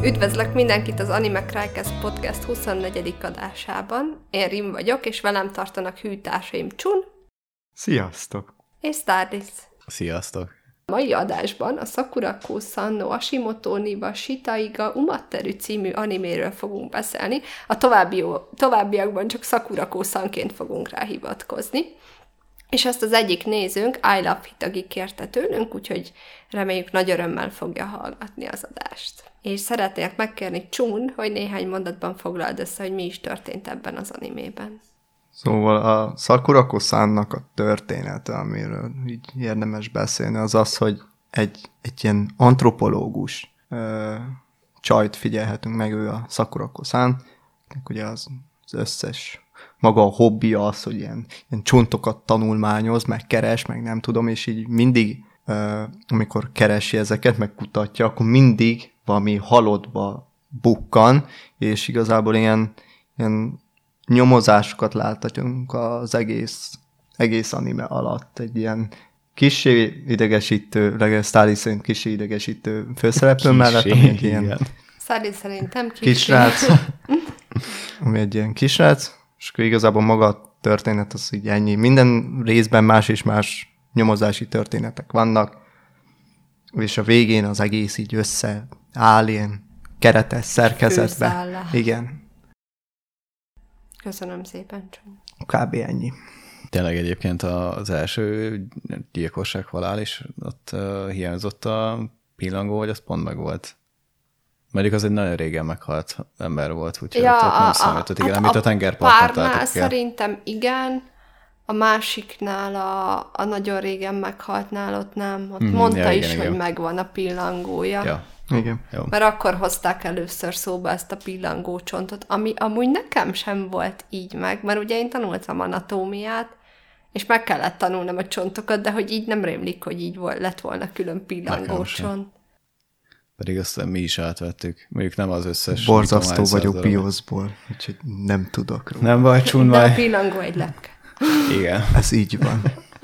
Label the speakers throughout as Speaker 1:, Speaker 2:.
Speaker 1: Üdvözlök mindenkit az Anime Crycast Podcast 24. adásában. Én Rim vagyok, és velem tartanak hűtársaim Csun.
Speaker 2: Sziasztok!
Speaker 1: És Stardust.
Speaker 3: Sziasztok!
Speaker 1: A mai adásban a Sakurako-san no Ashimoto ni wa Shitaiga Umatteru című animéről fogunk beszélni. A továbbiakban csak Sakurako-sanként fogunk rá hivatkozni. És ezt az egyik nézőnk, I Love Hitagi kérte tőlünk, úgyhogy reméljük nagy örömmel fogja hallgatni az adást. És szeretnék megkérni Csun, hogy néhány mondatban foglald össze, hogy mi is történt ebben az animében.
Speaker 2: Szóval a Sakurako-sannak a története, amiről így érdemes beszélni, az az, hogy egy ilyen antropológus csajt figyelhetünk meg, ő a Sakurako-san, ugye az összes maga a hobbija az, hogy ilyen csontokat tanulmányoz, meg keres, meg nem tudom, és így mindig, amikor keresi ezeket, meg kutatja, akkor mindig valami halottba bukkan, és igazából ilyen nyomozásokat láthatunk az egész anime alatt. Egy ilyen kissé idegesítő, legalább Sztáli szerint kissé idegesítő főszereplő mellett, ami egy ilyen
Speaker 1: Sztáli szerintem
Speaker 2: kisrác, ami egy ilyen kisrác, és akkor igazából maga a történet az így ennyi. Minden részben más és más nyomozási történetek vannak, és a végén az egész így összeáll ilyen keretes szerkezetbe.
Speaker 1: Főszállás.
Speaker 2: Igen.
Speaker 1: Köszönöm szépen, Csun.
Speaker 2: Kb. Ennyi.
Speaker 3: Tényleg egyébként az első gyilkosság halál is, ott hiányzott a pillangó, hogy az pont meg volt. Mert az egy nagyon régen meghalt ember volt, úgyhogy ott nem számított. Igen, amit a tengerparton
Speaker 1: párnál szerintem igen, a másiknál, a nagyon régen meghaltnál, ott nem. Ott mondta is, igen. Hogy megvan a pillangója.
Speaker 3: Ja.
Speaker 2: Igen.
Speaker 3: Jó.
Speaker 1: Mert akkor hozták először szóba ezt a pillangócsontot, ami amúgy nekem sem volt így meg, mert ugye én tanultam anatómiát, és meg kellett tanulnom a csontokat, de hogy így nem rémlik, hogy így lett volna külön pillangócsont.
Speaker 3: Pedig azt mi is átvettük. Mondjuk nem az összes.
Speaker 2: Borzasztó vagyok bioszból, úgyhogy nem tudok róla.
Speaker 3: Nem baj, Csun,
Speaker 1: de a pillangó egy lepke.
Speaker 3: Igen.
Speaker 2: Ez így van.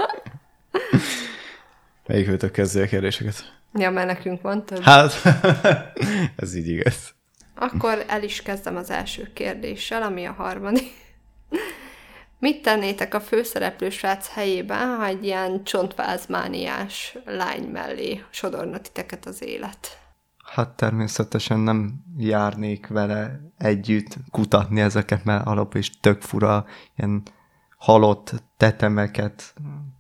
Speaker 3: Melyik őtök kezdi a kérdéseket?
Speaker 1: Ja, mert nekünk van több.
Speaker 3: Hát, ez így igaz.
Speaker 1: Akkor el is kezdem az első kérdéssel, ami a harmadik. Mit tennétek a főszereplő srác helyében, ha egy ilyen csontvázmániás lány mellé sodorna titeket az élet?
Speaker 2: Hát természetesen nem járnék vele együtt kutatni ezeket, mert alapból is tök fura ilyen halott tetemeket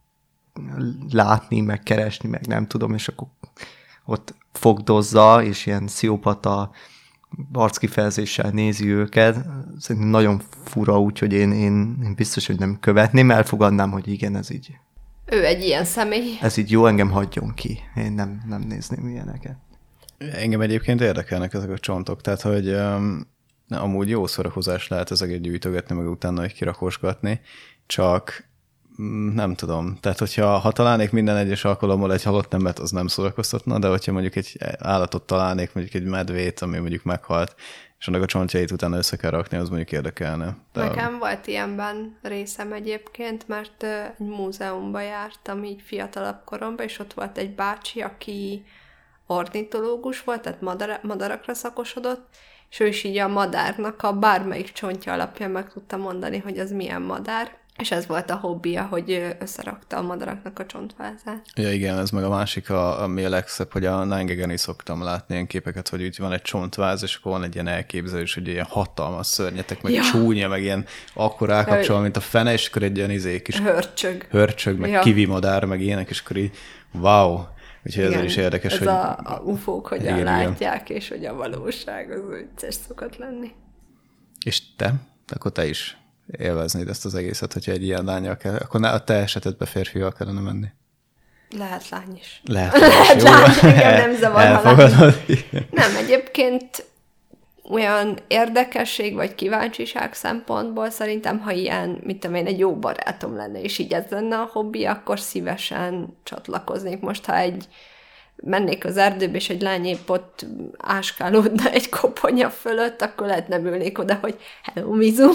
Speaker 2: látni, meg keresni, meg nem tudom, és akkor ott fogdozza, és ilyen sziopata arckifejezéssel nézi őket. Szerintem nagyon fura, úgyhogy én biztos, hogy nem követném, elfogadnám, hogy igen, ez így.
Speaker 1: Ő egy ilyen személy.
Speaker 2: Ez így jó, engem hagyjon ki. Én nem nézném ilyeneket.
Speaker 3: Engem egyébként érdekelnek ezek a csontok, tehát, hogy amúgy jó szórakozás lehet ezeket gyűjtögetni, meg utána egy kirakosgatni, csak nem tudom. Tehát, hogyha találnék minden egyes alkalommal egy halott nemet, az nem szórakoztatna, de hogyha mondjuk egy állatot találnék, mondjuk egy medvét, ami mondjuk meghalt, és annak a csontjait utána össze kell rakni, az mondjuk érdekelne. De...
Speaker 1: Nekem volt ilyenben részem egyébként, mert egy múzeumban jártam így fiatalabb koromban, és ott volt egy bácsi, aki ornitológus volt, tehát madarakra szakosodott, és ő is így a madárnak a bármelyik csontja alapján meg tudta mondani, hogy az milyen madár, és ez volt a hobbija, hogy összerakta a madaraknak a csontvázát.
Speaker 3: Ja igen, ez meg a másik, ami a legszebb, hogy a Nine-Gaggen is szoktam látni ilyen képeket, hogy úgy van egy csontváz, és akkor van egy ilyen elképzelés, hogy ilyen hatalmas szörnyetek, meg csúnya, meg ilyen akkor rákapcsol, mint a fene, és akkor egy ilyen kis hörcsög, meg kiwi madár, meg ilyenek, és akkor így wow. Úgyhogy ez is érdekes,
Speaker 1: ez
Speaker 3: hogy...
Speaker 1: a ufók hogyan látják, és hogy a valóság az vicces szokott lenni.
Speaker 3: És te? Akkor te is élveznéd ezt az egészet, hogyha egy ilyen lányjal kell, akkor a te esetedben férfival kellene menni.
Speaker 1: Lehet lány is.
Speaker 3: Lehet lány,
Speaker 1: igen, nem zavar,
Speaker 3: elfogadod.
Speaker 1: Nem, egyébként olyan érdekesség vagy kíváncsiság szempontból szerintem, ha ilyen, mit tudom én, egy jó barátom lenne, és így ez lenne a hobbi, akkor szívesen csatlakoznék. Most, ha mennék az erdőbe, és egy lány épp ott áskálódna egy koponya fölött, akkor lehet nem ülnék oda, hogy hello, Mizu.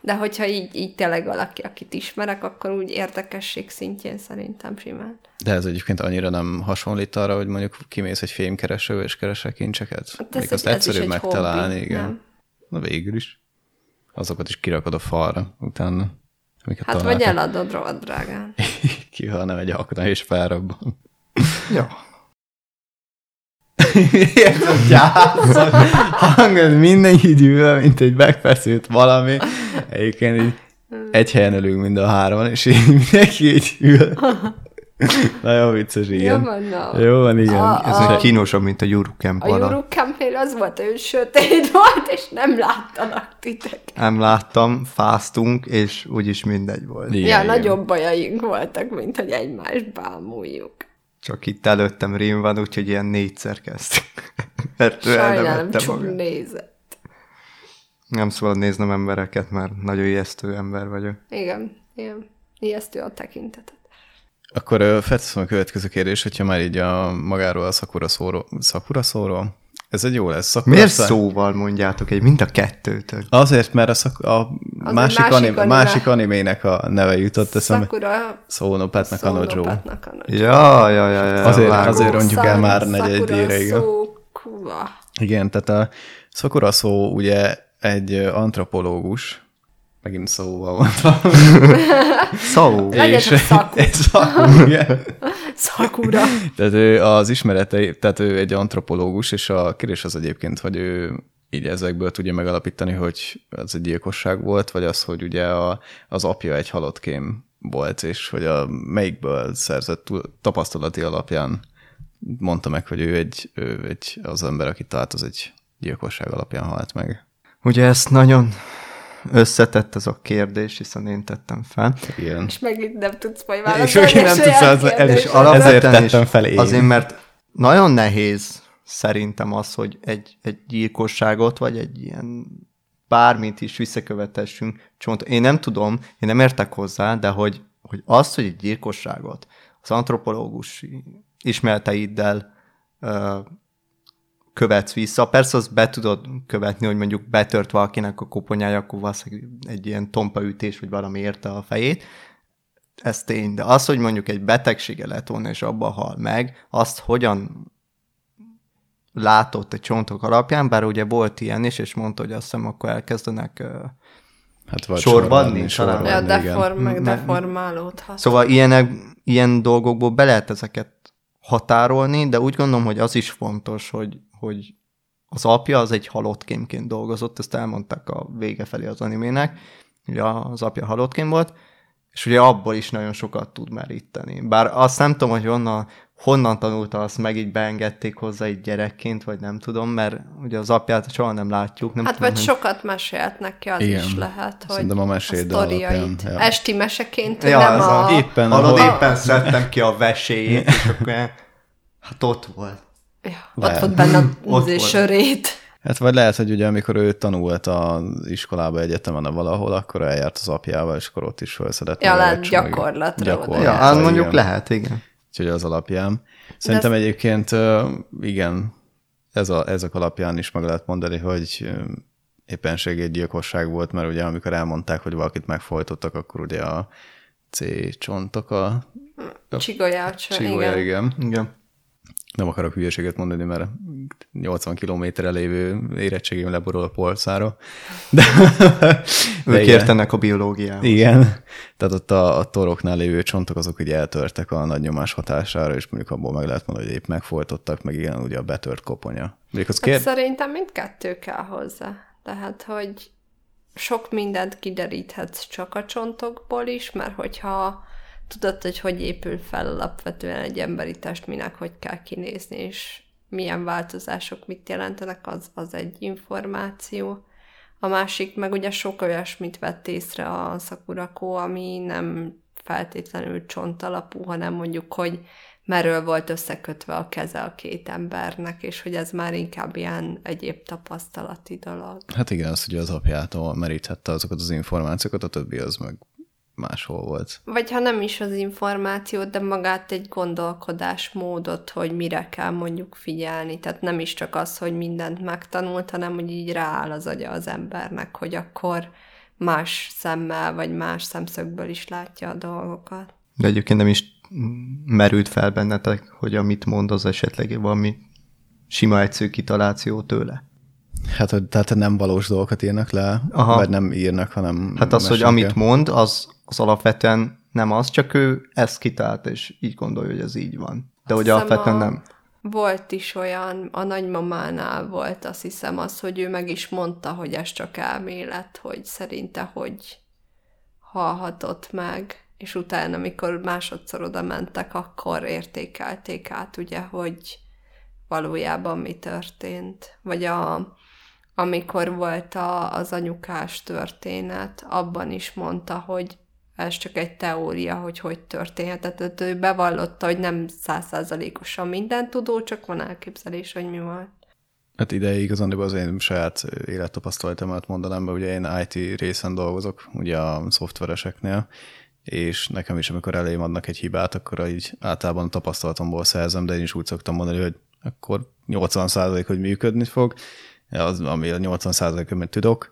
Speaker 1: de hogyha így tényleg valaki, akit ismerek, akkor úgy érdekesség szintjén szerintem simán.
Speaker 3: De ez egyébként annyira nem hasonlít arra, hogy mondjuk kimész egy fémkereső és keresel kincseket?
Speaker 1: Hát
Speaker 3: még azt egyszerűbb megtalálni,
Speaker 1: hobbi,
Speaker 3: igen.
Speaker 1: Nem?
Speaker 3: Na végül is. Azokat is kirakod a falra utána.
Speaker 1: Hát vagy eladod rohadt drágán.
Speaker 3: Ki, ha nem egy akna és felrabban.
Speaker 2: Ja.
Speaker 3: Ez a gyászos hangod mindenki gyűlöl, mint egy megfeszült valami. Egyébként így egy helyen ülünk mind a hárman, és így mindenki így ül. Nagyon vicces, igen. Jó van, igen.
Speaker 2: Ez egy kínosabb, mint a Eurocamp
Speaker 1: A Eurocampnél az volt, hogy sötét volt, és nem láttanak titeket.
Speaker 2: Nem láttam, fáztunk, és úgyis mindegy volt.
Speaker 3: Igen,
Speaker 1: nagyobb bajaink voltak, mint hogy egymást bámuljuk.
Speaker 2: Csak itt előttem Rím van, úgyhogy ilyen 4-szer kezdtünk. Mert
Speaker 1: Sajnálom, csak nézett.
Speaker 2: Nem szabad néznem embereket, mert nagyon ijesztő ember vagyok.
Speaker 1: Igen. Ijesztő a tekintetet.
Speaker 3: Akkor felteszem a következő kérdés, hogyha már így magáról a Sakura szóról. Ez egy jó lesz.
Speaker 2: Miért szóval mondjátok mind a kettőtök?
Speaker 3: Azért, mert a másik animének a neve jutott eszembe.
Speaker 1: Sakura
Speaker 3: Szónopátnak Kanojo.
Speaker 2: Ja.
Speaker 3: Azért mondjuk el már negyedjére.
Speaker 1: Sakura.
Speaker 3: Igen, tehát a Sakura szó ugye egy antropológus, megint szóval mondtam.
Speaker 2: Szó.
Speaker 1: Sakura.
Speaker 3: Tehát ő az ismeretei, tehát ő egy antropológus, és a kérdés az egyébként, hogy ő így ezekből tudja megalapítani, hogy ez egy gyilkosság volt, vagy az, hogy ugye az apja egy halottkém volt, és hogy melyikből szerzett tapasztalati alapján mondta meg, hogy ő az ember, aki talált, az egy gyilkosság alapján halt meg.
Speaker 2: Ugye ezt nagyon összetett ez a kérdés, hiszen én tettem fel.
Speaker 3: Igen.
Speaker 1: És megint nem tudsz majd válaszolni.
Speaker 3: És nem tudsz
Speaker 2: és alapvetően
Speaker 3: tettem fel én.
Speaker 2: Azért, mert nagyon nehéz szerintem az, hogy egy gyilkosságot, vagy egy ilyen bármit is visszakövetessünk csont. Én nem tudom, én nem értek hozzá, de hogy azt, hogy egy gyilkosságot az antropológus ismereteiddel követsz vissza. Persze azt be tudod követni, hogy mondjuk betört valakinek a koponyája, akkor valószínűleg egy ilyen tompaütés, vagy valami érte a fejét. Ez tény. De az, hogy mondjuk egy betegsége lett volna, és abban hal meg, azt hogyan látott egy csontok alapján, bár ugye volt ilyen is, és mondta, hogy azt hiszem, akkor elkezdenek sorbanni.
Speaker 1: Deformálódhat.
Speaker 2: Szóval ilyen dolgokból be lehet ezeket határolni, de úgy gondolom, hogy az is fontos, hogy az apja az egy halottkémként dolgozott, ezt elmondták a vége felé az animének, ugye az apja halottkém volt, és ugye abból is nagyon sokat tud meríteni. Bár azt nem tudom, hogy honnan tanulta, azt meg így beengedték hozzá így gyerekként, vagy nem tudom, mert ugye az apját soha nem látjuk. Nem
Speaker 1: hát
Speaker 2: tudom,
Speaker 1: vagy sokat mesélt neki, az
Speaker 3: igen.
Speaker 1: is lehet, hogy
Speaker 3: szerintem a sztoriait.
Speaker 1: Ja. Esti meseként,
Speaker 2: ja,
Speaker 1: nem
Speaker 2: éppen szedtem ki a veséjét, és akkor hát ott volt.
Speaker 1: Ja, ott volt benne a sörét.
Speaker 3: Hát vagy lehet, hogy ugye amikor ő tanult az iskolába, egyetemen valahol, akkor eljárt az apjával, és akkor ott is felszedett.
Speaker 1: Ja, lehet gyakorlatra.
Speaker 2: Ja, az mondjuk lehet, igen.
Speaker 3: Úgyhogy az alapján. Szerintem egyébként igen, ezek alapján is meg lehet mondani, hogy éppenség egy gyilkosság volt, mert ugye amikor elmondták, hogy valakit megfojtottak, akkor ugye a C-csontok
Speaker 1: Csigolya,
Speaker 3: igen. Nem akarok hülyeséget mondani, mert 80 kilométerre lévő érettségém leborul a polcára. De
Speaker 2: ők értenek a biológiához.
Speaker 3: Igen. Tehát ott a toroknál lévő csontok azok ugye eltörtek a nagy nyomás hatására, és mondjuk abból meg lehet mondani, hogy épp megfojtottak, meg igen, ugye a betört koponya.
Speaker 1: Szerintem mindkettő kell hozzá. Tehát, hogy sok mindent kideríthetsz csak a csontokból is, mert hogyha tudod, hogy épül fel alapvetően egy emberi test, minek hogy kell kinézni, és milyen változások mit jelentenek, az egy információ. A másik meg ugye sok olyasmit vett észre a Sakurako, ami nem feltétlenül csontalapú, hanem mondjuk, hogy merről volt összekötve a keze a két embernek, és hogy ez már inkább ilyen egyéb tapasztalati dolog.
Speaker 3: Hát igen, az ugye az apjától meríthette azokat az információkat, a többi az meg máshol volt.
Speaker 1: Vagy ha nem is az információt, de magát egy gondolkodásmódot, hogy mire kell mondjuk figyelni. Tehát nem is csak az, hogy mindent megtanult, hanem hogy így rááll az agya az embernek, hogy akkor más szemmel, vagy más szemszögből is látja a dolgokat.
Speaker 2: De egyébként nem is merült fel bennetek, hogy amit mond, az esetleg valami sima egyszerű kitaláció tőle?
Speaker 3: Hát, tehát nem valós dolgokat írnak le, vagy nem írnak, hanem...
Speaker 2: Hát az, hogy amit mond, az alapvetően nem az, csak ő ezt kitalált, és így gondolja, hogy ez így van. De hogy alapvetően nem.
Speaker 1: Volt is olyan, a nagymamánál volt, azt hiszem az, hogy ő meg is mondta, hogy ez csak elmélet, hogy szerinte, hogy hallhatott meg, és utána, amikor másodszor oda mentek, akkor értékelték át, ugye, hogy valójában mi történt. Vagy amikor volt az anyukás történet, abban is mondta, hogy ez csak egy teória, hogy történhetett. Tehát ő bevallotta, hogy nem 100%-osan minden tudó, csak van elképzelés, hogy mi volt.
Speaker 3: Hát ideig igazándiból az én saját élettapasztalatomat mondanám, mert ugye én IT részen dolgozok, ugye a szoftvereseknél, és nekem is, amikor elém adnak egy hibát, akkor így általában a tapasztalatomból szerzem, de én is úgy szoktam mondani, hogy akkor 80% hogy működni fog, az, ami a 80%, amit tudok.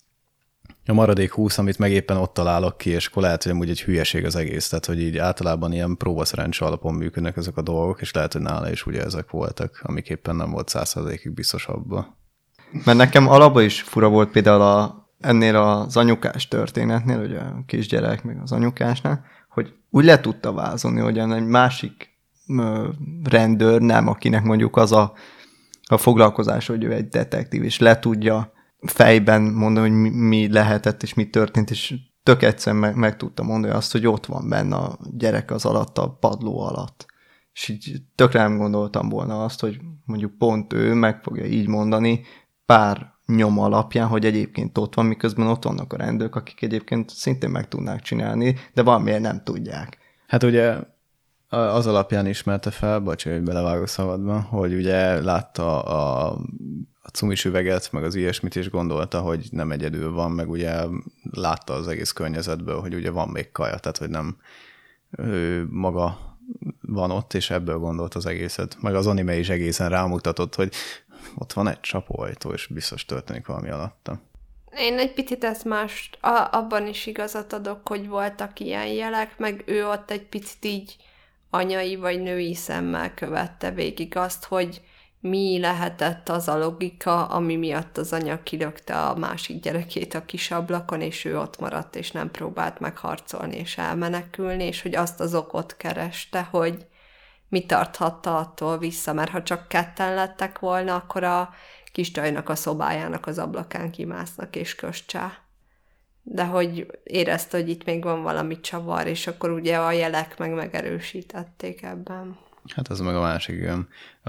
Speaker 3: A maradék 20, amit meg éppen ott találok ki, és akkor lehet, hogy amúgy egy hülyeség az egész, tehát hogy így általában ilyen próbaszerencse alapon működnek ezek a dolgok, és lehet, hogy nála is ugye ezek voltak, amik éppen nem volt 100%-ig biztos abba.
Speaker 2: Mert nekem alapban is fura volt például ennél az anyukás történetnél, ugye a kisgyerek meg az anyukásnál, hogy úgy le tudta vázolni, hogy egy másik rendőr nem, akinek mondjuk az a foglalkozás, hogy ő egy detektív, és le tudja fejben mondani, hogy mi lehetett, és mi történt, és tök egyszerűen meg tudta mondani azt, hogy ott van benne a gyerek az alatt, a padló alatt. És így tökre nem gondoltam volna azt, hogy mondjuk pont ő meg fogja így mondani pár nyom alapján, hogy egyébként ott van, miközben ott vannak a rendőrök, akik egyébként szintén meg tudnák csinálni, de valamiért nem tudják.
Speaker 3: Hát ugye az alapján ismerte fel, bocsánat, hogy belevágok szabadba, hogy ugye látta a cumis üveget, meg az ilyesmit, és gondolta, hogy nem egyedül van, meg ugye látta az egész környezetből, hogy ugye van még kaja, tehát hogy nem ő maga van ott, és ebből gondolt az egészet. Meg az anime is egészen rámutatott, hogy ott van egy csapóajtó, és biztos történik valami alatta.
Speaker 1: Én egy picit ezt mást, abban is igazat adok, hogy voltak ilyen jelek, meg ő ott egy picit így anyai vagy női szemmel követte végig azt, hogy mi lehetett az a logika, ami miatt az anya kilökte a másik gyerekét a kis ablakon, és ő ott maradt, és nem próbált megharcolni és elmenekülni, és hogy azt az okot kereste, hogy mi tarthatta attól vissza, mert ha csak ketten lettek volna, akkor a kis csajnak a szobájának az ablakán kimásznak és köscsá. De hogy érezte, hogy itt még van valami csavar, és akkor ugye a jelek meg megerősítették ebben.
Speaker 3: Hát ez meg a másik, igen.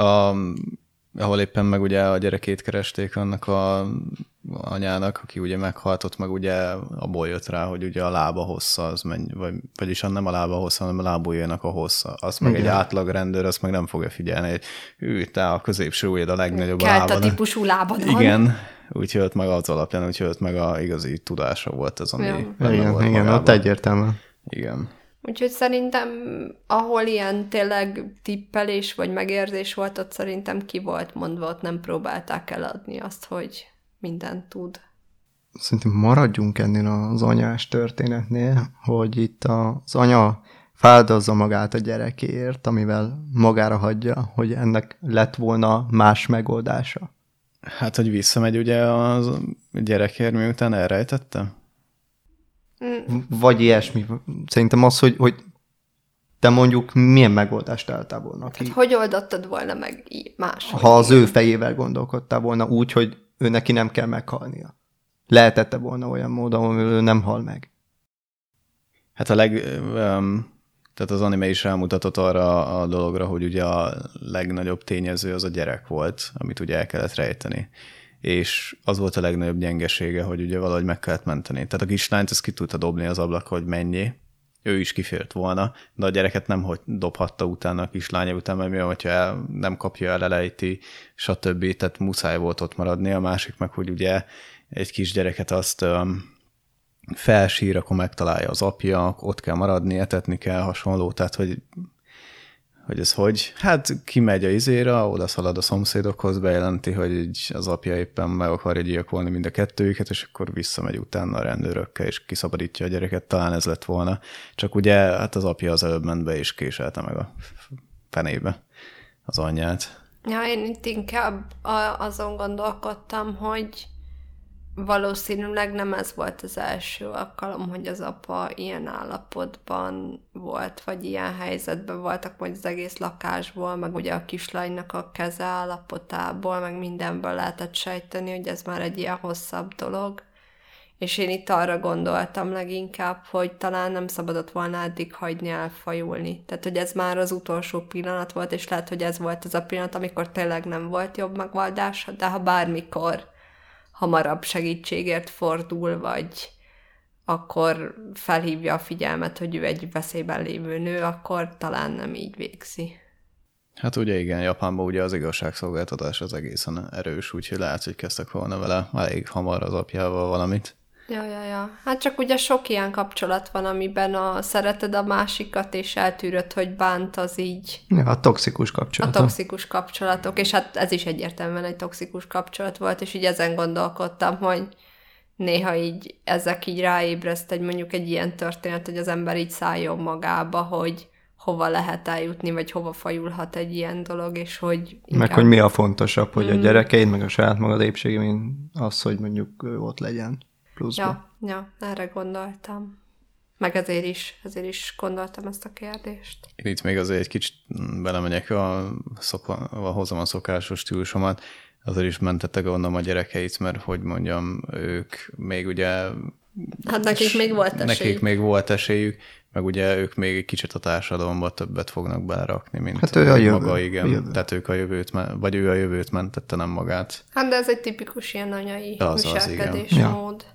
Speaker 3: Ahol éppen meg ugye a gyerekét keresték annak a anyának, aki ugye meghaltott, meg ugye abból jött rá, hogy ugye a lába hossza, az vagyis nem a lába hossza, hanem a lábujjának a hossza. Azt meg egy átlag rendőr, azt meg nem fogja figyelni, hogy te a középső ujjad a legnagyobb lábad.
Speaker 1: Kelt a típusú lábad van.
Speaker 3: Igen, úgy jött meg az alapján, úgy jött meg a igazi tudása volt az, ami
Speaker 2: igen, ott egyértelműen.
Speaker 3: Igen.
Speaker 1: Úgyhogy szerintem, ahol ilyen tényleg tippelés vagy megérzés volt, ott szerintem ki volt mondva, ott nem próbálták eladni azt, hogy mindent tud.
Speaker 2: Szerintem maradjunk ennél az anyás történetnél, hogy itt az anya fáldozza magát a gyerekéért, amivel magára hagyja, hogy ennek lett volna más megoldása.
Speaker 3: Hát, hogy visszamegy ugye a gyerekért, miután elrejtette?
Speaker 2: Vagy ilyesmi. Szerintem az, hogy te mondjuk milyen megoldást találtál volna ki.
Speaker 1: Hát hogy oldottad volna meg más?
Speaker 2: Ha az ő fejével gondolkodtál volna úgy, hogy ő neki nem kell meghalnia. Lehetette volna olyan módon, ahol ő nem hal meg.
Speaker 3: Hát tehát az anime is rámutatott arra a dologra, hogy ugye a legnagyobb tényező az a gyerek volt, amit ugye el kellett rejteni. És az volt a legnagyobb gyengesége, hogy ugye valahogy meg kellett menteni. Tehát a kislányt ezt ki tudta dobni az ablakra, hogy menjé. Ő is kifélt volna, de a gyereket nem hogy dobhatta utána a kislánya után, mert mi van, hogyha nem kapja el, elejti, stb. Tehát muszáj volt ott maradni. A másik meg, hogy ugye egy kisgyereket azt felsír, akkor megtalálja az apja, ott kell maradni, etetni kell, hasonló. Tehát, hogy Hát kimegy a izére, oda szalad a szomszédokhoz, bejelenti, hogy így az apja éppen meg akarja gyilkolni mind a kettőjüket, és akkor visszamegy utána a rendőrökkel, és kiszabadítja a gyereket. Talán ez lett volna. Csak ugye hát az apja az előbb ment be, és késelte meg a fenébe az anyját.
Speaker 1: Ja, én itt inkább azon gondolkodtam, hogy valószínűleg nem ez volt az első alkalom, hogy az apa ilyen állapotban volt, vagy ilyen helyzetben voltak majd az egész lakásból, meg ugye a kislánynak a keze állapotából, meg mindenből lehetett sejteni, hogy ez már egy ilyen hosszabb dolog. És én itt arra gondoltam leginkább, hogy talán nem szabadott volna eddig hagyni elfajulni. Tehát, hogy ez már az utolsó pillanat volt, és lehet, hogy ez volt az a pillanat, amikor tényleg nem volt jobb megoldás, de ha bármikor hamarabb segítségért fordul, vagy akkor felhívja a figyelmet, hogy ő egy veszélyben lévő nő, akkor talán nem így végzi.
Speaker 3: Hát ugye igen, Japánban ugye az igazságszolgáltatás az egészen erős, úgyhogy lehet, hogy kezdtek volna vele elég hamar az apjával valamit.
Speaker 1: Ja. Hát csak ugye sok ilyen kapcsolat van, amiben szereted a másikat, és eltűröd, hogy bánt, az így...
Speaker 2: Ja, a toxikus kapcsolatok.
Speaker 1: A toxikus kapcsolatok, és hát ez is egyértelműen egy toxikus kapcsolat volt, és így ezen gondolkodtam, hogy néha így ezek így ráébreszt mondjuk egy ilyen történet, hogy az ember így szálljon magába, hogy hova lehet eljutni, vagy hova fajulhat egy ilyen dolog, és hogy... Inkább...
Speaker 2: Meg hogy mi a fontosabb, hogy a gyerekeid, meg a saját magad épsége, mint az, hogy mondjuk ő ott legyen pluszban.
Speaker 1: Ja, erre gondoltam. Meg ezért is gondoltam ezt a kérdést.
Speaker 3: Én itt még azért egy kicsit belemegyek, hozom a szokásos stílusomat, azért is mentettek onnan a gyerekeit, mert hogy mondjam, ők még ugye...
Speaker 1: Hát nekik még volt esélyük.
Speaker 3: Nekik még volt esélyük, meg ugye ők még egy kicsit a társadalomba többet fognak belerakni, mint
Speaker 2: hát ő a jövő,
Speaker 3: maga, igen. Jövő. Tehát ők a jövőt, vagy ő a jövőt mentette, nem magát.
Speaker 1: Hát de ez egy tipikus ilyen anyai viselkedésmód. Ja.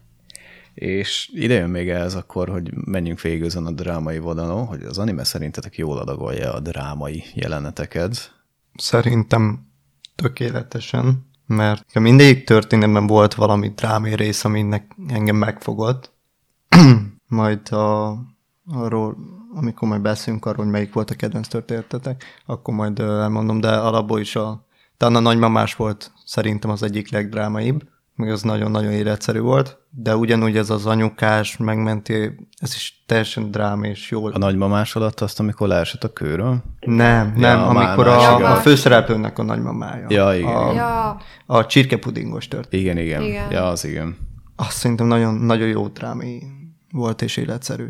Speaker 3: És ide jön még ez akkor, hogy menjünk végig azon a drámai vonalon, hogy az anime szerintetek jól adagolja a drámai jeleneteket?
Speaker 2: Szerintem tökéletesen, mert mindegyik történetben volt valami drámai rész, aminek engem megfogott. Majd arról, amikor majd beszélünk arról, hogy melyik volt a kedvenc történetetek, akkor majd elmondom, de alapból is talán a nagymamás volt szerintem az egyik legdrámaibb, meg az nagyon-nagyon életszerű volt, de ugyanúgy ez az anyukás megmenti, ez is teljesen dráma és jól.
Speaker 3: A nagymamás alatt azt, amikor leesett a kőről?
Speaker 2: Nem, amikor a főszereplőnek a nagymamája.
Speaker 3: Ja, igen.
Speaker 2: A csirkepudingos történet.
Speaker 3: Igen. Ja, az igen.
Speaker 2: Azt szerintem nagyon, nagyon jó drámai volt és életszerű.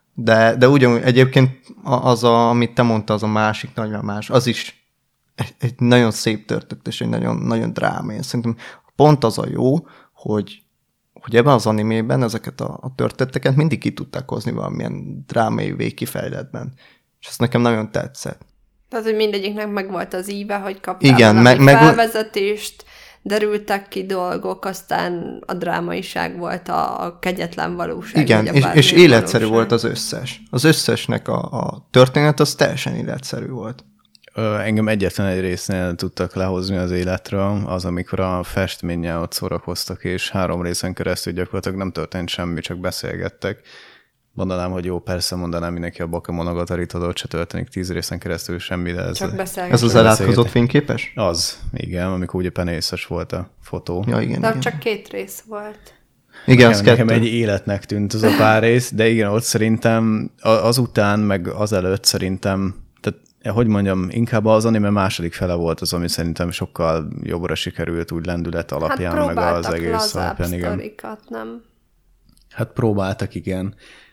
Speaker 2: De ugyanúgy egyébként amit te mondtad, az a másik nagymamás, az is egy nagyon szép történet és egy nagyon, nagyon drámai. Szerintem pont az a jó, hogy ebben az animében ezeket a történeteket mindig ki tudták hozni valamilyen drámai végkifejletben. És ez nekem nagyon tetszett.
Speaker 1: Tehát, hogy mindegyiknek megvolt az íve, hogy kaptál valami felvezetést, derültek ki dolgok, aztán a drámaiság volt a kegyetlen valóság.
Speaker 2: Igen, és életszerű valóság volt az összes. Az összesnek a történet az teljesen életszerű volt.
Speaker 3: Engem egyetlen egy résznél tudtak lehozni az életről, az, amikor a festménnyel ott szórakoztak, és 3 részen keresztül gyakorlatilag nem történt semmi, csak beszélgettek. Mondanám, hogy jó, persze mondanám mindenki a Bakemonogatari, ott se történik 10 részen keresztül semmi, de ez...
Speaker 2: Ez az elátkozott fényképes?
Speaker 3: Az, igen, amikor ugye penészes volt a fotó.
Speaker 2: Ja, igen.
Speaker 1: De csak 2 rész volt.
Speaker 2: Igen,
Speaker 3: nekem egy életnek tűnt az a pár rész, de igen, ott szerintem azután, meg azelőtt szerintem, hogy mondjam, inkább az anime második fele volt az, ami szerintem sokkal jobbra sikerült úgy lendület alapján, meg az egész alapján, igen.
Speaker 1: Nem?
Speaker 3: Hát próbáltak, igen.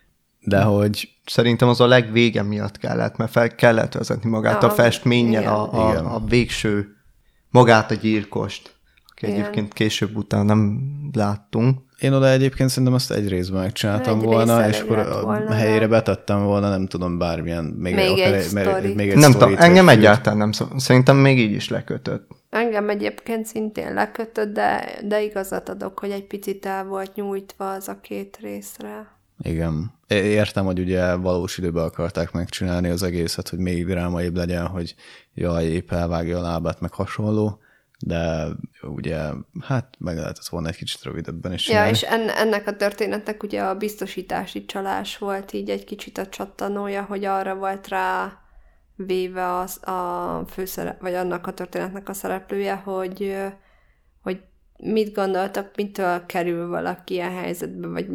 Speaker 3: De hogy...
Speaker 2: Szerintem az a legvége miatt kellett, mert kellett vezetni magát a festménnyel, a végső, magát a gyilkost, aki egyébként később után nem láttunk.
Speaker 3: Én oda egyébként szerintem azt egy részben megcsináltam volna, és akkor a helyére betettem volna, nem tudom, bármilyen... Még
Speaker 1: egy sztorit.
Speaker 2: Nem tudom, engem egyáltalán nem szerintem még így is lekötött.
Speaker 1: Engem egyébként szintén lekötött, de igazat adok, hogy egy picit el volt nyújtva az a 2 részre.
Speaker 3: Igen. Értem, hogy ugye valós időben akarták megcsinálni az egészet, hogy még drámaibb legyen, hogy jaj, épp elvágja a lábát, meg hasonló, de ugye, hát meg lehetett volna egy kicsit rövidebben is csinálni.
Speaker 1: Ja, és ennek a történetnek ugye a biztosítási csalás volt így egy kicsit a csattanója, hogy arra volt rá véve a vagy annak a történetnek a szereplője, hogy mit gondoltak, mitől kerül valaki ilyen helyzetbe, vagy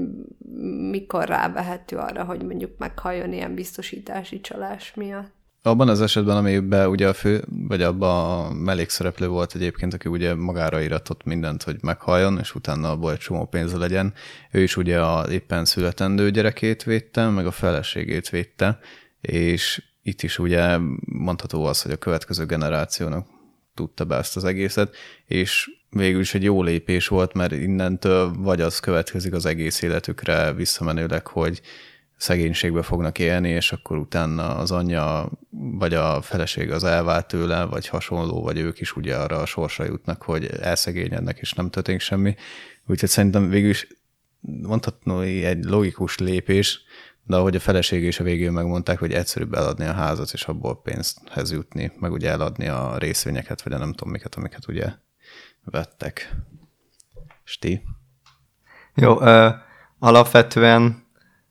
Speaker 1: mikor rávehető arra, hogy mondjuk meghalljon ilyen biztosítási csalás miatt.
Speaker 3: Abban az esetben, amiben ugye a fő, vagy abban a mellékszereplő volt egyébként, aki ugye magára íratott mindent, hogy meghalljon, és utána abból egy csomó pénze legyen. Ő is ugye a éppen születendő gyerekét védte, meg a feleségét védte, és itt is ugye mondható az, hogy a következő generációnak tudta be ezt az egészet, és végül is egy jó lépés volt, mert innentől vagy az következik az egész életükre visszamenőleg, hogy szegénységbe fognak élni, és akkor utána az anyja vagy a feleség az elvált tőle, vagy hasonló, vagy ők is ugye arra a sorsra jutnak, hogy elszegényednek, és nem történik semmi. Úgyhogy szerintem végül is mondhatni egy logikus lépés, de ahogy a feleség és a végén megmondták, hogy egyszerűbb eladni a házat, és abból pénzhez jutni, meg ugye eladni a részvényeket, vagy nem tudom miket, amiket ugye vettek. Sti?
Speaker 2: Jó, alapvetően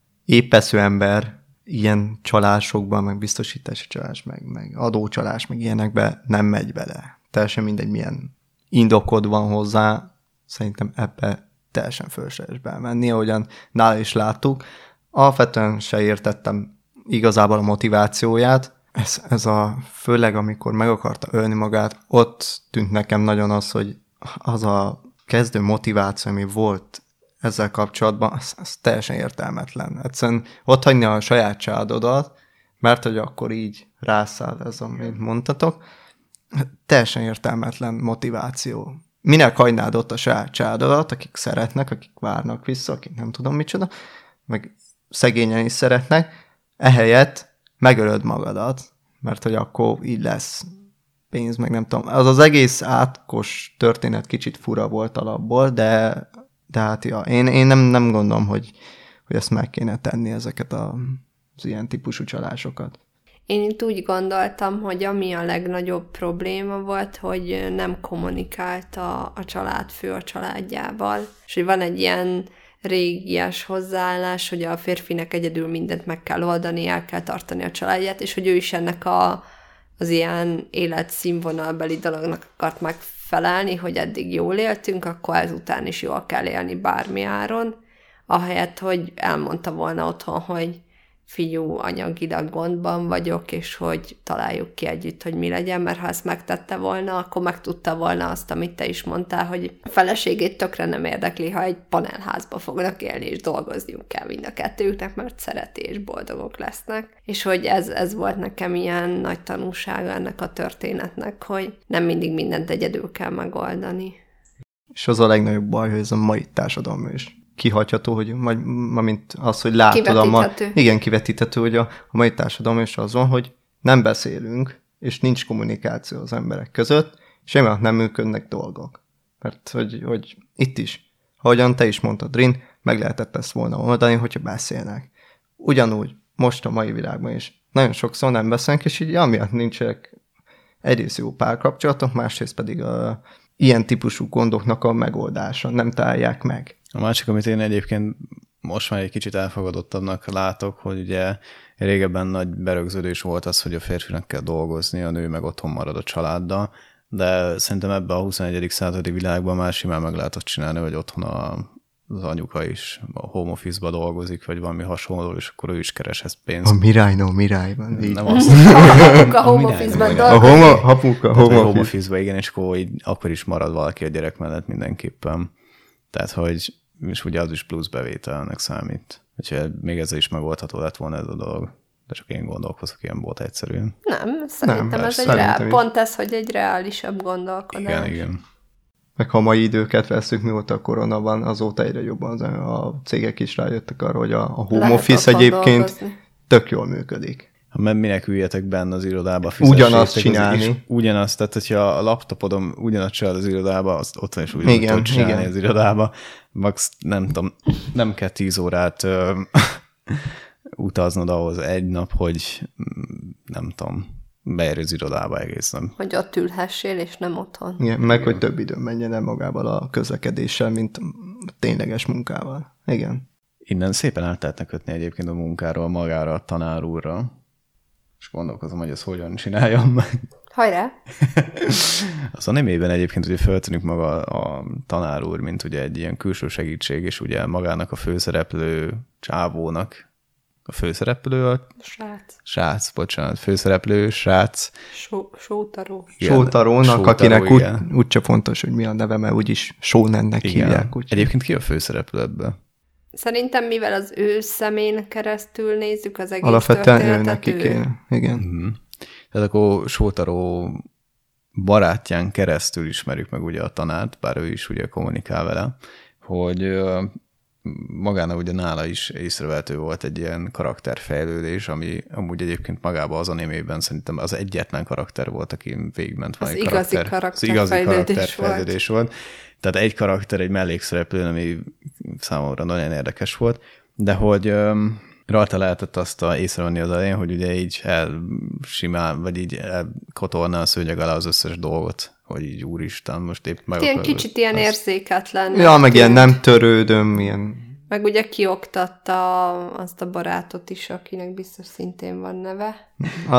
Speaker 2: épeszű ember ilyen csalásokban, meg biztosítási csalás, meg adócsalás, meg ilyenekbe nem megy bele. Teljesen mindegy, milyen indokod van hozzá, szerintem ebbe teljesen fölösleges belmenni, ahogyan nála is láttuk. Alapvetően se értettem igazából a motivációját. Ez a főleg, amikor meg akarta ölni magát, ott tűnt nekem nagyon az, hogy az a kezdő motiváció, ami volt ezzel kapcsolatban, az teljesen értelmetlen. Egyszerűen ott hagyni a saját családodat, mert hogy akkor így rászáll ez, amit mondtatok, teljesen értelmetlen motiváció. Minek hagynád ott a saját családodat, akik szeretnek, akik várnak vissza, akik nem tudom micsoda, meg szegényen is szeretnek, ehelyett megölöd magadat, mert hogy akkor így lesz pénz, meg nem tudom. Az egész átkos történet kicsit fura volt alapból, de hát ja, én nem gondolom, hogy ezt meg kéne tenni, ezeket az ilyen típusú csalásokat.
Speaker 1: Én itt úgy gondoltam, hogy ami a legnagyobb probléma volt, hogy nem kommunikált a családfő a családjával, és hogy van egy ilyen régies hozzáállás, hogy a férfinek egyedül mindent meg kell oldani, el kell tartani a családját, és hogy ő is ennek az ilyen életszínvonalbeli dolognak akart megfelelni, hogy eddig jól éltünk, akkor ezután is jól kell élni bármi áron, ahelyett, hogy elmondta volna otthon, hogy figyú, anyagilag gondban vagyok, és hogy találjuk ki együtt, hogy mi legyen, mert ha ezt megtette volna, akkor megtudta volna azt, amit te is mondtál, hogy a feleségét tökre nem érdekli, ha egy panelházba fognak élni, és dolgozniuk kell mind a kettőjüknek, mert szereti, és boldogok lesznek. És hogy ez volt nekem ilyen nagy tanulsága ennek a történetnek, hogy nem mindig mindent egyedül kell megoldani.
Speaker 2: És az a legnagyobb baj, hogy ez a mai társadalom is kihagyható, hogy mint az, hogy látod
Speaker 1: kivetíthető.
Speaker 2: Kivetíthető, hogy a mai társadalom is az van, hogy nem beszélünk, és nincs kommunikáció az emberek között, és emiatt nem működnek dolgok. Mert hogy itt is, ahogyan te is mondtad, Rin, meg lehetett ezt volna oldani, hogyha beszélnek. Ugyanúgy most a mai világban is nagyon sokszor nem beszélnek, és így amiatt nincsenek egyrészt jó párkapcsolatok, másrészt pedig ilyen típusú gondoknak a megoldása, nem találják meg.
Speaker 3: A másik, amit én egyébként most már egy kicsit elfogadottabbnak látok, hogy ugye régebben nagy berögződés volt az, hogy a férfinak kell dolgozni, a nő meg otthon marad a családdal, de szerintem ebben a 21. századi világban már simán meg lehetett csinálni, hogy otthon az anyuka is a home office-ba dolgozik, vagy valami hasonló, és akkor ő is kereshez pénzt.
Speaker 2: A Mirályban.
Speaker 3: Nem azt.
Speaker 1: A home office-ban dolgozik.
Speaker 2: A
Speaker 3: home office-ban, igen, és akkor is marad valaki a gyerek mellett mindenképpen. Tehát, hogy és ugye az is plusz bevételnek számít. Úgyhogy még ezzel is megoldható lett volna ez a dolog. De csak én gondolkozok ilyen volt egyszerűen.
Speaker 1: Nem, szerintem ez pont ez, hogy egy reálisabb gondolkodás.
Speaker 3: Igen.
Speaker 2: Meg ha mai időket veszünk, mióta a korona van, azóta egyre jobban a cégek is rájöttek arra, hogy a home office egyébként dolgozni. Tök jól működik.
Speaker 3: Mert minek üljetek benne az irodába,
Speaker 2: ugyanazt csinálni.
Speaker 3: Ugyanazt, tehát hogyha a laptopodon ugyanazt csinál az irodába, azt otthon is ugyanazt tud csinálni az irodába. Max, nem tudom, nem kell 10 órát utaznod ahhoz egy nap, hogy nem tudom, beérj az irodába egész nem.
Speaker 1: Hogy ott ülhessél, és nem otthon.
Speaker 2: Igen, meg hogy több időm menjen el magával a közlekedéssel, mint tényleges munkával. Igen.
Speaker 3: Innen szépen át lehetne kötni egyébként a munkáról magára a tanár úrra. és gondolkozom, hogy ezt hogyan csináljam meg.
Speaker 1: Hajrá!
Speaker 3: Az animében egyébként ugye feltűnik maga a tanár úr, mint ugye egy ilyen külső segítség, és ugye magának a főszereplő csávónak, a főszereplő a... Srác, bocsánat. Főszereplő, srác.
Speaker 1: Sótaró.
Speaker 2: Sótarónak, akinek úgyse fontos, hogy mi a neve, mert úgyis Shonennek hívják. Úgy.
Speaker 3: Egyébként ki a főszereplő ebben?
Speaker 1: Szerintem, mivel az ő szemén keresztül nézzük az egész
Speaker 2: alapvetően
Speaker 1: történetet,
Speaker 2: ő neki kéne. Igen.
Speaker 3: Mm-hmm. Tehát akkor Sótaró barátján keresztül ismerjük meg ugye a tanárt, bár ő is ugye kommunikál vele, hogy magának ugye nála is észrevehető volt egy ilyen karakterfejlődés, ami amúgy egyébként magában az animében szerintem az egyetlen karakter volt, aki végigment
Speaker 1: az igazi karakterfejlődés
Speaker 3: volt. Tehát egy karakter, egy mellékszereplő, ami számomra nagyon érdekes volt, de hogy rajta lehetett azt észrevenni az elején, hogy ugye így elsimál, vagy így elkotolná a szőnyeg alá az összes dolgot, hogy így úristen, most épp meg
Speaker 1: ilyen kicsit ilyen érzéketlen.
Speaker 2: Ja, meg ilyen nem törődöm, ilyen...
Speaker 1: Meg ugye kioktatta azt a barátot is, akinek biztos szintén van neve.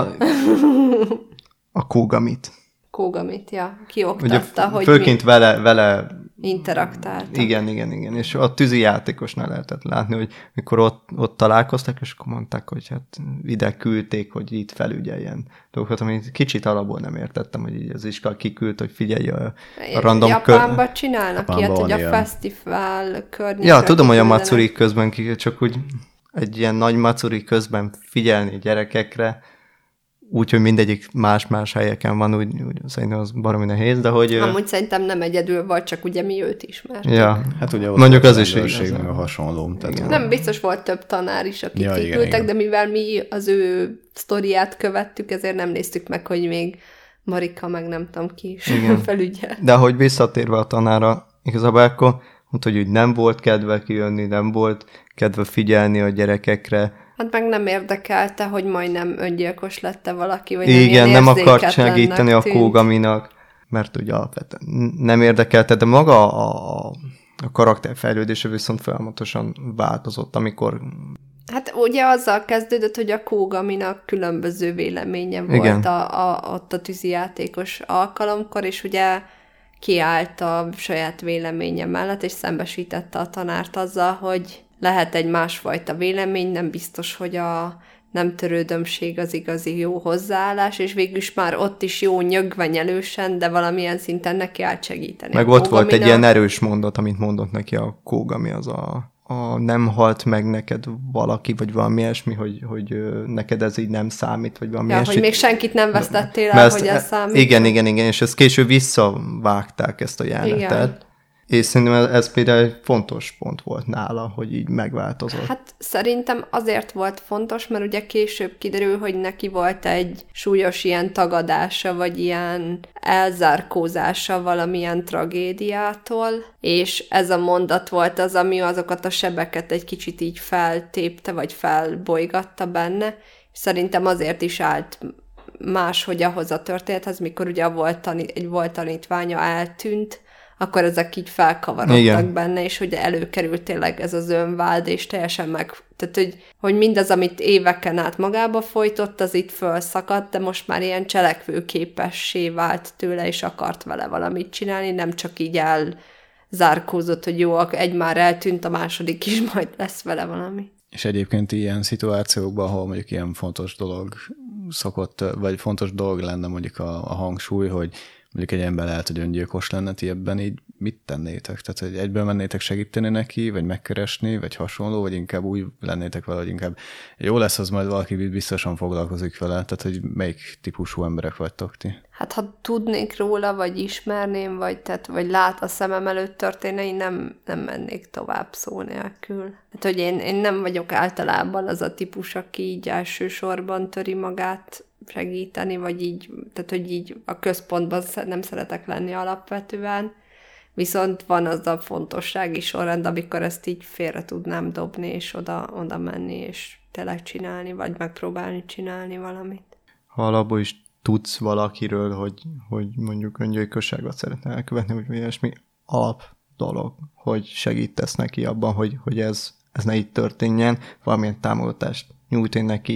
Speaker 2: A Kogamit.
Speaker 1: Kogamit, ja. Kioktatta,
Speaker 2: ugye, hogy főként vele
Speaker 1: interaktáltak.
Speaker 2: Igen. És a tűzi játékosnál lehetett látni, hogy mikor ott találkoztak, és akkor mondták, hogy hát ide küldték, hogy itt felügyeljen dolgokat, amit kicsit alapból nem értettem, hogy így az iskola kiküldt, hogy figyelj a random...
Speaker 1: Japánban csinálnak ilyet, hogy a fesztivál környékre...
Speaker 2: Ja, tudom, hogy a Matsuri közben, csak úgy egy ilyen nagy Matsuri közben figyelni gyerekekre, úgyhogy mindegyik más-más helyeken van, úgy szerintem az baromi nehéz, de hogy...
Speaker 1: Amúgy szerintem nem egyedül vagy, csak ugye mi őt ismertük.
Speaker 2: Ja,
Speaker 3: hát ugye
Speaker 2: mondjuk az is
Speaker 3: igaz. Meg a hasonló.
Speaker 1: Tehát nem biztos volt több tanár is, akik kiküldtek, de mivel mi az ő sztoriát követtük, ezért nem néztük meg, hogy még Marika, meg nem tudom ki is felügyel.
Speaker 2: De hogy visszatérve a tanára, igazából akkor mondta, hogy úgy nem volt kedve kijönni, nem volt kedve figyelni a gyerekekre.
Speaker 1: Hát meg nem érdekelte, hogy majdnem öngyilkos lett-e valaki, vagy
Speaker 2: igen, nem akart segíteni a Kogaminak, mert ugye alapvetően nem érdekelte, de maga a karakterfejlődése viszont folyamatosan változott, amikor...
Speaker 1: Hát ugye azzal kezdődött, hogy a Kogaminak különböző véleménye volt ott a tűzijátékos alkalomkor, és ugye kiállt a saját véleménye mellett, és szembesítette a tanárt azzal, hogy lehet egy másfajta vélemény, nem biztos, hogy a nem törődömség az igazi jó hozzáállás, és végülis már ott is jó nyögvenyelősen, de valamilyen szinten neki állt segíteni.
Speaker 2: Meg ott volt egy ilyen erős mondat, amit mondott neki a Kogami, az a nem halt meg neked valaki, vagy valami ilyesmi, hogy neked ez így nem számít, vagy valami ilyesmi.
Speaker 1: Hogy még senkit nem vesztettél el, hogy ez számít.
Speaker 2: Igen, és ezt később visszavágták ezt a jelenetet. Igen. És szerintem ez például egy fontos pont volt nála, hogy így megváltozott.
Speaker 1: Hát szerintem azért volt fontos, mert ugye később kiderül, hogy neki volt egy súlyos ilyen tagadása, vagy ilyen elzárkózása valamilyen tragédiától, és ez a mondat volt az, ami azokat a sebeket egy kicsit így feltépte, vagy felbolygatta benne, és szerintem azért is állt máshogy ahhoz a történethez, mikor ugye egy volt tanítványa eltűnt, akkor ezek így felkavarodtak benne, és hogy előkerült tényleg ez az önvád, és teljesen tehát, hogy mindaz, amit éveken át magába folytott, az itt felszakadt, de most már ilyen cselekvőképessé vált tőle, és akart vele valamit csinálni, nem csak így elzárkózott, hogy jó, egy már eltűnt, a második is majd lesz vele valami.
Speaker 3: És egyébként ilyen szituációkban, ahol mondjuk ilyen fontos dolog szokott, vagy fontos dolog lenne mondjuk a hangsúly, hogy mondjuk egy ember lehet, hogy öngyilkos lenne, ti ebben így mit tennétek? Tehát, hogy egyből mennétek segíteni neki, vagy megkeresni, vagy hasonló, vagy inkább úgy lennétek vele, hogy inkább jó lesz, az majd valaki biztosan foglalkozik vele. Tehát, hogy melyik típusú emberek vagytok ti?
Speaker 1: Hát, ha tudnék róla, vagy ismerném, vagy lát a szemem előtt történni, nem mennék tovább szó nélkül. Hát, hogy én nem vagyok általában az a típus, aki így elsősorban töri magát segíteni, vagy így, tehát hogy így a központban nem szeretek lenni alapvetően, viszont van az a fontossági sorrend, amikor ezt így félre tudnám dobni, és oda menni, és tényleg csinálni, vagy megpróbálni csinálni valamit.
Speaker 2: Ha alapból is tudsz valakiről, hogy mondjuk öngyilkosságot szeretne elkövetni, vagy ilyesmi alap dolog, hogy segítesz neki abban, hogy ez ne így történjen, valamilyen támogatást nyújtani neki,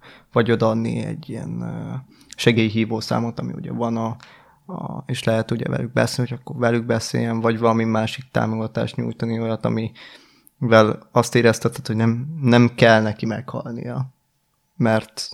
Speaker 2: vagy odaadni egy ilyen segélyhívó számot, ami ugye van és lehet ugye velük beszélni, hogy akkor velük beszéljen, vagy valami másik támogatást nyújtani, olyat, amivel azt érezteted, hogy nem kell neki meghalnia, mert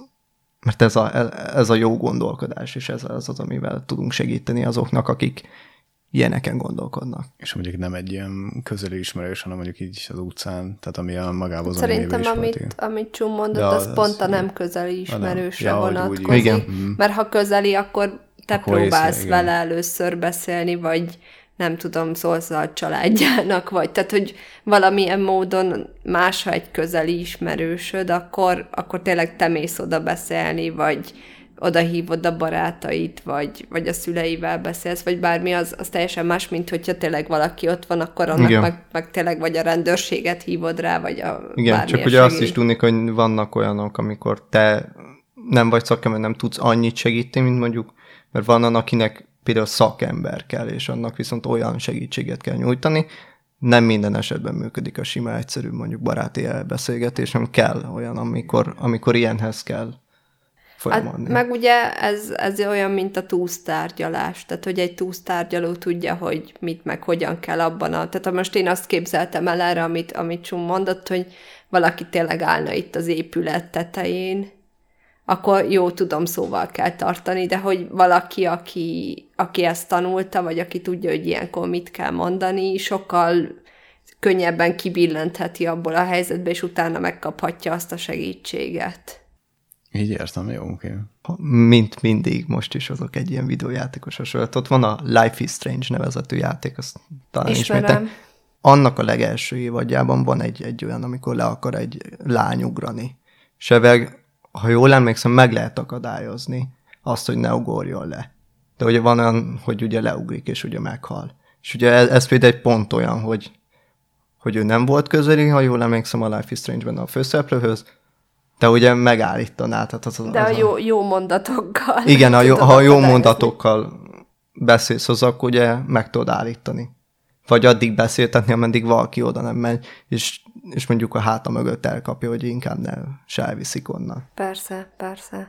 Speaker 2: ez a jó gondolkodás, és ez az, amivel tudunk segíteni azoknak, akik ilyeneken gondolkodnak.
Speaker 3: És mondjuk nem egy ilyen közeli ismerős, hanem mondjuk így az utcán, tehát ami a magában az
Speaker 1: Szerintem, amit Csum mondott, az pont a nem közeli ismerősre vonatkozik. Mert ha közeli, akkor te próbálsz vele először beszélni, vagy nem tudom, szólsz a családjának, vagy tehát, hogy valamilyen módon más, ha egy közeli ismerősöd, akkor tényleg te mész oda beszélni, vagy oda hívod a barátait, vagy a szüleivel beszélsz, vagy bármi, az teljesen más, mint hogyha tényleg valaki ott van, akkor annak meg tényleg vagy a rendőrséget hívod rá, vagy
Speaker 2: igen, csak ugye azt is tudni, hogy vannak olyanok, amikor te nem vagy szakember, nem tudsz annyit segíteni, mint mondjuk, mert van akinek például szakember kell, és annak viszont olyan segítséget kell nyújtani. Nem minden esetben működik a sima, egyszerű mondjuk baráti elbeszélgetés, hanem kell olyan, amikor ilyenhez kell folyamodni.
Speaker 1: Hát, meg ugye ez olyan, mint a túsztárgyalás, tehát hogy egy túsztárgyaló tudja, hogy mit meg hogyan kell abban tehát most én azt képzeltem el erre, amit Csum mondott, hogy valaki tényleg állna itt az épület tetején, akkor jó, tudom, szóval kell tartani, de hogy valaki, aki ezt tanulta, vagy aki tudja, hogy ilyenkor mit kell mondani, sokkal könnyebben kibillentheti abból a helyzetbe, és utána megkaphatja azt a segítséget.
Speaker 3: Így értem, jó, oké.
Speaker 2: Mint mindig, most is hozok egy ilyen videójátékos hasonlatot. Van a Life is Strange nevezetű játék, azt talán ismertek. Annak a legelső évadjában van egy olyan, amikor le akar egy lány ugrani. És ha jól emlékszem, meg lehet akadályozni azt, hogy ne ugorjon le. De ugye van olyan, hogy ugye leugrik, és ugye meghal. És ugye ez például egy pont olyan, hogy ő nem volt közeli, ha jól emlékszem a Life is Strange-ben a főszereplőhöz, de ugye megállítaná.
Speaker 1: De a jó mondatokkal.
Speaker 2: Igen, ha jó mondatokkal beszélsz hozzá, akkor ugye meg tudod állítani. Vagy addig beszéltetni, ameddig valaki oda nem megy, és mondjuk a háta mögött elkapja, hogy inkább se elviszik onnan.
Speaker 1: Persze.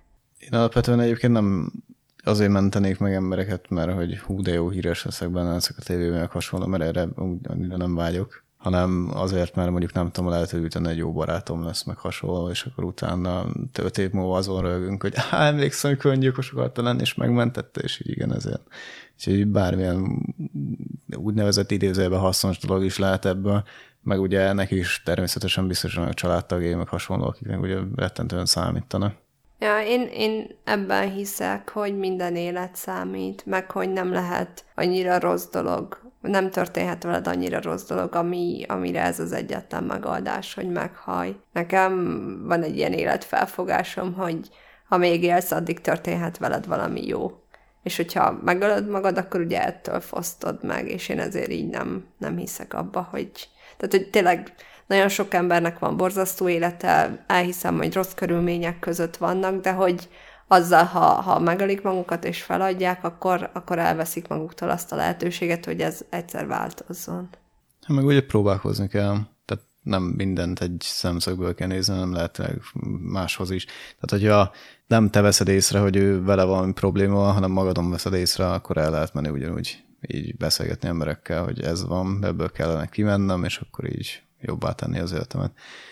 Speaker 3: Én alapvetően egyébként nem azért mentenék meg embereket, mert hogy hú, de jó híres leszek benne, ezek a tévében meg hasonló, mert erre nem vágyok, hanem azért, mert mondjuk nem tudom, lehet, hogy utána egy jó barátom lesz, meg hasonló, és akkor utána 5 év múlva azon rögünk, hogy emlékszem, hogy öngyilkos akarta lenni, és megmentette, és így igen, ezért. Úgyhogy bármilyen úgynevezett idézőjelben hasznos dolog is lehet ebből, meg ugye neki is természetesen biztosan a családtagjai, meg hasonló, akiknek ugye rettentően számítanak.
Speaker 1: Ja, én ebben hiszek, hogy minden élet számít, meg hogy nem lehet annyira rossz dolog, nem történhet veled annyira rossz dolog, amire ez az egyetlen megoldás, hogy meghaj. Nekem van egy ilyen életfelfogásom, hogy ha még élsz, addig történhet veled valami jó. És hogyha megölöd magad, akkor ugye ettől fosztod meg, és én ezért így nem hiszek abba, tehát, hogy tényleg nagyon sok embernek van borzasztó élete, elhiszem, hogy rossz körülmények között vannak, de hogy azzal, ha megölik magukat és feladják, akkor elveszik maguktól azt a lehetőséget, hogy ez egyszer változzon.
Speaker 3: Meg ugye próbálkozni kell, tehát nem mindent egy szemszögből kell nézni, nem lehet máshoz is. Tehát, hogyha nem te veszed észre, hogy ő vele valami probléma van, hanem magadon veszed észre, akkor el lehet menni ugyanúgy így beszélgetni emberekkel, hogy ez van, ebből kellene kimennem, és akkor így jobbá tenni az életemet.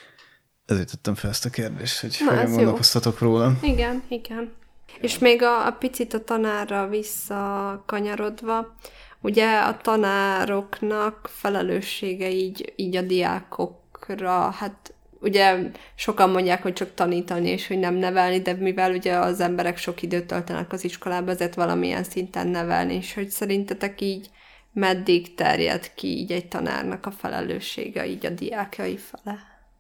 Speaker 3: Ezért tettem fel ezt a kérdést, hogy hogyan gondolkoztatok róla.
Speaker 1: Igen. És még a picit a tanárra visszakanyarodva, ugye a tanároknak felelőssége így a diákokra, hát ugye sokan mondják, hogy csak tanítani, és hogy nem nevelni, de mivel ugye az emberek sok időt töltenek az iskolába, ezért valamilyen szinten nevelni, és hogy szerintetek így meddig terjed ki így egy tanárnak a felelőssége így a diákjai fele?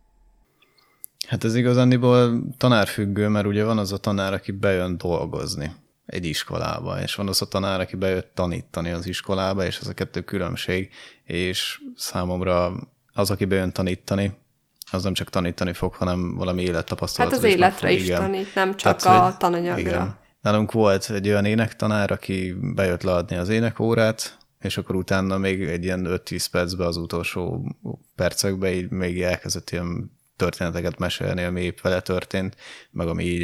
Speaker 3: Hát ez igazániból tanárfüggő, mert ugye van az a tanár, aki bejön dolgozni egy iskolába, és van az a tanár, aki bejött tanítani az iskolába, és ez a kettő különbség, és számomra az, aki bejön tanítani, az nem csak tanítani fog, hanem valami élettapasztalatot.
Speaker 1: Hát az életre is tanít, nem csak tehát, a tananyagra. Igen.
Speaker 3: Nálunk volt egy olyan énektanár, aki bejött leadni az énekórát, és akkor utána még egy ilyen 5-10 percben az utolsó percekben így még elkezdett ilyen történeteket mesélni, ami épp vele történt, meg ami így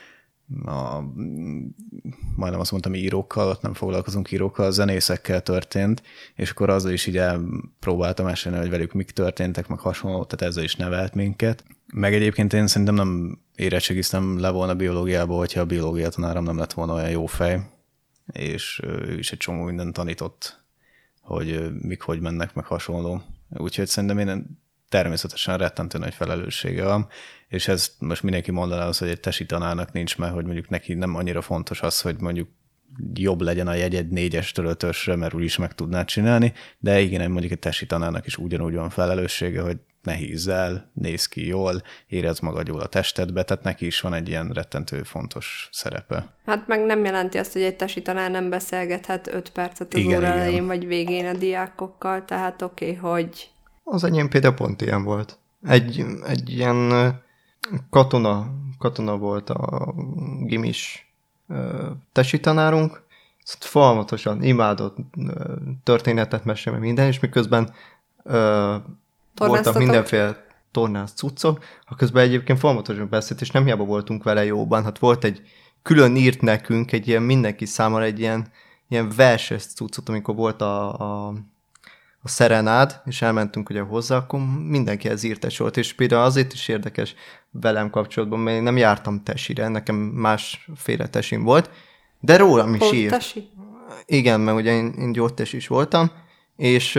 Speaker 3: majdnem azt mondtam írókkal, ott nem foglalkozunk írókkal, a zenészekkel történt, és akkor azzal is így próbáltam mesélni, hogy velük mik történtek, meg hasonló, tehát ezzel is nevelt minket. Meg egyébként én szerintem nem érettségiztem le volna biológiából, hogyha a biológia tanárom nem lett volna olyan jó fej, és ő is egy csomó mindent tanított, hogy mik hogy mennek, meg hasonló. Úgyhogy szerintem én természetesen rettentő nagy felelőssége van, és ezt most mindenki mondaná az, hogy egy tesi tanárnak nincs, mert hogy mondjuk neki nem annyira fontos az, hogy mondjuk jobb legyen a jegyed 4-estől 5-ösre, mert úgy is meg tudnád csinálni, de igen, mondjuk egy tesi tanárnak is ugyanúgy van felelőssége, hogy ne hízzel, nézz ki jól, érezd magad jól a testedbe, tehát neki is van egy ilyen rettentő fontos szerepe.
Speaker 1: Hát meg nem jelenti azt, hogy egy tesi tanár nem beszélgethet 5 percet az óra elején vagy végén a diákokkal, tehát oké, hogy...
Speaker 2: Az enyém például pont ilyen volt. Egy ilyen katona volt a gimis tesi tanárunk, folyamatosan imádott történetet mesélni minden, és miközben voltak mindenféle tornász cuccok, közben egyébként folyamatosan beszélt, és nem hiába voltunk vele jóban, hát volt egy külön írt nekünk egy ilyen mindenki számára egy ilyen verses cuccot, amikor volt a szerenád, és elmentünk ugye hozzá, akkor mindenkihez írt egy sort, és például azért is érdekes velem kapcsolatban, mert én nem jártam tesire, nekem másféle tesim volt, de rólam is írt.
Speaker 1: Tesi?
Speaker 2: Igen, mert ugye én gyógytesi is voltam, és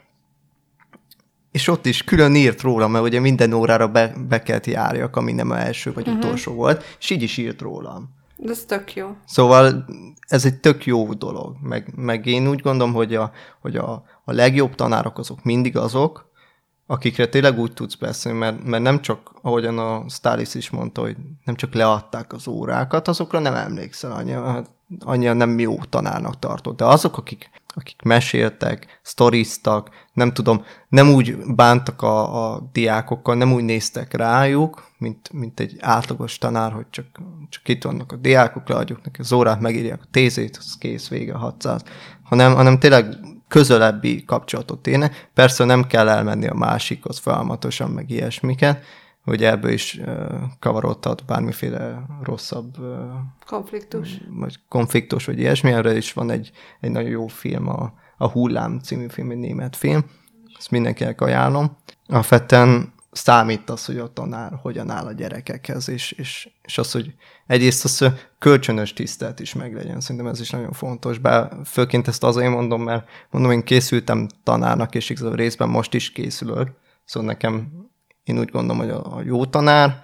Speaker 2: ott is külön írt rólam, mert ugye minden órára be kellett járjak, ami nem első vagy utolsó volt, és így is írt rólam.
Speaker 1: De ez tök jó.
Speaker 2: Szóval ez egy tök jó dolog, meg én úgy gondolom, hogy a legjobb tanárok azok mindig azok, akikre tényleg úgy tudsz beszélni, mert nem csak, ahogyan a Stalis is mondta, hogy nem csak leadták az órákat, azokra nem emlékszel annyira nem jó tanárnak tartott, de azok, akik meséltek, sztoriztak, nem tudom, nem úgy bántak a diákokkal, nem úgy néztek rájuk, mint egy átlagos tanár, hogy csak itt vannak a diákok, leadjuk neki az órát, megírják a tézét, az kész, vége, 600, hanem tényleg közelebbi kapcsolatot érne. Persze nem kell elmenni a másikhoz folyamatosan, meg ilyesmiket, hogy ebből is kavarodhat bármiféle rosszabb konfliktus, vagy ilyesmi. Erre is van egy nagyon jó film, a Hullám című film, egy német film. Ezt mindenkinek ajánlom. Alapvetően számít az, hogy a tanár hogyan áll a gyerekekhez, és az, hogy egyrészt az kölcsönös tisztelet is meglegyen. Szerintem ez is nagyon fontos. Bár főként ezt azért mondom, mert én készültem tanárnak, és igazából részben most is készülök. Szóval nekem én úgy gondolom, hogy a jó tanár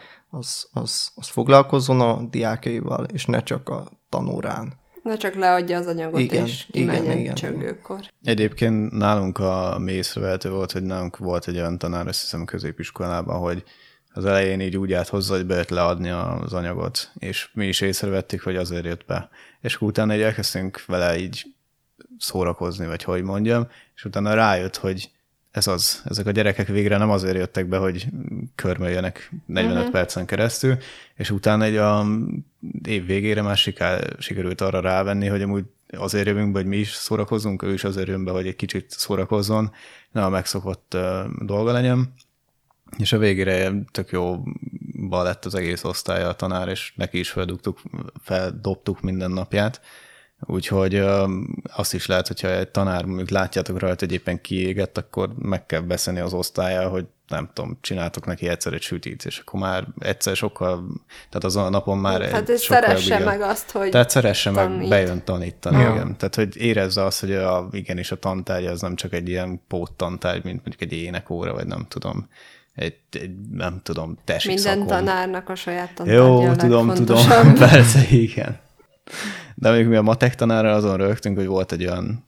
Speaker 2: az foglalkozzon a diákjaival, és ne csak a tanórán.
Speaker 1: Ne csak leadja az anyagot, és kimenjen csöngőkor.
Speaker 3: Egyébként nálunk a mély észrevehető volt, hogy nálunk volt egy olyan tanár, azt hiszem középiskolában, hogy az elején így úgy állt hozzá, hogy be lehet leadni az anyagot, és mi is észrevettük, hogy azért jött be. És utána így elkezdtünk vele így szórakozni, vagy hogy mondjam, és utána rájött, hogy ezek a gyerekek végre nem azért jöttek be, hogy körmöljenek 45 percen keresztül, és utána egy a év végére már sikerült arra rávenni, hogy amúgy azért jövünk be, hogy mi is szórakozzunk, ő is azért jön be, hogy egy kicsit szórakozzon, ne a megszokott dolga legyen, és a végére tök jóba lett az egész osztály a tanár, és neki is feldobtuk minden napját. Úgyhogy azt is lehet, hogyha egy tanár, mondjuk látjátok rajta, hogy éppen kiégett, akkor meg kell beszélni az osztállyal, hogy nem tudom, csináltok neki egyszer egy sütit, és akkor már egyszer sokkal, tehát azon a napon már
Speaker 1: hát szeresse meg azt, hogy
Speaker 3: tehát szeresse meg, bejön tanítani, igen. Tehát, hogy érezze azt, hogy igenis a tantárgy az nem csak egy ilyen póttantárgy, mint mondjuk egy énekóra, vagy nem tudom, egy nem tudom, tesi
Speaker 1: minden
Speaker 3: szakon.
Speaker 1: Tanárnak a saját tantárgya a
Speaker 3: tudom, persze, igen. De még mi a matek tanárral azon rögtünk, hogy volt egy olyan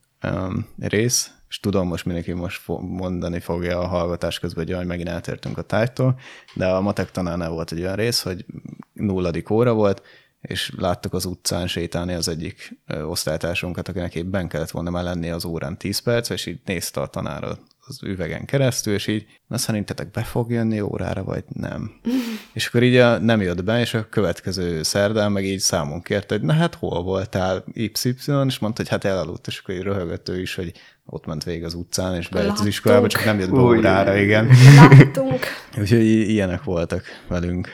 Speaker 3: rész, és tudom, most mindenki mondani fogja a hallgatás közben, hogy megint eltértünk a tárgytól, de a matek tanárnál volt egy olyan rész, hogy 0. óra volt, és láttuk az utcán sétálni az egyik osztálytársunkat, akinek épp benn kellett volna már lenni az órán 10 perc, és így nézte a tanár az üvegen keresztül, és így, na szerintetek be fog jönni órára, vagy nem? És akkor így nem jött be, és a következő szerdán meg így számon kérte, hogy na hát hol voltál Y, és mondta, hogy hát elaludt, és akkor így röhögött ő is, hogy ott ment végig az utcán, és bejött az iskolába, csak nem jött be órára, igen.
Speaker 1: Láttunk.
Speaker 3: Úgyhogy ilyenek voltak velünk.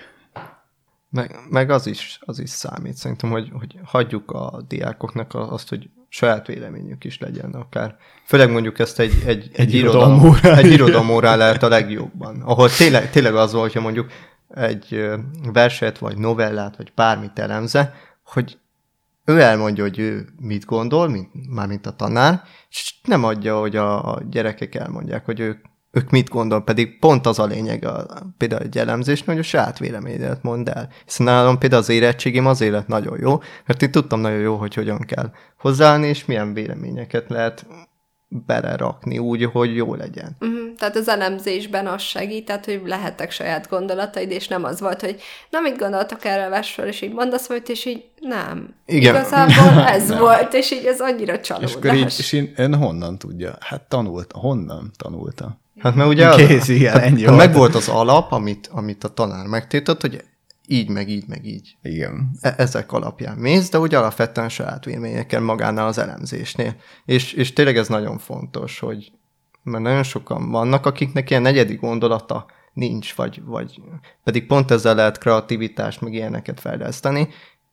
Speaker 2: Meg az is számít. Szerintem, hogy hagyjuk a diákoknak azt, hogy saját véleményük is legyen akár. Főleg mondjuk ezt egy irodalomórán lehet a legjobban. Ahol tényleg az volt, hogyha mondjuk egy verset, vagy novellát, vagy bármit elemze, hogy ő elmondja, hogy ő mit gondol, mármint a tanár, és nem adja, hogy a gyerekek elmondják, hogy ők mit gondol, pedig pont az a lényeg például egy elemzésnek, hogy a saját véleményedet mondd el. Hiszen nálam például az érettségim az élet nagyon jó, mert én tudtam nagyon jó, hogy hogyan kell hozzáállni, és milyen véleményeket lehet belerakni úgy, hogy jó legyen.
Speaker 1: Tehát az elemzésben az segített, hogy lehettek saját gondolataid, és nem az volt, hogy na, mit gondoltak erre a versről, és így mondasz volt, és így nem.
Speaker 2: Igen.
Speaker 1: Igazából ez volt, és így ez annyira csalódás.
Speaker 3: És akkor így, és én honnan tudja? Hát honnan tanulta?
Speaker 2: Hát mert ugye
Speaker 3: Kész, igen, ennyi volt.
Speaker 2: Megvolt az alap, amit a tanár megtiltott, hogy így, meg így, meg így.
Speaker 3: Igen.
Speaker 2: Ezek alapján mész, de úgy alapvetően saját véleményekkel magánál az elemzésnél. És tényleg ez nagyon fontos, hogy mert nagyon sokan vannak, akiknek ilyen negyedik gondolata nincs, vagy pedig pont ezzel lehet kreativitást, meg ilyeneket fejleszteni,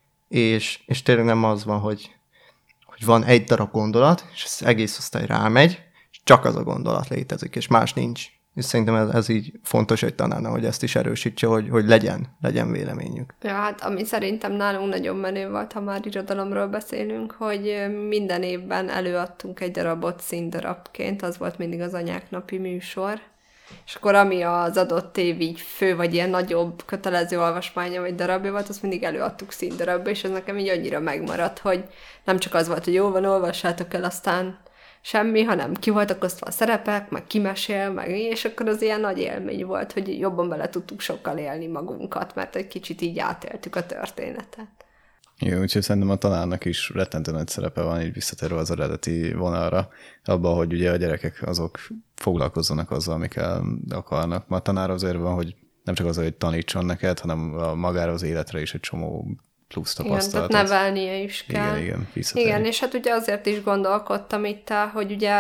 Speaker 2: és tényleg nem az van, hogy van egy darab gondolat, és az egész osztály rámegy, és csak az a gondolat létezik, és más nincs. És szerintem ez így fontos egy tanárna, hogy ezt is erősítse, hogy legyen véleményük.
Speaker 1: Ja, hát ami szerintem nálunk nagyon menő volt, ha már irodalomról beszélünk, hogy minden évben előadtunk egy darabot színdarabként, az volt mindig az anyák napi műsor, és akkor ami az adott év így fő, vagy ilyen nagyobb kötelező olvasmánya, vagy darabja volt, azt mindig előadtuk színdarabba, és ez nekem így annyira megmaradt, hogy nem csak az volt, hogy jó van, olvassátok el, aztán semmi, hanem ki voltak osztva a szerepek, meg kimesél, meg és akkor az ilyen nagy élmény volt, hogy jobban bele tudtuk sokkal élni magunkat, mert egy kicsit így átéltük a történetet.
Speaker 3: Jó, úgyhogy szerintem a tanárnak is rettentő nagy szerepe van, így visszatérve az eredeti vonalra, abban, hogy ugye a gyerekek azok foglalkozzanak azzal, amikkel akarnak. Ma a tanár azért van, hogy nem csak az, hogy tanítson neked, hanem magára az életre is egy csomó plusz tapasztalatot.
Speaker 1: Igen, tehát nevelnie is kell. Igen, és hát ugye azért is gondolkodtam itt, hogy ugye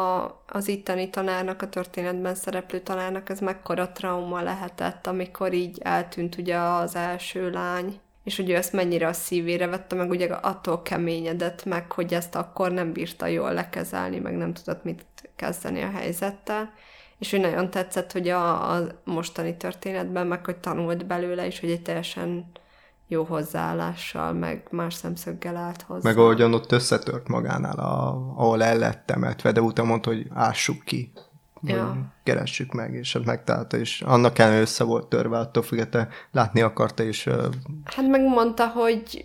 Speaker 1: az itteni tanárnak, a történetben szereplő tanárnak ez mekkora trauma lehetett, amikor így eltűnt ugye az első lány, és ugye ezt mennyire a szívére vette, meg ugye attól keményedett meg, hogy ezt akkor nem bírta jól lekezelni, meg nem tudott mit kezdeni a helyzettel. És hogy nagyon tetszett, hogy a mostani történetben meg, hogy tanult belőle, és hogy egy teljesen jó hozzáállással, meg más szemszöggel állt hozzá.
Speaker 2: Meg ahogyan ott összetört magánál, ahol el lett temetve, de utána mondta, hogy ássuk ki, keressük meg, és megtalálta, és annak ellenére össze volt törve, attól függetlenül látni akarta, és...
Speaker 1: Hát megmondta, hogy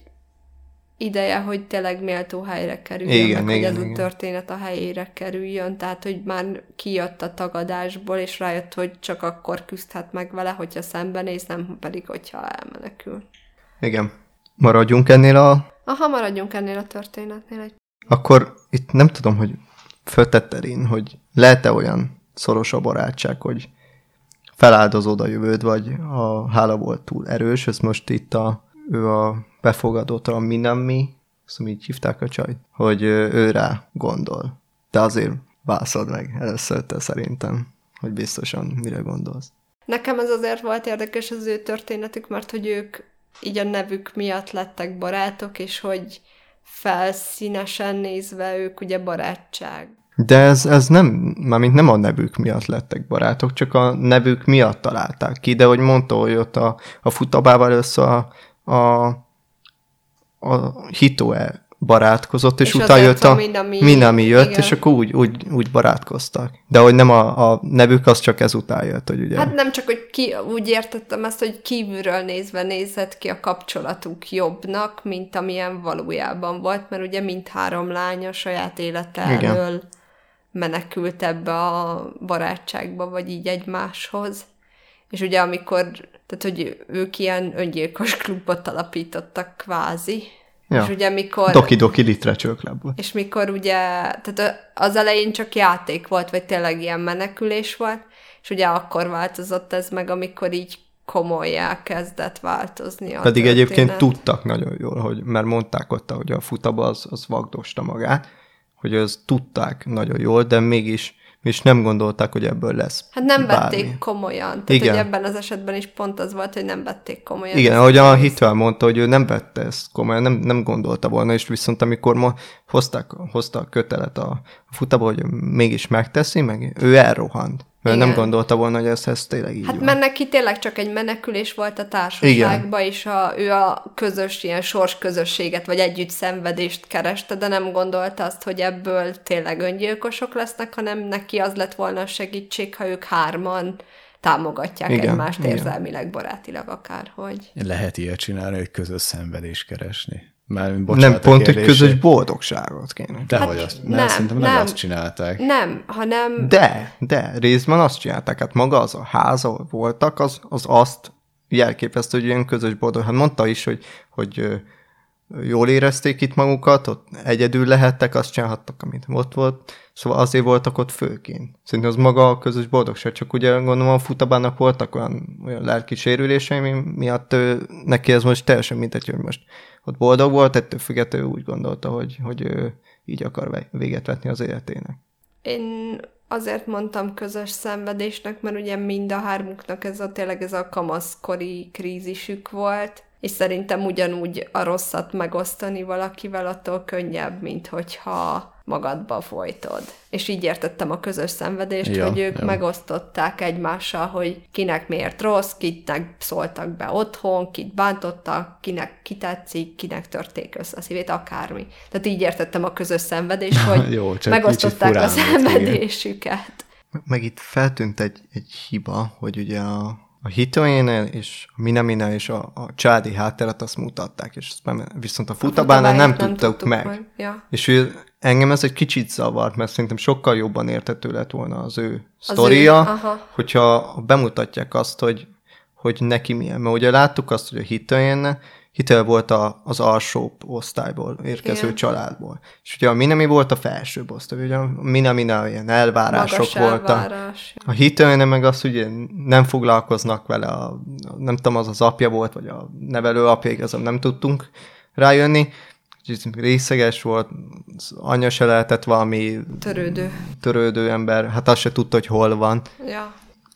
Speaker 1: ideje, hogy tényleg méltó helyre kerüljön, hogy ez a történet a helyére kerüljön, tehát, hogy már kijött a tagadásból, és rájött, hogy csak akkor küzdhet meg vele, hogyha szembenéz, nem pedig, hogyha elmenekül.
Speaker 2: Igen. Maradjunk ennél
Speaker 1: maradjunk ennél a történetnél.
Speaker 2: Akkor itt nem tudom, hogy föltetted én, hogy lehet-e olyan szoros a barátság, hogy feláldozod a jövőd, vagy a hála volt túl erős, ez most itt ő a befogadott, a Minami, azt így hívták a csajt, hogy ő rá gondol. De azért válaszol meg először te szerintem, hogy biztosan mire gondolsz.
Speaker 1: Nekem ez azért volt érdekes az ő történetük, mert hogy ők így a nevük miatt lettek barátok, és hogy felszínesen nézve ők ugye barátság.
Speaker 2: De ez nem, mármint nem a nevük miatt lettek barátok, csak a nevük miatt találták ki, de hogy mondta, hogy ott a futabával össze a Hitoe barátkozott, és utána jött a Minami jött, igen. És akkor úgy barátkoztak. De hogy nem a nevük, az csak ezután jött, hogy ugye...
Speaker 1: Hát nem csak, hogy úgy értettem ezt, hogy kívülről nézve nézett ki a kapcsolatuk jobbnak, mint amilyen valójában volt, mert ugye mindhárom lány a saját élete elől menekült ebbe a barátságba, vagy így egymáshoz. És ugye amikor, tehát hogy ők ilyen öngyilkos klubot alapítottak kvázi,
Speaker 2: ja.
Speaker 1: És ugye mikor...
Speaker 2: Doki Literature Club.
Speaker 1: És mikor ugye, tehát az elején csak játék volt, vagy tényleg ilyen menekülés volt, és ugye akkor változott ez meg, amikor így komolyá kezdett változni a
Speaker 2: Pedig
Speaker 1: történet.
Speaker 2: egyébként tudtak nagyon jól, hogy, mert mondták ott, hogy a futaba az vagdosta magát, hogy az tudták nagyon jól, de mégis nem gondolták, hogy ebből lesz
Speaker 1: Hát nem
Speaker 2: bármi.
Speaker 1: vették komolyan. Tehát,
Speaker 2: Igen.
Speaker 1: hogy ebben az esetben is pont az volt, hogy nem vették komolyan.
Speaker 2: Igen, ahogy a Hitler mondta, hogy ő nem vette ezt komolyan, nem gondolta volna, és viszont amikor hozta a kötelet a futaba, hogy mégis megteszi, meg ő elrohant. Mert
Speaker 1: Igen.
Speaker 2: nem gondolta volna, hogy ez tényleg így
Speaker 1: Hát
Speaker 2: van.
Speaker 1: mert neki tényleg csak egy menekülés volt a társaságba, és ő a közös ilyen sorsközösséget, vagy együtt szenvedést kereste, de nem gondolta azt, hogy ebből tényleg öngyilkosok lesznek, hanem neki az lett volna a segítség, ha ők hárman támogatják egymást érzelmileg, barátilag akárhogy.
Speaker 3: Lehet ilyet csinálni, hogy közös szenvedést keresni.
Speaker 2: Nem pont, hogy közös boldogságot kéne.
Speaker 3: Dehogy azt. Szerintem nem azt csinálták.
Speaker 1: Nem, hanem...
Speaker 2: De, részben azt csinálták. Hát maga az a ház, ahol voltak, az azt jelképezte, hogy ilyen közös boldog. Hát mondta is, hogy jól érezték itt magukat, ott egyedül lehettek, azt csinálhattak, amit ott volt. Szóval azért voltak ott főként. Szerintem az maga a közös boldogság. Csak ugye gondolom a futabának voltak olyan lelki sérülései, miatt neki ez most teljesen mindegy, hogy most ott boldog volt, ettől függetlenül úgy gondolta, hogy ő így akar véget vetni az életének.
Speaker 1: Én azért mondtam közös szenvedésnek, mert ugye mind a hármuknak tényleg ez a kamaszkori krízisük volt, és szerintem ugyanúgy a rosszat megosztani valakivel attól könnyebb, mint hogyha magadba folytod. És így értettem a közös szenvedést, hogy ők megosztották egymással, hogy kinek miért rossz, kinek szóltak be otthon, kit bántottak, kinek kitetszik, kinek törték össze a szívét, akármi. Tehát így értettem a közös szenvedést, hogy
Speaker 3: jó,
Speaker 1: megosztották a szenvedésüket.
Speaker 2: Meg itt feltűnt egy hiba, hogy ugye a Hitoénél és a Minaminál és a családi hátteret azt mutatták, és viszont a futabánál nem tudtuk meg. Ja. És engem ez egy kicsit zavart, mert szerintem sokkal jobban érthető lett volna az ő sztoria, hogyha bemutatják azt, hogy neki milyen. Mert ugye láttuk azt, hogy a Hitler volt az alsóbb osztályból érkező családból. És ugye a Minami volt a felsőbb osztály, ugye a Minaminál ilyen elvárások voltak. A Hitlernél meg azt ugye nem foglalkoznak vele, nem tudom, az apja volt, vagy a nevelő apja, igazán nem tudtunk rájönni. Részeges volt, az anyja se lehetett valami törődő ember, hát azt se tudta, hogy hol van.
Speaker 1: Ja.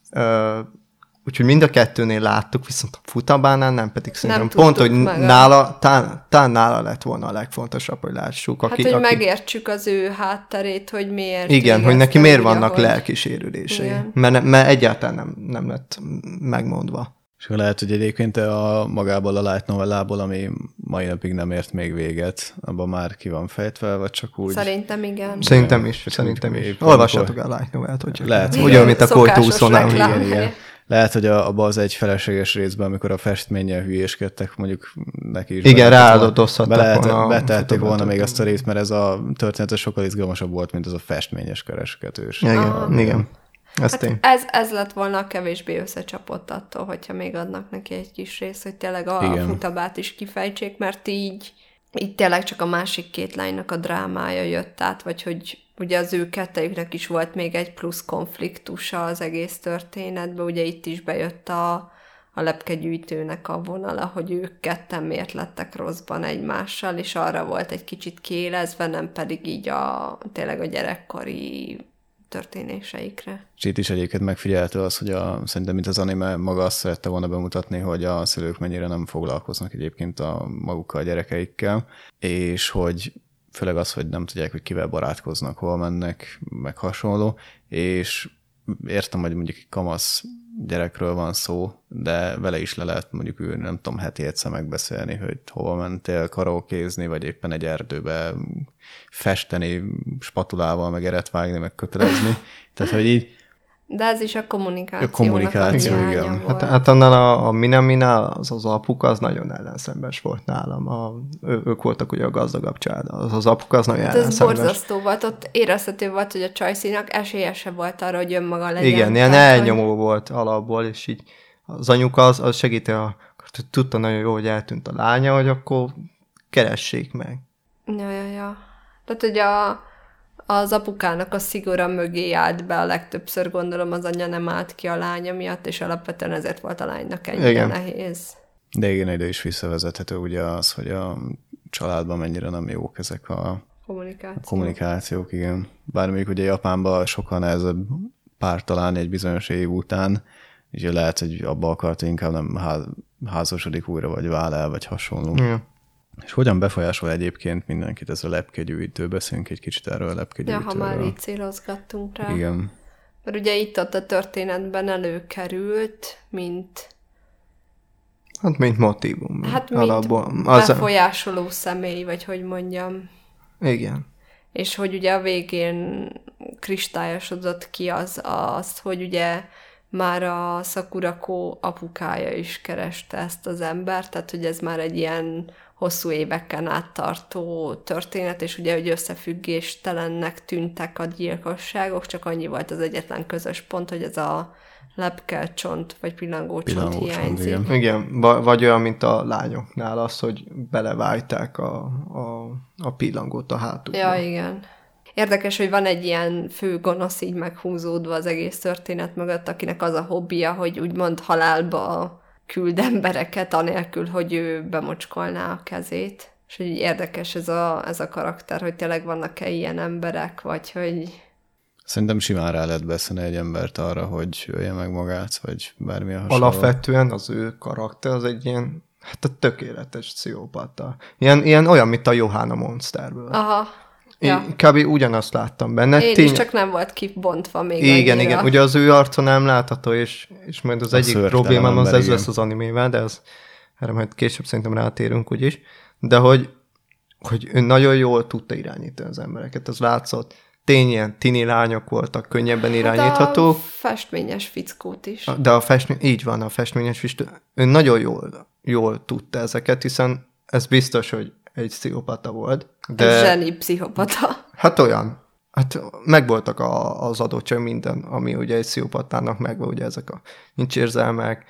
Speaker 2: Úgyhogy mind a kettőnél láttuk, viszont a futabánál nem, pedig szerintem
Speaker 1: nem
Speaker 2: pont, hogy talán nála lett volna a legfontosabb, hogy lássuk.
Speaker 1: Hogy megértsük az ő hátterét, hogy miért.
Speaker 2: Igen, hogy neki miért vannak lelki sérülései. Mert egyáltalán nem lett megmondva.
Speaker 3: És lehet, hogy egyébként magából a light novellából, ami mai napig nem ért még véget, abban már ki van fejtve, vagy csak úgy?
Speaker 1: Szerintem igen.
Speaker 2: Szerintem is. Olvassátok a light novelt, hogy
Speaker 3: lehet.
Speaker 2: Ugyan, mint a Kojtúszónál.
Speaker 3: Igen. Lehet, hogy abban az egy felesleges részben, amikor a festménnyel hülyéskedtek, mondjuk neki is.
Speaker 2: Igen, ráadatoztattak volna.
Speaker 3: Betették volna még azt a részt, mert ez a történet sokkal izgalmasabb volt, mint az a festményes kereskedős.
Speaker 2: Igen.
Speaker 1: Ez lett volna a kevésbé összecsapott attól, hogyha még adnak neki egy kis rész, hogy tényleg a futabát is kifejtsék, mert így tényleg csak a másik két lánynak a drámája jött át, vagy hogy ugye az ő kettejüknek is volt még egy plusz konfliktusa az egész történetben, ugye itt is bejött a lepkegyűjtőnek a vonala, hogy ők ketten miért lettek rosszban egymással, és arra volt egy kicsit kiélezve, nem pedig így tényleg a gyerekkori történéseikre.
Speaker 3: És itt is egyébként megfigyelhető az, hogy szerintem mint az anime maga azt szerette volna bemutatni, hogy a szülők mennyire nem foglalkoznak egyébként magukkal a gyerekeikkel, és hogy főleg az, hogy nem tudják, hogy kivel barátkoznak, hol mennek, meg hasonló, és értem, hogy mondjuk kamasz gyerekről van szó, de vele is le lehet mondjuk ülni, nem tudom, heti egyszer megbeszélni, hogy hova mentél karaokézni, vagy éppen egy erdőbe festeni spatulával, meg eret vágni, meg kötelezni. Tehát, hogy így...
Speaker 1: De ez is a kommunikáció,
Speaker 2: igen. Hát annál a Minaminál az apuka az nagyon ellenszembes volt nálam. Ők voltak ugye a gazdagabb család. Az apuka az nagyon ellenszembes.
Speaker 1: Ez borzasztó volt. Ott érezhető volt, hogy a Csajszínak esélye se volt arra, hogy önmaga legyen.
Speaker 2: Igen, ilyen elnyomó volt alapból, és így az anyuka az segíti, tudta nagyon jó, hogy eltűnt a lánya, hogy akkor keressék meg.
Speaker 1: Ja. Tehát, hogy az apukának a szigora mögé állt be a legtöbbször, gondolom az anya nem állt ki a lánya miatt, és alapvetően ezért volt a lánynak ennyire nehéz.
Speaker 3: De igen, ide is visszavezethető ugye az, hogy a családban mennyire nem jók ezek a kommunikációk, igen. Bár mondjuk ugye Japánban sokkal nehezebb párt találni egy bizonyos év után, ugye lehet, hogy abba akart, hogy inkább nem házasodik újra, vagy vál el, vagy hasonló.
Speaker 2: Igen.
Speaker 3: És hogyan befolyásol egyébként mindenkit ez a lepkegyűjtő? Beszélünk egy kicsit erről a lepkegyűjtőről.
Speaker 1: Ja, ha már így célozgattunk rá.
Speaker 3: Igen.
Speaker 1: Mert ugye itt-ott a történetben előkerült, mint
Speaker 2: motívum.
Speaker 1: Hát mint befolyásoló személy, vagy hogy mondjam.
Speaker 2: Igen.
Speaker 1: És hogy ugye a végén kristályosodott ki az, hogy ugye már a Sakurako apukája is kereste ezt az embert, tehát hogy ez már egy ilyen hosszú éveken át tartó történet, és ugye, hogy összefüggéstelennek tűntek a gyilkosságok, csak annyi volt az egyetlen közös pont, hogy ez a lepkelcsont, vagy pillangócsont hiányzik.
Speaker 2: Igen, vagy olyan, mint a lányoknál az, hogy belevájták a pillangót a hátukba.
Speaker 1: Ja, igen. Érdekes, hogy van egy ilyen fő gonosz így meghúzódva az egész történet mögött, akinek az a hobbija, hogy úgymond halálba küld embereket, anélkül, hogy ő bemocskolná a kezét. És hogy érdekes ez a karakter, hogy tényleg vannak-e ilyen emberek, vagy hogy...
Speaker 3: Szerintem simán rá lehet beszélni egy embert arra, hogy ölje meg magát, vagy bármilyen hasonló.
Speaker 2: Alapvetően az ő karakter az egy ilyen, hát a tökéletes pszichopata. Ilyen olyan, mint a Johanna Monsterből.
Speaker 1: Aha. Ja.
Speaker 2: Kb. Ugyanazt láttam benne.
Speaker 1: Én is, csak nem volt kibontva még
Speaker 2: igen,
Speaker 1: annyira.
Speaker 2: Igen. Ugye az ő arca nem látható, és majd az egyik problémám az ez lesz az animével, de erre majd később szerintem rátérünk úgyis. De hogy ő nagyon jól tudta irányítani az embereket, az látszott. Tényleg tini lányok voltak, könnyebben irányíthatók.
Speaker 1: Hát a festményes fickót is.
Speaker 2: De így van, a festményes fickó. Ő nagyon jól tudta ezeket, hiszen ez biztos, hogy egy pszichopata volt.
Speaker 1: De... Egy zseni pszichopata.
Speaker 2: Hát olyan. Hát megvoltak az adottság minden, ami ugye egy pszichopatának megvan, ugye ezek a nincs érzelmek,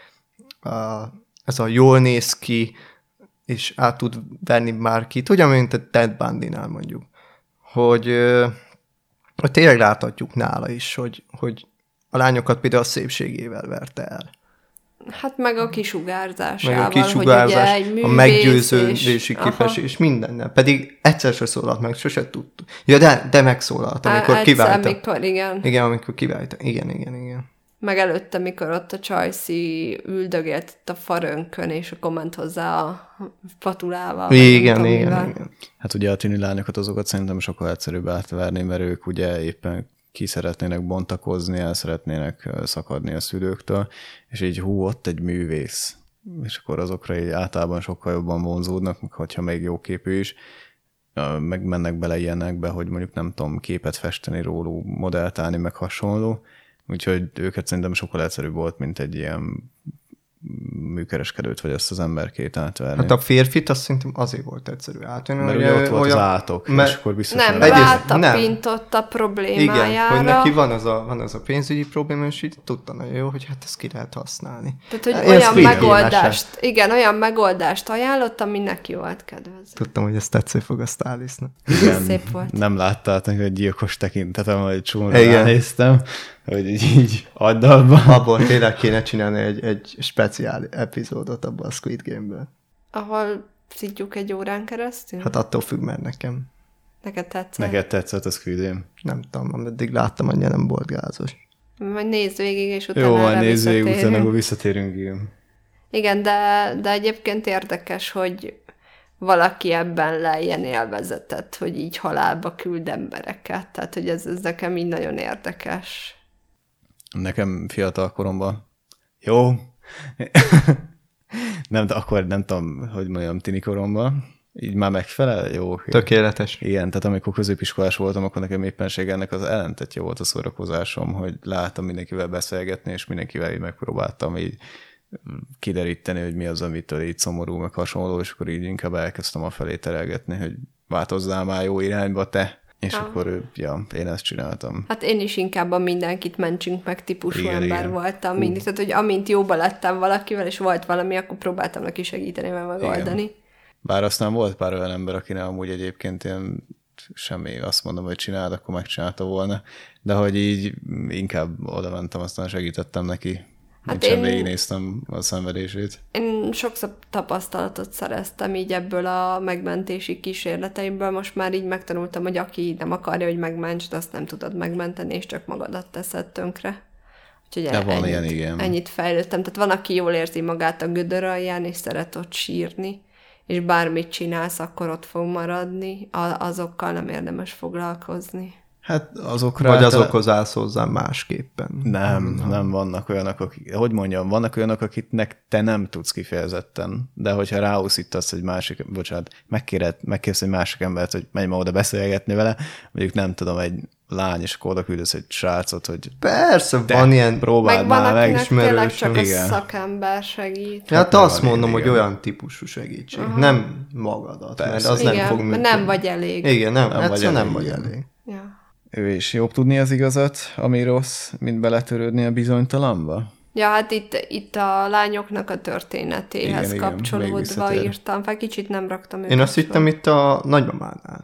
Speaker 2: ez a jól néz ki, és át tud venni bárkit, ugyan, mint a Ted Bundy-nál mondjuk. Hogy tényleg láthatjuk nála is, hogy a lányokat például a szépségével verte el.
Speaker 1: Hát meg a kisugárzásával,
Speaker 2: meg a kisugárzás,
Speaker 1: hogy ugye egy
Speaker 2: a meggyőződési képesség, és mindennel. Pedig egyszer se szólalt meg, sose tudtuk. Ja, de megszólalt, amikor kiválta.
Speaker 1: Amikor, igen.
Speaker 2: Igen, amikor kiválta. Igen.
Speaker 1: Meg előtte, mikor ott a Csajci üldögélt a farönkön, és akkor ment hozzá a patulával.
Speaker 2: Igen.
Speaker 3: Hát ugye a tini lányokat, azokat szerintem sokkal egyszerűbb átverni, mert ők ugye éppen ki szeretnének bontakozni, el szeretnének szakadni a szülőktől, és így ott egy művész. És akkor azokra így általában sokkal jobban vonzódnak, hogyha még jóképű is, meg mennek bele ilyenekbe, hogy mondjuk nem tudom, képet festeni róluk, modelltálni, meg hasonló. Úgyhogy őket szerintem sokkal egyszerűbb volt, mint egy ilyen műkereskedőt, vagy ezt az emberkét átverni.
Speaker 2: Hát a férfit azt szerintem azért volt egyszerű átvenni.
Speaker 3: Mert ugye ott volt az átok, és akkor biztos
Speaker 1: nem rátapintott a problémájára.
Speaker 2: Igen, hogy neki van az a pénzügyi probléma, és így tudta nagyon jó, hogy hát ezt ki lehet használni.
Speaker 1: Tehát, hogy olyan megoldást ajánlott, ami neki volt kedvező.
Speaker 2: Tudtam, hogy ez tetsző fog a Stálisznak.
Speaker 1: Igen, szép volt.
Speaker 3: Nem láttátok, hogy gyilkos tekintetem, hogy csúnyra ránéztem, hogy így agydalban.
Speaker 2: Abból tényleg kéne csinálni egy speciál epizódot abban a Squid Game-ből.
Speaker 1: Ahol szidjuk egy órán keresztül?
Speaker 2: Hát attól függ, mert nekem.
Speaker 1: Neked tetszett?
Speaker 3: Neked tetszett a Squid Game?
Speaker 2: Nem tudom, ameddig láttam, annyira nem volt gázos.
Speaker 1: Majd nézd végig, és utána
Speaker 3: jó, majd nézd végig, utána akkor visszatérünk.
Speaker 1: Igen, de egyébként érdekes, hogy valaki ebben lejjen élvezetet, hogy így halálba küld embereket. Tehát, hogy ez nekem így nagyon érdekes.
Speaker 3: Nekem fiatal koromban jó. Nem, de akkor nem tudom, hogy mondjam, tini koromban. Így már megfelel? Jó.
Speaker 2: Tökéletes.
Speaker 3: Igen, tehát amikor középiskolás voltam, akkor nekem éppenség ennek az ellentetje volt a szórakozásom, hogy láttam mindenkivel beszélgetni, és mindenkivel így megpróbáltam így kideríteni, hogy mi az, amitől így szomorú, meg hasonló, és akkor így inkább elkezdtem afelé terelgetni, hogy változzál már jó irányba te. És akkor én ezt csináltam.
Speaker 1: Hát én is inkább a mindenkit mentsünk meg típusú ember voltam mindig. Tehát, hogy amint jóba lettem valakivel, és volt valami, akkor próbáltam neki segíteni, meg megoldani.
Speaker 3: Igen. Bár aztán volt pár olyan ember, akinek amúgy egyébként ilyen semmi azt mondom, hogy csináld, akkor megcsinálta volna. De hogy így inkább oda mentem, aztán segítettem neki. Hát én végignéztem a szenvedését.
Speaker 1: Én sokszor tapasztalatot szereztem így ebből a megmentési kísérleteimből. Most már így megtanultam, hogy aki nem akarja, hogy megmentsd, azt nem tudod megmenteni, és csak magadat teszed tönkre. Úgyhogy
Speaker 3: van ilyen, igen.
Speaker 1: Ennyit fejlődtem. Tehát van, aki jól érzi magát a gödör alján, és szeret ott sírni, és bármit csinálsz, akkor ott fog maradni. Azokkal nem érdemes foglalkozni.
Speaker 3: Hát azokra...
Speaker 2: Vagy azokhoz állsz hozzá másképpen.
Speaker 3: Nem vannak olyanok, akik... Hogy mondjam, vannak olyanok, akiknek te nem tudsz kifejezetten, de hogyha ráúszítasz egy másik... Bocsánat, megkérsz egy másik embert, hogy menj ma oda beszélgetni vele, mondjuk nem tudom, egy lány, és akkor oda küldesz egy srácot, hogy...
Speaker 2: Persze, van ilyen...
Speaker 3: Próbáld már meg.
Speaker 1: Tényleg csak a szakember segít.
Speaker 2: Ja, hát azt mondom, hogy olyan típusú segítség. Nem magadat,
Speaker 3: persze.
Speaker 2: Mert az nem fog működni.
Speaker 1: Nem vagy elég.
Speaker 2: Igen, nem vagy elég.
Speaker 1: Ja.
Speaker 3: Ő is jobb tudni az igazat, ami rossz, mint beletörődni a bizonytalanba?
Speaker 1: Ja, hát itt a lányoknak a történetéhez
Speaker 3: igen,
Speaker 1: kapcsolódva írtam fel, kicsit nem raktam őket.
Speaker 2: Én azt hittem itt a nagymamánál.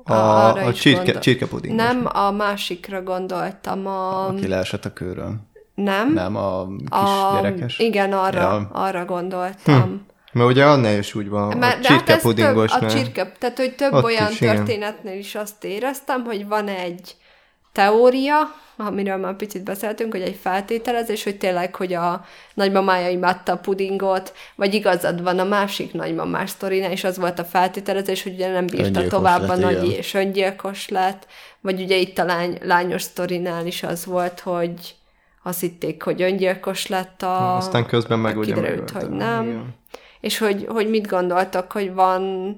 Speaker 2: A csirkepudingos.
Speaker 1: Nem, a másikra gondoltam.
Speaker 3: Aki leesett a kőről.
Speaker 1: Nem,
Speaker 3: a kis gyerekes?
Speaker 1: Igen, arra gondoltam.
Speaker 2: Mert ugye annál is úgy van, a csirkepudingosnál.
Speaker 1: Tehát, hogy több ott olyan történetnél is azt éreztem, hogy van egy teória, amiről már picit beszéltünk, hogy egy feltételezés, hogy tényleg, hogy a nagymamája imádta a pudingot, vagy igazad van a másik nagymamás sztorinál, és az volt a feltételezés, hogy ugye nem bírta öngyilkos tovább lett, a nagy, és öngyilkos lett, vagy ugye itt a lányos sztorinál is az volt, hogy azt hitték, hogy öngyilkos lett
Speaker 2: aztán közben meg ugye
Speaker 1: kiderült, hogy nem. Igen. És hogy mit gondoltak, hogy van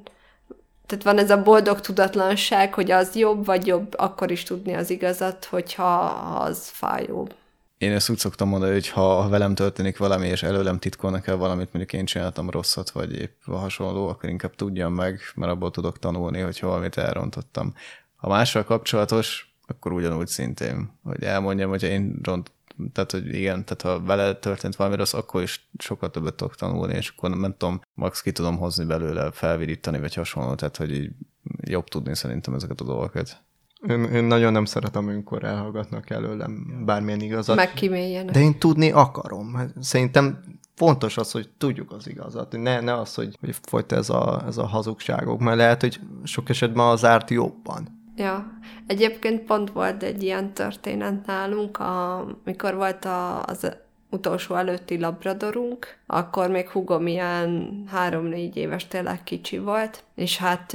Speaker 1: ez a boldog tudatlanság, hogy az jobb, vagy jobb akkor is tudni az igazat, hogyha az fájó.
Speaker 3: Én ezt úgy szoktam mondani, hogy ha velem történik valami, és előlem titkolnak el valamit, mondjuk én csináltam rosszat, vagy épp hasonló, akkor inkább tudjam meg, mert abból tudok tanulni, hogy valamit elrontottam. Ha mással kapcsolatos, akkor ugyanúgy szintén, hogy elmondjam, hogyha én tehát, hogy igen, tehát ha vele történt valami rossz, akkor is sokkal többet tudok tanulni, és akkor nem tudom, max ki tudom hozni belőle, felvirítani, vagy hasonló, tehát, hogy így jobb tudni szerintem ezeket a dolgokat.
Speaker 2: Én nagyon nem szeretem, amikor elhallgatnak előlem bármilyen igazat.
Speaker 1: Megkíméljenek.
Speaker 2: De én tudni akarom. Szerintem fontos az, hogy tudjuk az igazat. Ne az, hogy folyt ez a hazugságok, mert lehet, hogy sok esetben az árt jobban.
Speaker 1: Ja, egyébként pont volt egy ilyen történet nálunk, amikor volt az utolsó előtti labradorunk, akkor még húgom ilyen 3-4 éves, tényleg kicsi volt, és hát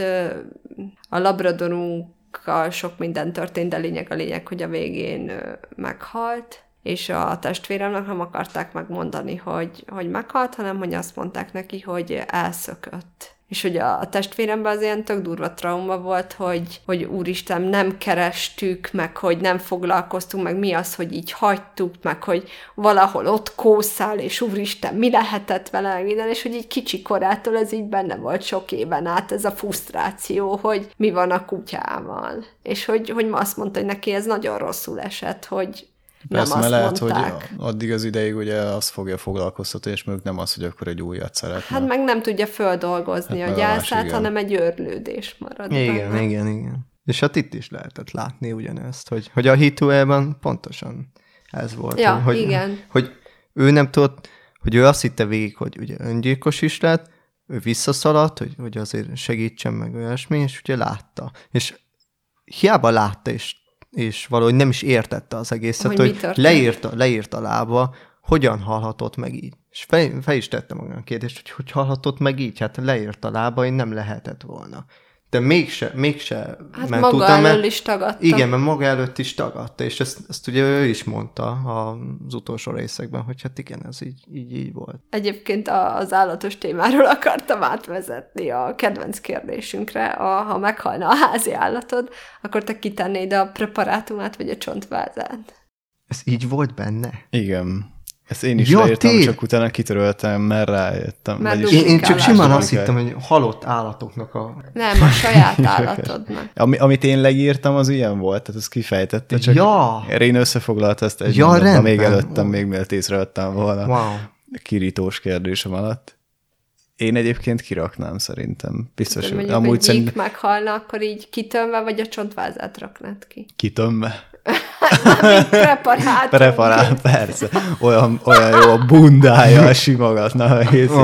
Speaker 1: a labradorunkkal sok minden történt, de a lényeg, hogy a végén meghalt, és a testvéremnek nem akarták megmondani, hogy meghalt, hanem hogy azt mondták neki, hogy elszökött. És hogy a testvéremben az ilyen tök durva trauma volt, hogy úristen, nem kerestük, meg hogy nem foglalkoztunk, meg mi az, hogy így hagytuk, meg hogy valahol ott kószál, és úristen, mi lehetett vele, minden, és hogy így kicsi korától ez így benne volt sok éven át, ez a frusztráció, hogy mi van a kutyával. És hogy azt mondta, hogy neki ez nagyon rosszul esett, hogy
Speaker 3: persze, nem azt lehet, mondták. Hogy addig az ideig ugye azt fogja foglalkoztatni, és mondjuk nem az, hogy akkor egy újat szeretne.
Speaker 1: Hát meg nem tudja földolgozni hát a gyászát, hanem egy őrlődés marad.
Speaker 2: Igen. És hát itt is lehetett látni ugyanezt, hogy a Hituelben pontosan ez volt.
Speaker 1: Ja, hogy, igen.
Speaker 2: Hogy ő nem tudott, hogy ő azt hitte végig, hogy ugye öngyilkos is lett, ő visszaszaladt, hogy azért segítsen meg olyasmi, és ugye látta. És hiába látta, és valahogy nem is értette az egészet, hogy leírta lába, hogyan halhatott meg így. És fel is tette magának a kérdést, hogy halhatott meg így, hát leírta lába, hogy nem lehetett volna. De mégse
Speaker 1: hát
Speaker 2: ment
Speaker 1: maga
Speaker 2: utána,
Speaker 1: elől is tagadta.
Speaker 2: Igen, mert maga előtt is tagadta, és ezt ugye ő is mondta az utolsó részekben, hogy hát igen, ez így volt.
Speaker 1: Egyébként az állatos témáról akartam átvezetni a kedvenc kérdésünkre. Ha meghalna a házi állatod, akkor te kitennéd a preparátumát, vagy a csontvázát?
Speaker 2: Ez így volt benne?
Speaker 3: Igen. Ezt én is leírtam, csak utána kitöröltem, mert rájöttem.
Speaker 2: Én csak simán azt hittem, hogy halott állatoknak
Speaker 1: Nem, a saját állatodnak.
Speaker 3: Amit én leírtam, az ilyen volt, tehát ezt kifejtette. Csak én összefoglaltam ezt egy még előttem, még mielőtt észrevettem volna.
Speaker 2: Wow.
Speaker 3: Kirítós kérdésem alatt. Én egyébként kiraknám szerintem. Biztos,
Speaker 1: De mondjuk,
Speaker 3: amúgy
Speaker 1: hogy gyík meghalna, akkor így kitömve, vagy a csontvázát raknád ki?
Speaker 3: kitömve.
Speaker 1: Preparát.
Speaker 3: Persze. Olyan jó a bundája, simogatna.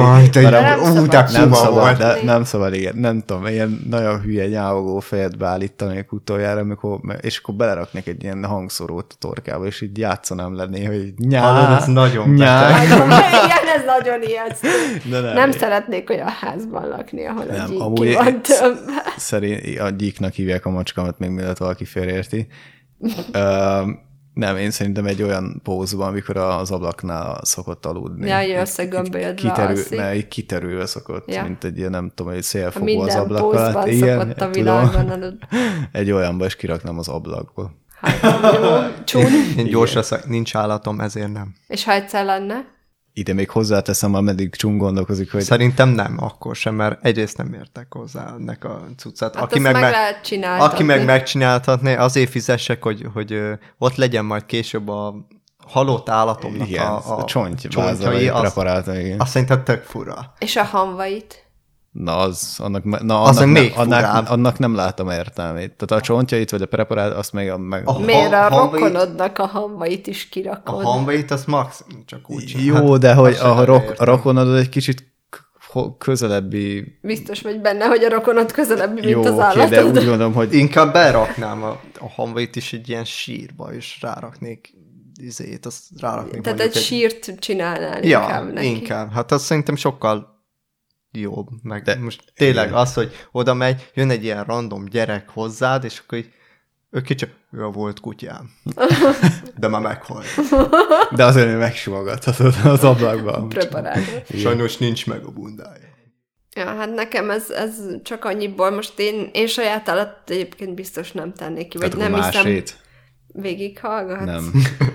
Speaker 3: Nem szabad, igen. Nem tudom, ilyen nagyon hülye nyávogó fejet beállítanék utoljára, és akkor beleraknék egy ilyen hangszórót a torkába, és így játszanám lenné, hogy
Speaker 2: ez nagyon
Speaker 1: Igen, ez nagyon ijesztő. Nem szeretnék olyan házban lakni, ahol a gyík ki van tömve.
Speaker 3: Szerint a gyíknak hívják a macskámat, még mielőtt valaki félreérti. Nem, én szerintem egy olyan pózban, amikor az ablaknál szokott aludni.
Speaker 1: Ja, összegömbölyödve alszik.
Speaker 3: Kiterülve szokott, mint egy ilyen, nem tudom, egy szélfogó
Speaker 1: minden
Speaker 3: az ablak alatt.
Speaker 1: Minden szokott a világon aludni.
Speaker 3: Egy olyanba is kiraknám az ablakból.
Speaker 1: Hát, jó, csúny.
Speaker 2: Én gyors leszek, nincs állatom, ezért nem.
Speaker 1: És ha egyszer lenne?
Speaker 3: Ide még hozzáteszem, ameddig Csung gondolkozik, hogy...
Speaker 2: Szerintem nem, akkor sem, mert egyrészt nem értek hozzá ennek a cuccát.
Speaker 1: Hát aki meg lehet csináltatni.
Speaker 2: Aki meg megcsináltatni, azért fizessek, hogy ott legyen majd később a halott állatomnak a
Speaker 3: csontjai, preparátai.
Speaker 2: Azt szerintem tök fura.
Speaker 1: És a hamvait?
Speaker 3: Annak nem látom értelmét. Tehát a csontjait, vagy a preparát, azt még...
Speaker 1: Miért a rokonodnak a hamvait is kirakod?
Speaker 2: A hamvait, az maximum csak úgy sem.
Speaker 3: Jó, de hogy a rokonod egy kicsit közelebbi...
Speaker 1: Biztos vagy benne, hogy a rokonod közelebbi, mint az állatod.
Speaker 3: Jó, de úgy gondolom, hogy...
Speaker 2: Inkább beraknám a hamvait is egy ilyen sírba, és ráraknék
Speaker 1: Tehát egy sírt csinálnál
Speaker 2: inkább neki. Inkább. Hát azt szerintem sokkal jobb. Meg de most tényleg az, hogy oda megy, jön egy ilyen random gyerek hozzád, és akkor így ő kicsit, volt kutyám. De már meghalt.
Speaker 3: De azért megsimogathatod az ablakban.
Speaker 1: Preparálni.
Speaker 2: Sajnos nincs meg a bundája.
Speaker 1: Ja, hát nekem ez csak annyiból, most én saját alatt egyébként biztos nem tennék ki, vagy nem hiszem. Végighallgatsz?
Speaker 3: Nem.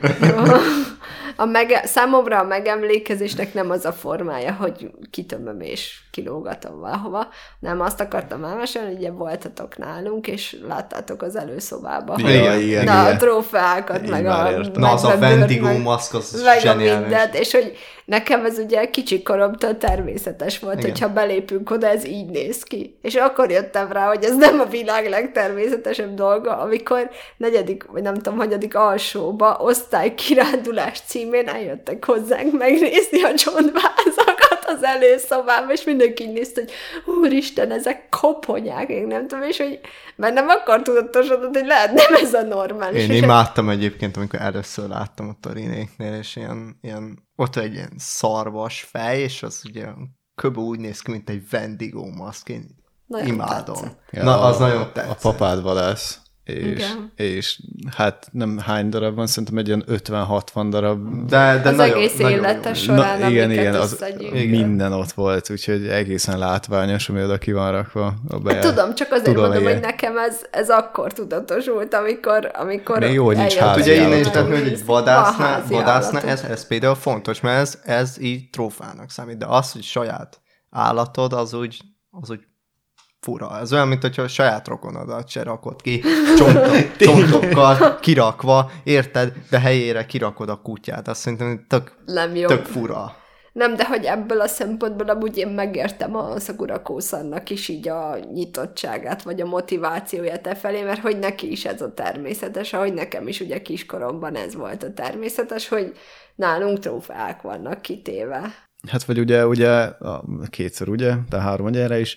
Speaker 1: Számomra a megemlékezésnek nem az a formája, hogy kitömöm és kilógatom valahova. Nem, azt akartam elmesélni, hogy ugye voltatok nálunk, és láttátok az előszobába.
Speaker 3: Igen.
Speaker 1: A trófeákat, meg
Speaker 2: az a Wendigo maszk, az zseniális.
Speaker 1: Mindent, és hogy nekem ez ugye kicsikoromtól természetes volt, igen. Hogyha belépünk oda, ez így néz ki. És akkor jöttem rá, hogy ez nem a világ legtermészetesebb dolga, amikor 4. vagy nem tudom, hanyadik alsóba osztálykirándulás címén eljöttek hozzánk megnézni a csontvázakat az előszobába, és mindenki így nézte, hogy úristen, ezek koponyák, én nem tudom, és hogy mert nem akar tudatosodott, hogy lehet nem ez a normális.
Speaker 2: Én imádtam egyébként, amikor először láttam ott a Rinéknél, és ilyen ott egy ilyen szarvas fej, és az ugye kb. Úgy néz ki, mint egy Wendigo maszk. Én nagyon imádom.
Speaker 3: Ja, az nagyon tetszett. A papádba lesz. És hát nem hány darab van, szerintem egy ilyen 50-60 darab.
Speaker 2: De
Speaker 1: az
Speaker 2: nagyon,
Speaker 1: egész élete során,
Speaker 3: igen, minden ott volt, úgyhogy egészen látványos, ami oda ki van rakva.
Speaker 1: Tudom, csak azért mondom, hogy nekem ez akkor tudatosult, amikor
Speaker 3: még jó, hogy nincs
Speaker 2: ugye én is tettem, hogy egy vadásznál ez például fontos, mert ez így trófának számít, de az, hogy saját állatod, az úgy fura. Ez olyan, mint hogyha a saját rokonodat se rakod ki, csontokkal kirakva, érted, de helyére kirakod a kutyát. Azt szerintem tök fura.
Speaker 1: Nem, de hogy ebből a szempontból amúgy én megértem a Sakura Kousannak is így a nyitottságát, vagy a motivációját e felé, mert hogy neki is ez a természetes, ahogy nekem is ugye kiskoromban ez volt a természetes, hogy nálunk trófeák vannak kitéve.
Speaker 3: Hát vagy ugye kétszer, ugye? De 3 erre is.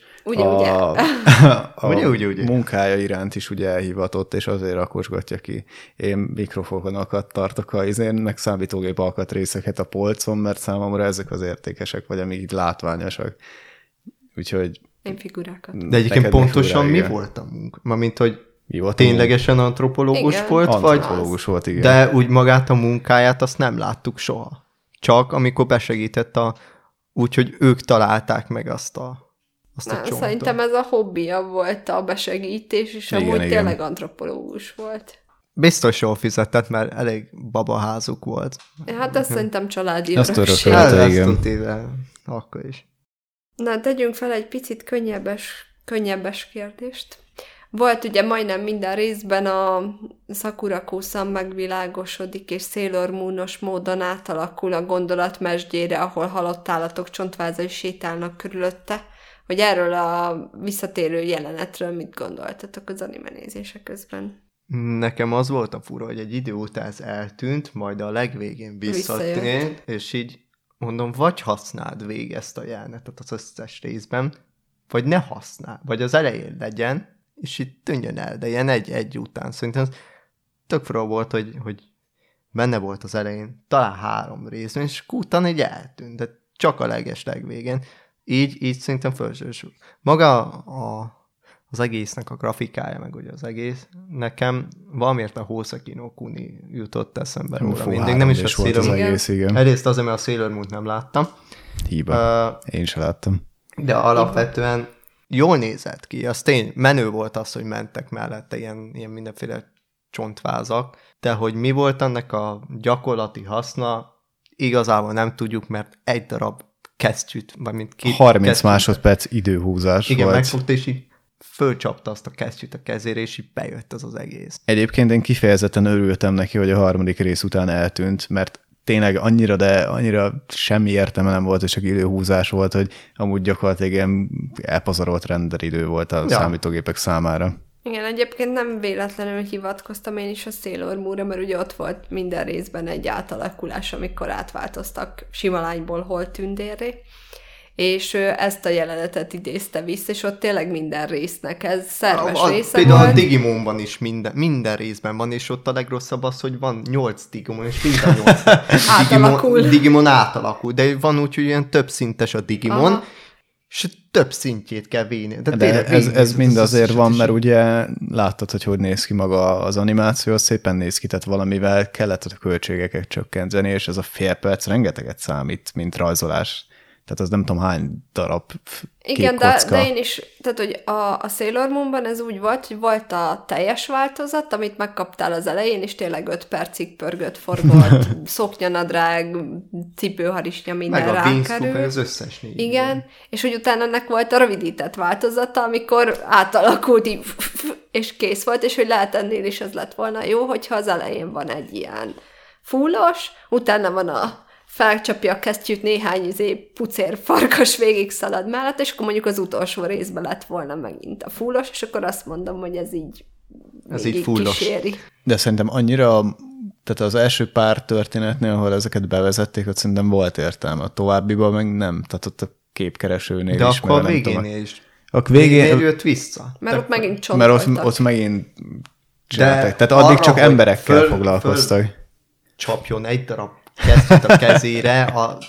Speaker 2: Ugye.
Speaker 3: Munkája iránt is ugye elhivatott, és azért rakosgatja ki. Én mikrofonokat tartok meg számítógép alkatrészeket a polcon, mert számomra ezek az értékesek, vagy amíg így látványosak. Úgyhogy...
Speaker 1: Én figurákat.
Speaker 2: De egyébként pontosan mi volt a munka? Mármint, hogy ténylegesen antropológus volt,
Speaker 3: antropológus volt, igen.
Speaker 2: De úgy magát a munkáját azt nem láttuk soha. Csak amikor besegített úgyhogy ők találták meg azt a csontot.
Speaker 1: Szerintem ez a hobbija volt a besegítés, és amúgy tényleg antropológus volt.
Speaker 2: Biztos jól fizetett, mert elég babaházuk volt.
Speaker 1: Hát ezt szerintem családi
Speaker 3: örökség.
Speaker 2: Ezt tudtél, akkor is.
Speaker 1: Na, tegyünk fel egy picit könnyebbes kérdést. Volt ugye majdnem minden részben a Sakura-ko-san megvilágosodik, és Sailor Moon-os módon átalakul a gondolatmesdjére, ahol halott állatok csontvázai sétálnak körülötte. Hogy erről a visszatérő jelenetről mit gondoltatok az anime nézése közben?
Speaker 2: Nekem az volt a fura, hogy egy idő után ez eltűnt, majd a legvégén visszatért, és így mondom, vagy használd végig ezt a jelenetet az összes részben, vagy ne használd, vagy az elején legyen, és itt tűnjön el, de ilyen egy után. Szerintem ez tök fura volt, hogy benne volt az elején, talán 3 részben, és utána így eltűnt, de csak a legvégén. Így szerintem fölsősül. Maga az egésznek a grafikája, meg ugye az egész, nekem valamiért a Hoseki no Kuni jutott eszembe róla mindig. Nem is a Sailor Moon. Egyrészt azért, mert a Sailor Moon-t nem láttam.
Speaker 3: Hiba. Én sem láttam.
Speaker 2: De alapvetően jól nézett ki. Az tény, menő volt az, hogy mentek mellette ilyen mindenféle csontvázak, de hogy mi volt annak a gyakorlati haszna, igazából nem tudjuk, mert egy darab kesztyűt, vagy mint
Speaker 3: 30 kesztyűt, másodperc időhúzás
Speaker 2: igen,
Speaker 3: volt.
Speaker 2: megfogta, és így fölcsapta azt a kesztyűt a kezére, és így bejött az egész.
Speaker 3: Egyébként én kifejezetten örültem neki, hogy a 3. rész után eltűnt, mert tényleg annyira semmi értelme nem volt, és csak időhúzás volt, hogy amúgy gyakorlatilag ilyen elpazarolt renderidő volt a számítógépek számára.
Speaker 1: Igen, egyébként nem véletlenül hivatkoztam én is a Sailor Moonra, mert ugye ott volt minden részben egy átalakulás, amikor átváltoztak sima lányból holttündérré, és ezt a jelenetet idézte vissza, és ott tényleg minden résznek ez szerves része
Speaker 2: például
Speaker 1: volt.
Speaker 2: A Digimonban is minden részben van, és ott a legrosszabb az, hogy van 8 Digimon, és mind a 8 Digimon átalakul, de van úgy, hogy ilyen többszintes a Digimon, aha, és több szintjét kell véni.
Speaker 3: De ez mind azért van, mert ugye láttad, hogy néz ki maga az animáció, az szépen néz ki, tehát valamivel kellett a költségeket csökkenteni, és ez a fél perc rengeteget számít, mint rajzolás. Tehát az nem tudom hány darab
Speaker 1: igen, de én is, tehát hogy a Sailor Moonban ez úgy volt, hogy volt a teljes változat, amit megkaptál az elején, és tényleg 5 percig pörgött, forgott, szoknyanadrág, cipőharisnya, minden rákerül.
Speaker 2: Meg az összes négy.
Speaker 1: Igen, és hogy utána ennek volt a rövidített változata, amikor átalakult, és kész volt, és hogy lehet ennél is az lett volna jó, hogyha az elején van egy ilyen fullos, utána van a felcsapja a kesztyűt, néhány pucér farkas végig szalad mellett, és akkor mondjuk az utolsó részben lett volna megint a fullos, és akkor azt mondom, hogy ez így fullos kíséri.
Speaker 3: De szerintem annyira, tehát az első pár történetnél, ahol ezeket bevezették, ott szerintem volt értelme. A továbbiban meg nem. Tehát ott a képkeresőnél
Speaker 2: de
Speaker 3: is.
Speaker 2: De akkor a végénél is.
Speaker 3: A végén
Speaker 2: jött vissza.
Speaker 1: Mert ott megint csontoltak.
Speaker 3: Mert ott megint csináltak. Tehát addig csak emberekkel foglalkoztak.
Speaker 2: Csapjon egy darab kesztyűt a kezére,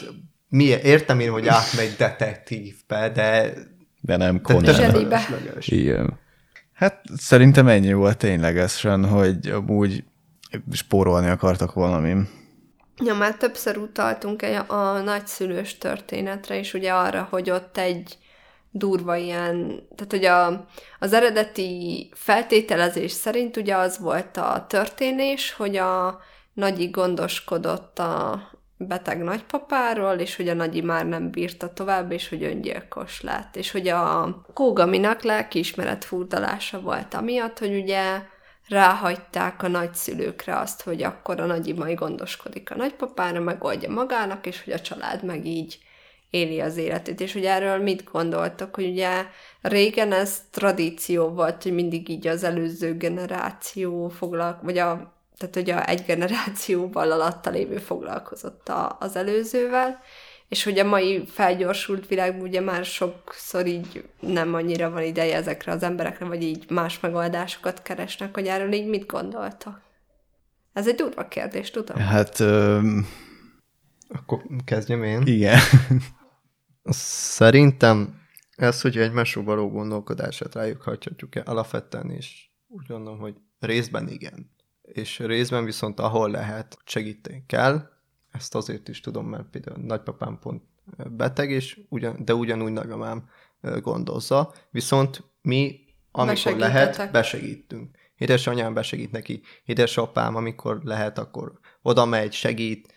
Speaker 2: értem én, hogy átmegy detektívbe, de
Speaker 3: nem Conan. Igen. Hát szerintem ennyi volt ténylegesen, hogy amúgy spórolni akartak valamin.
Speaker 1: Ja, már többször utaltunk a nagyszülős történetre, és ugye arra, hogy ott egy durva ilyen, tehát hogy az eredeti feltételezés szerint ugye az volt a történés, hogy a nagyi gondoskodott a beteg nagypapáról, és hogy a nagyi már nem bírta tovább, és hogy öngyilkos lett. És hogy a Kógaminak lelkiismeret furdalása volt amiatt, hogy ugye ráhagyták a nagyszülőkre azt, hogy akkor a nagyi majd gondoskodik a nagypapára, megoldja magának, és hogy a család meg így éli az életét. És hogy erről mit gondoltok, hogy ugye régen ez tradíció volt, hogy mindig így az előző generáció tehát, hogy egy generációval alatta lévő foglalkozott az előzővel, és hogy a mai felgyorsult világban ugye már sokszor így nem annyira van ideje ezekre az emberekre, vagy így más megoldásokat keresnek, hogy erről így mit gondoltak? Ez egy durva kérdés, tudom.
Speaker 3: Hát...
Speaker 2: Akkor kezdjem én.
Speaker 3: Igen.
Speaker 2: Szerintem ez, hogy egymásról való gondolkodását rájuk hagyhatjuk-e alapvetően, és úgy gondolom, hogy részben igen. És részben viszont ahol lehet segíteni kell, ezt azért is tudom, mert például nagypapám pont beteg, és de ugyanúgy nagymamám gondozza, viszont mi, amikor lehet, besegítünk. Édesanyám besegít neki, édesapám, amikor lehet, akkor oda megy, segít,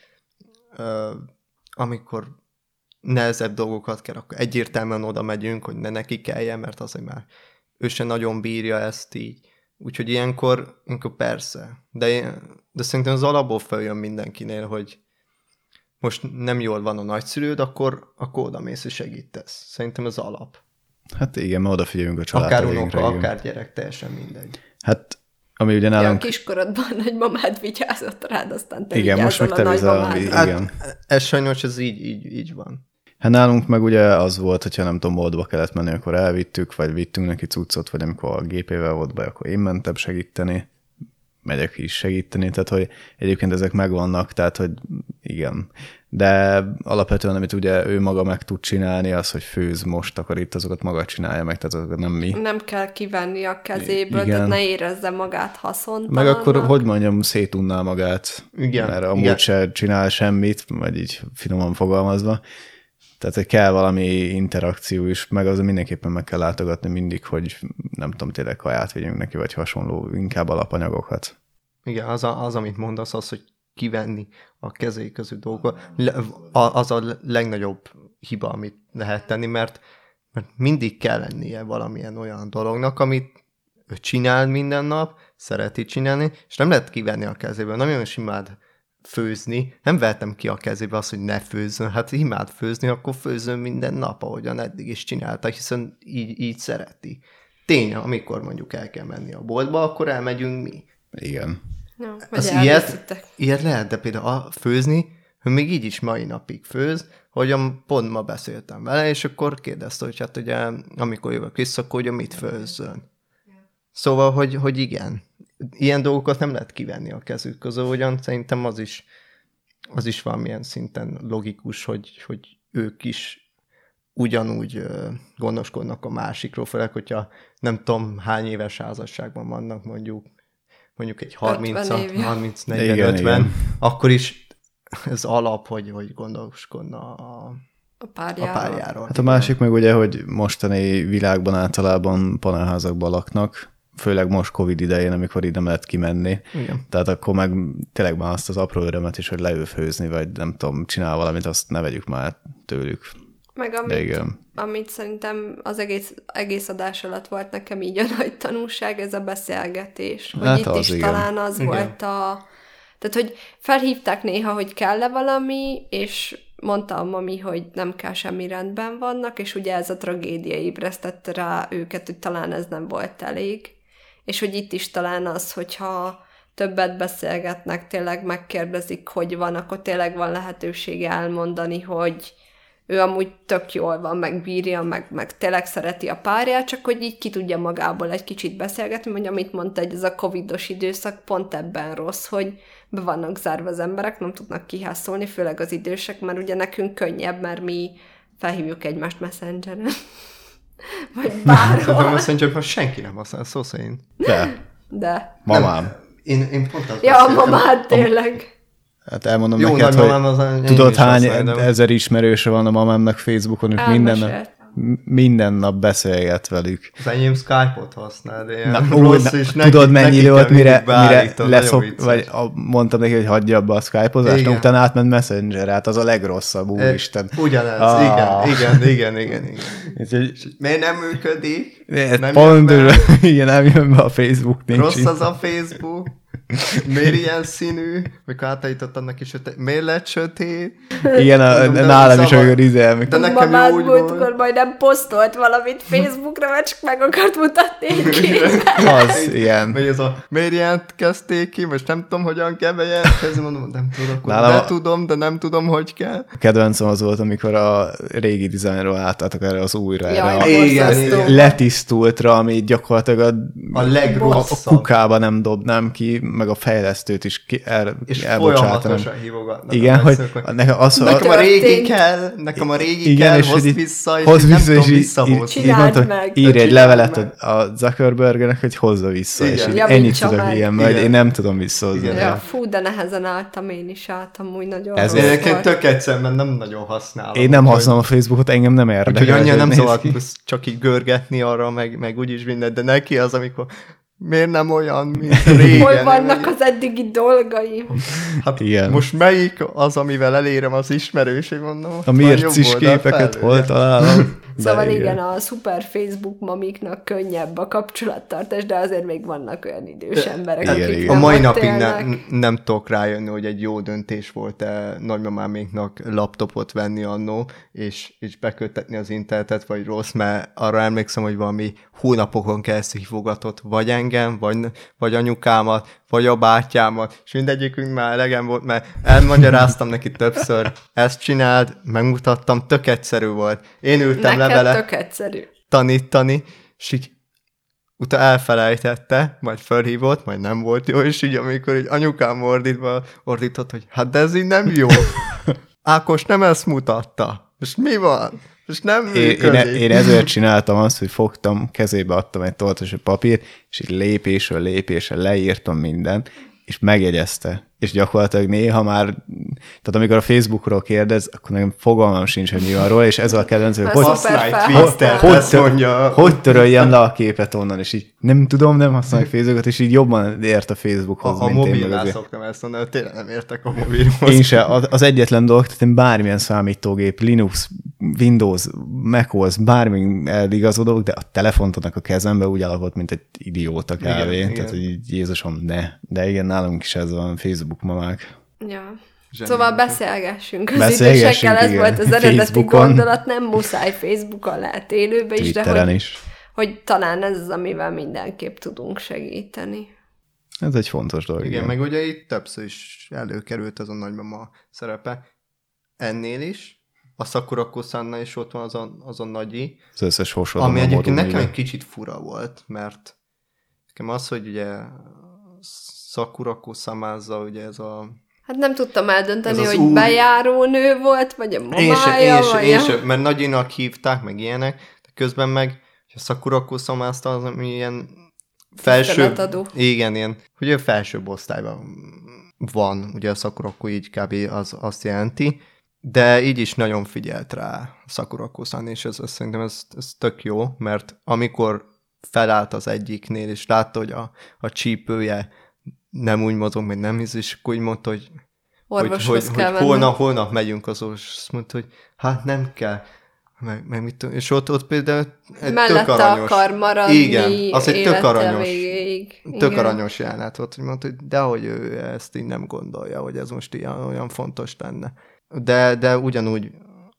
Speaker 2: amikor nehezebb dolgokat kell, akkor egyértelműen oda megyünk, hogy ne neki kelljen, mert azért már ő se nagyon bírja ezt így. Úgyhogy ilyenkor persze. De szerintem az alapból feljön mindenkinél, hogy most nem jól van a nagyszülőd, akkor odamész és segítesz. Szerintem az alap.
Speaker 3: Hát igen, mert odafigyelünk a
Speaker 2: családra. Akár unoka,
Speaker 3: igen.
Speaker 2: akár gyerek, teljesen mindegy.
Speaker 3: Hát, ami ugye nálunk...
Speaker 1: Ja, a kiskorodban nagymamád vigyázott rád, aztán te
Speaker 3: igen, most meg te
Speaker 1: nagymamádra.
Speaker 3: Igen.
Speaker 2: Hát, ez sajnos ez így van.
Speaker 3: Hát nálunk meg ugye az volt, hogyha nem tudom, boltba kellett menni, akkor elvittük, vagy vittünk neki cuccot, vagy amikor a gépével volt baj, akkor én mentem segíteni, megyek is segíteni, tehát hogy egyébként ezek megvannak, tehát hogy igen. De alapvetően, amit ugye ő maga meg tud csinálni, az, hogy főz, most takarít, azokat maga csinálja meg, tehát azokat nem mi.
Speaker 1: Nem kell kivenni a kezéből,
Speaker 3: igen.
Speaker 1: tehát ne érezze magát haszontalannak.
Speaker 3: Meg akkor, hogy mondjam, szétunná magát,
Speaker 2: igen,
Speaker 3: mert amúgy se csinál semmit, vagy így finoman fogalmazva. Tehát, hogy kell valami interakció is, meg az mindenképpen meg kell látogatni mindig, hogy nem tudom, tényleg kaját vigyünk neki, vagy hasonló, inkább alapanyagokat.
Speaker 2: Igen, az amit mondasz, az, hogy kivenni a kezé közül dolgokat, az a legnagyobb hiba, amit lehet tenni, mert mindig kell lennie valamilyen olyan dolognak, amit ő csinál minden nap, szereti csinálni, és nem lehet kivenni a kezéből. Nagyon is imád főzni. Nem vettem ki a kezébe azt, hogy ne főzzön. Hát imád főzni, akkor főzzön minden nap, ahogyan eddig is csinálta, hiszen így szereti. Tény, amikor mondjuk el kell menni a boltba, akkor elmegyünk mi.
Speaker 3: Igen.
Speaker 1: No,
Speaker 2: az ilyet lehet, de például főzni, ő még így is mai napig főz, hogyan pont ma beszéltem vele, és akkor kérdezte, hogy hát ugye, amikor jövök vissza, akkor ugye mit főzzön. Szóval, hogy igen, ilyen dolgokat nem lehet kivenni a kezük közül, ugyan szerintem az is valamilyen szinten logikus, hogy ők is ugyanúgy gondoskodnak a másikról, főleg, hogyha nem tudom hány éves házasságban vannak mondjuk egy 30-40-50, akkor is ez alap, hogy gondoskodna a párjáról.
Speaker 3: Hát a másik meg ugye, hogy mostani világban általában panelházakban laknak, főleg most Covid idején, amikor ide lehet kimenni.
Speaker 2: Igen.
Speaker 3: Tehát akkor meg tényleg már azt az apró örömet is, hogy leül főzni, vagy nem tudom, csinál valamit, azt ne vegyük már tőlük.
Speaker 1: Meg amit szerintem az egész adás alatt volt nekem így a nagy tanulság, ez a beszélgetés. Hogy hát itt is igen. Talán az igen. Volt tehát, hogy felhívták néha, hogy kell-e valami, és mondta a mami, hogy nem kell, semmi rendben vannak, és ugye ez a tragédia ébresztette rá őket, hogy talán ez nem volt elég. És hogy itt is talán az, hogyha többet beszélgetnek, tényleg megkérdezik, hogy van, akkor tényleg van lehetősége elmondani, hogy ő amúgy tök jól van, meg bírja, meg tényleg szereti a párját, csak hogy így ki tudja magából egy kicsit beszélgetni, hogy amit mondta, hogy ez a covidos időszak pont ebben rossz, hogy be vannak zárva az emberek, nem tudnak kihászolni, főleg az idősek, mert ugye nekünk könnyebb, mert mi felhívjuk egymást Messengeren. Vagy bárhol.
Speaker 2: De a Messengerben most senki nem használ, szó szerint.
Speaker 3: De. Mamám.
Speaker 2: Én pont azt
Speaker 1: ja, a mamád tényleg.
Speaker 3: Hát elmondom jó, neked, hogy tudod hány ezer ismerőse van a mamámnak Facebookon, és minden nap beszélget velük.
Speaker 2: Az enyém Skype-ot használ, de ilyen
Speaker 3: rossz is. Tudod mennyi idő volt, mire vagy mondtam neki, hogy hagyja abba a Skype-ozást, utána átment Messenger, hát az a legrosszabb, úristen.
Speaker 2: Ugyanez, igen. Miért nem működik?
Speaker 3: Igen, nem jön be a Facebook, nincs.
Speaker 2: Rossz az a Facebook. Miért ilyen színű? Mikor átállított annak is, miért lett sötét?
Speaker 3: Igen, nálam is olyan izelmik.
Speaker 2: De nekem jó úgy
Speaker 1: volt. Majd nem posztolt valamit Facebookra, mert csak meg akart mutatni egy képet.
Speaker 3: Az, ilyen.
Speaker 2: Vagy ez miért jelentkezték ki? Most nem tudom, hogyan kell bejelentkezni. Mondom, nem tudok, de nem tudom, hogy kell.
Speaker 3: A kedvencem az volt, amikor a régi dizájnról átálltak erre az újra.
Speaker 2: Igen.
Speaker 3: Letisztultra, ami gyakorlatilag
Speaker 2: a legrosszabb.
Speaker 3: A kukába nem dobnám ki, meg a fejlesztőt is
Speaker 2: és folyamatosan hívogatnak.
Speaker 3: Igen, hogy
Speaker 2: nekem a régi kell, hozd vissza, és nem tudom visszahozni.
Speaker 1: Csináld meg.
Speaker 3: Írj egy levelet a Zuckerbergnek, hogy hozza vissza, és ennyit tudok ilyen, mert én nem tudom visszahozni.
Speaker 1: Fú, de nehezen álltam én is amúgy nagyon
Speaker 2: rossz volt. Egyébként tök egyszerűen nem nagyon használom.
Speaker 3: Én nem használom a Facebookot, engem nem érdekel.
Speaker 2: Úgyhogy annyira nem szabad csak így görgetni arra, meg úgyis minden, de neki az, amikor miért nem olyan, mint régen?
Speaker 1: Hol vannak az eddigi dolgaim?
Speaker 2: Hát igen. Most melyik az, amivel elérem az ismerőség, mondom?
Speaker 3: A mércis képeket hol találom?
Speaker 1: Szóval igen, a szuper Facebook mamiknak könnyebb a kapcsolattartás, de azért még vannak olyan idős emberek, akik
Speaker 2: a mai napig nem tudok rájönni, hogy egy jó döntés volt-e nagymamáméknak laptopot venni annó, és beköttetni az internetet, vagy rossz, mert arra emlékszem, hogy valami hónapokon keresztül hívogatott vagy engem, vagy anyukámat, vagy a bátyámat, és mindegyikünk már elegem volt, mert elmagyaráztam neki többször, ezt csináld, megmutattam, tök egyszerű volt. Én ültem le vele
Speaker 1: tök egyszerű.
Speaker 2: Tanítani, és így utána elfelejtette, majd felhívott, majd nem volt jó, és így amikor így anyukám ordított, hogy hát de ez így nem jó. Ákos nem ezt mutatta. És mi van? És nem működik.
Speaker 3: Én ezért csináltam azt, hogy fogtam, kezébe adtam egy toltos papírt, és így lépésről lépésre leírtam mindent, és megjegyezte. És gyakorlatilag néha már, tehát amikor a Facebookról kérdez, akkor nekem fogalmam sincs, hogy mi van róla, és ez a kedvenc, hogy töröljem le a képet onnan, és így nem tudom, nem használok Facebookot, és így jobban ért a Facebookhoz,
Speaker 2: mint én. A mobilnál szoktam ezt mondani, hogy tényleg nem értek a mobilhoz.
Speaker 3: Én se, az egyetlen dolog, tehát én bármilyen számítógép, Linux, Windows, macOS, bármi eligazodok, de a telefont adnak a kezembe úgy állapot, mint egy idióta kávé. Tehát, hogy Jézusom, ne. De igen, nálunk is ez van, Facebook mamák.
Speaker 1: Ja. Szóval beszélgessünk az idősekkel, ez volt az eredeti Facebookon. Gondolat, nem muszáj Facebookon, lehet élőbe is,
Speaker 3: Twitteren
Speaker 1: de
Speaker 3: is.
Speaker 1: Hogy talán ez az, amivel mindenképp tudunk segíteni.
Speaker 3: Ez egy fontos dolog.
Speaker 2: Igen, meg ugye itt többször is előkerült az a nagymama szerepe. Ennél is, a Sakura-ko-Sanna is ott van az a nagyi.
Speaker 3: Az összes hosodom.
Speaker 2: Ami egyébként nekem egy kicsit fura volt, mert nekem az, hogy ugye Sakura-ko-Samazza, ugye ez a...
Speaker 1: Hát nem tudtam eldönteni, hogy bejáró nő volt, vagy a mamája,
Speaker 2: Én sem, mert nagyinak hívták, meg ilyenek, de közben meg a Sakura-ko-Samazza az, ami ilyen felső... Igen, ilyen, ugye felsőbb osztályban van, ugye a Sakura-ko így kb. Az azt jelenti, de így is nagyon figyelt rá a Sakura-ko-Sanna, és szerintem ez tök jó, mert amikor felállt az egyiknél, és látta, hogy a csípője nem úgy mozog, meg nem hisz, és akkor úgy mondta, hogy holnap megyünk az orvos, és azt mondta, hogy hát nem kell, meg mit tudom, és ott például egy tök aranyos.
Speaker 1: Akar maradni.
Speaker 2: Igen, az egy tök
Speaker 1: Igen.
Speaker 2: aranyos jelenet volt, hogy mondta, hogy dehogy ő ezt így nem gondolja, hogy ez most ilyen, olyan fontos lenne. De ugyanúgy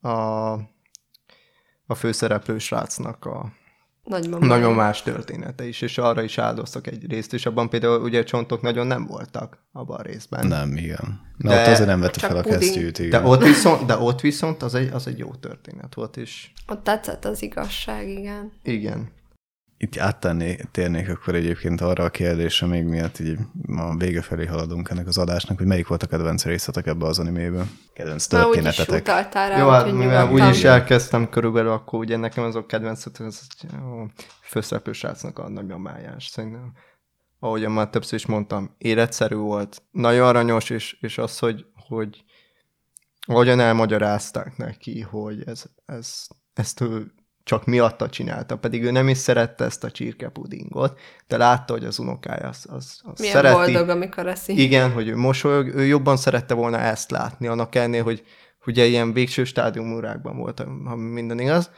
Speaker 2: a főszereplő srácnak a nagymamás története is, és arra is áldoztak egy részt, és abban például ugye csontok nagyon nem voltak abban a részben.
Speaker 3: Nem, igen. De ott azért nem vette fel a kesztyűt, igen.
Speaker 2: De ott viszont az egy jó történet volt, és...
Speaker 1: Ott tetszett az igazság, igen.
Speaker 2: Igen.
Speaker 3: Itt áttérnék akkor egyébként arra a kérdésre, még miatt így a vége felé haladunk ennek az adásnak, hogy melyik volt a kedvenc részletek ebbe az animéből? Kedvenc történetetek.
Speaker 1: Úgyis utaltál rá,
Speaker 2: jó, hát mivel úgyis elkezdtem körülbelül, akkor ugye nekem az a kedvencetek, az a főszereplő srácnak a nagymamájás. Szerintem, ahogyan már többször is mondtam, életszerű volt, nagyon aranyos, és az, hogy ahogyan elmagyarázták neki, hogy ezt ő csak miatta csinálta, pedig ő nem is szerette ezt a csirkepudingot, de látta, hogy az unokája az
Speaker 1: milyen
Speaker 2: szereti.
Speaker 1: boldog, amikor eszik.
Speaker 2: Igen, hogy ő mosolyog, ő jobban szerette volna ezt látni, annak ennél, hogy ugye ilyen végső stádiumúrákban volt, ha minden igaz,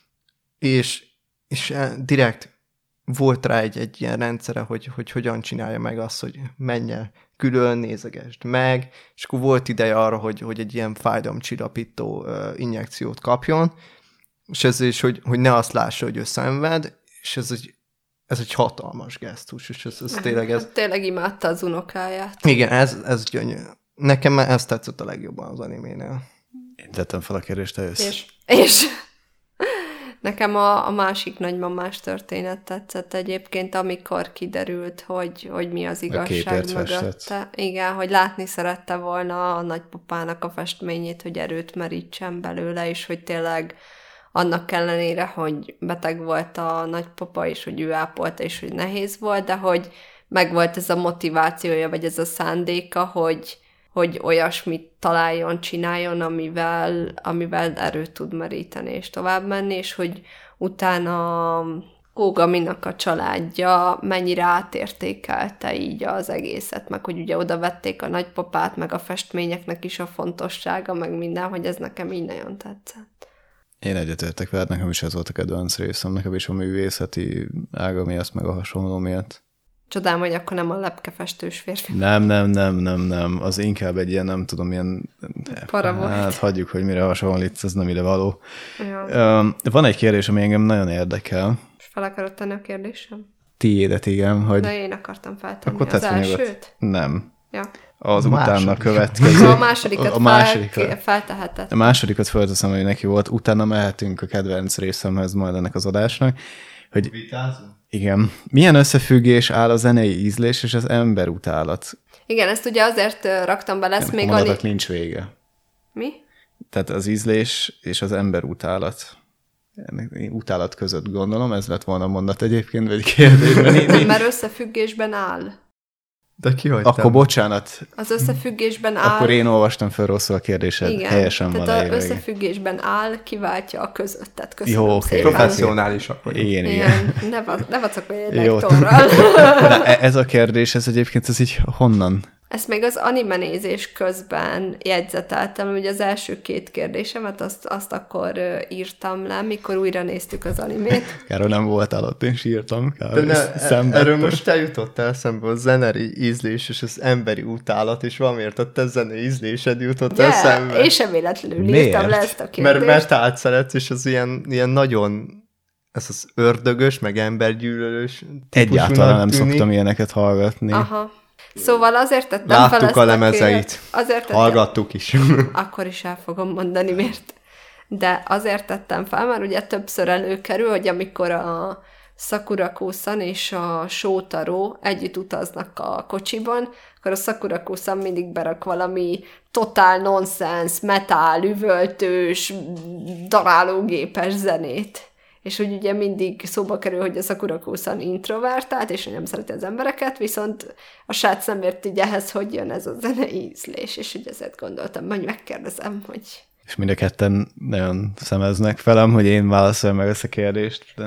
Speaker 2: és direkt volt rá egy ilyen rendszere, hogy hogyan csinálja meg azt, hogy menjen külön, nézegesd meg, és akkor volt ideje arra, hogy egy ilyen fájdalomcsillapító injekciót kapjon, és ez is, hogy ne azt lássa, hogy ő szenved, és ez egy hatalmas gesztus, és ez tényleg ez...
Speaker 1: Tényleg imádta az unokáját.
Speaker 2: Igen, ez gyönyörű. Nekem ez tetszett a legjobban az animénél.
Speaker 3: Én tettem fel a kérdést, te jössz.
Speaker 1: És nekem a másik nagymamás történet tetszett egyébként, amikor kiderült, hogy mi az igazság mögötte. Igen, hogy látni szerette volna a nagypapának a festményét, hogy erőt merítsen belőle, és hogy tényleg annak ellenére, hogy beteg volt a nagypapa, és hogy ő ápolta, és hogy nehéz volt, de hogy megvolt ez a motivációja, vagy ez a szándéka, hogy olyasmit találjon, csináljon, amivel erőt tud meríteni, és tovább menni, és hogy utána Kógaminak a családja mennyire átértékelte így az egészet, meg hogy ugye oda vették a nagypapát, meg a festményeknek is a fontossága, meg minden, hogy ez nekem így nagyon tetszett.
Speaker 3: Én egyetértek veled, nekem is ez volt a kedvenc részem, nekem is a művészeti ága miatt, meg a hasonló miatt.
Speaker 1: Csodálom, hogy akkor nem a lepkefestős férfi.
Speaker 3: Nem. Az inkább egy ilyen, nem tudom, ilyen...
Speaker 1: Para volt.
Speaker 3: Hát hagyjuk, hogy mire hasonlít, ez nem ide való.
Speaker 1: Ja.
Speaker 3: Van egy kérdés, ami engem nagyon érdekel.
Speaker 1: És fel akarod tenni a kérdésem?
Speaker 3: Tiédet, igen, hogy...
Speaker 1: De én akartam feltenni
Speaker 3: Akkor
Speaker 1: az
Speaker 3: tedd fel nyugodt.
Speaker 1: elsőt?
Speaker 3: Nem.
Speaker 1: Ja.
Speaker 3: Az
Speaker 2: A
Speaker 3: utána
Speaker 2: második.
Speaker 3: következő.
Speaker 1: A másodikat felteheted.
Speaker 3: A másodikat fölteszem, hogy neki volt, utána mehetünk a kedvenc részemhez majd ennek az adásnak, hogy
Speaker 2: Vitázunk?
Speaker 3: igen, milyen összefüggés áll a zenei ízlés és az emberutálat?
Speaker 1: Igen, ezt ugye azért raktam be, lesz
Speaker 3: Ennek
Speaker 1: még
Speaker 3: a mondatnak nincs vége.
Speaker 1: Mi?
Speaker 3: Tehát az ízlés és az emberutálat. Ennek utálat között gondolom, ez lett volna a mondat egyébként, vagy kérdésben.
Speaker 1: Mert összefüggésben áll.
Speaker 2: De ki hagytam?
Speaker 3: Akkor bocsánat,
Speaker 1: Az összefüggésben áll.
Speaker 3: akkor én olvastam fel rosszul a kérdésed.
Speaker 1: Igen,
Speaker 3: Helyesen van
Speaker 1: tehát
Speaker 3: leírva,
Speaker 1: az
Speaker 3: igen.
Speaker 1: összefüggésben áll, kiváltja a közöttet. Köszönöm
Speaker 3: Jó, oké.
Speaker 1: szépen.
Speaker 2: Professzionálisak vagyunk.
Speaker 3: Igen.
Speaker 1: Igen, ne vacak egy
Speaker 3: Jó.
Speaker 1: lektorral.
Speaker 3: De ez a kérdés, ez egyébként ez így honnan?
Speaker 1: Ezt még az anime nézés közben jegyzeteltem, ugye az első 2 kérdésemet, azt akkor írtam le, mikor újra néztük az animét.
Speaker 3: Károly nem voltál ott, én sírtam.
Speaker 2: De erről most eljutott eszembe a zenei ízlés és az emberi utálat, és valamiért a te zenei ízlésed jutott eszembe.
Speaker 1: Én sem véletlenül
Speaker 3: Miért?
Speaker 1: írtam le ezt a kérdést.
Speaker 2: Mert metált szeretsz, és az ilyen nagyon, ez az ördögös, meg embergyűlölős
Speaker 3: Egyáltalán nem
Speaker 2: tűnik.
Speaker 3: szoktam ilyeneket hallgatni.
Speaker 1: Aha. Szóval azért tettem fel
Speaker 2: Láttuk
Speaker 1: ezt
Speaker 2: a lemezeit,
Speaker 1: azért tettem,
Speaker 2: hallgattuk is.
Speaker 1: akkor is el fogom mondani, miért. De azért tettem fel, mert ugye többször előkerül, hogy amikor a Sakurakó-san és a Shotaro együtt utaznak a kocsiban, akkor a Sakurakó-san mindig berak valami totál nonsense, metal, üvöltős, darálógépes zenét. És hogy ugye mindig szóba kerül, hogy a Sakurakó-san introvertált, és hogy nem szereti az embereket, viszont a srác nem ért így ehhez, hogy jön ez a zenei ízlés, és hogy ezért gondoltam, hogy megkérdezem, hogy...
Speaker 3: És mind a ketten nagyon szemeznek velem, hogy én válaszoljam meg ezt a kérdést. De...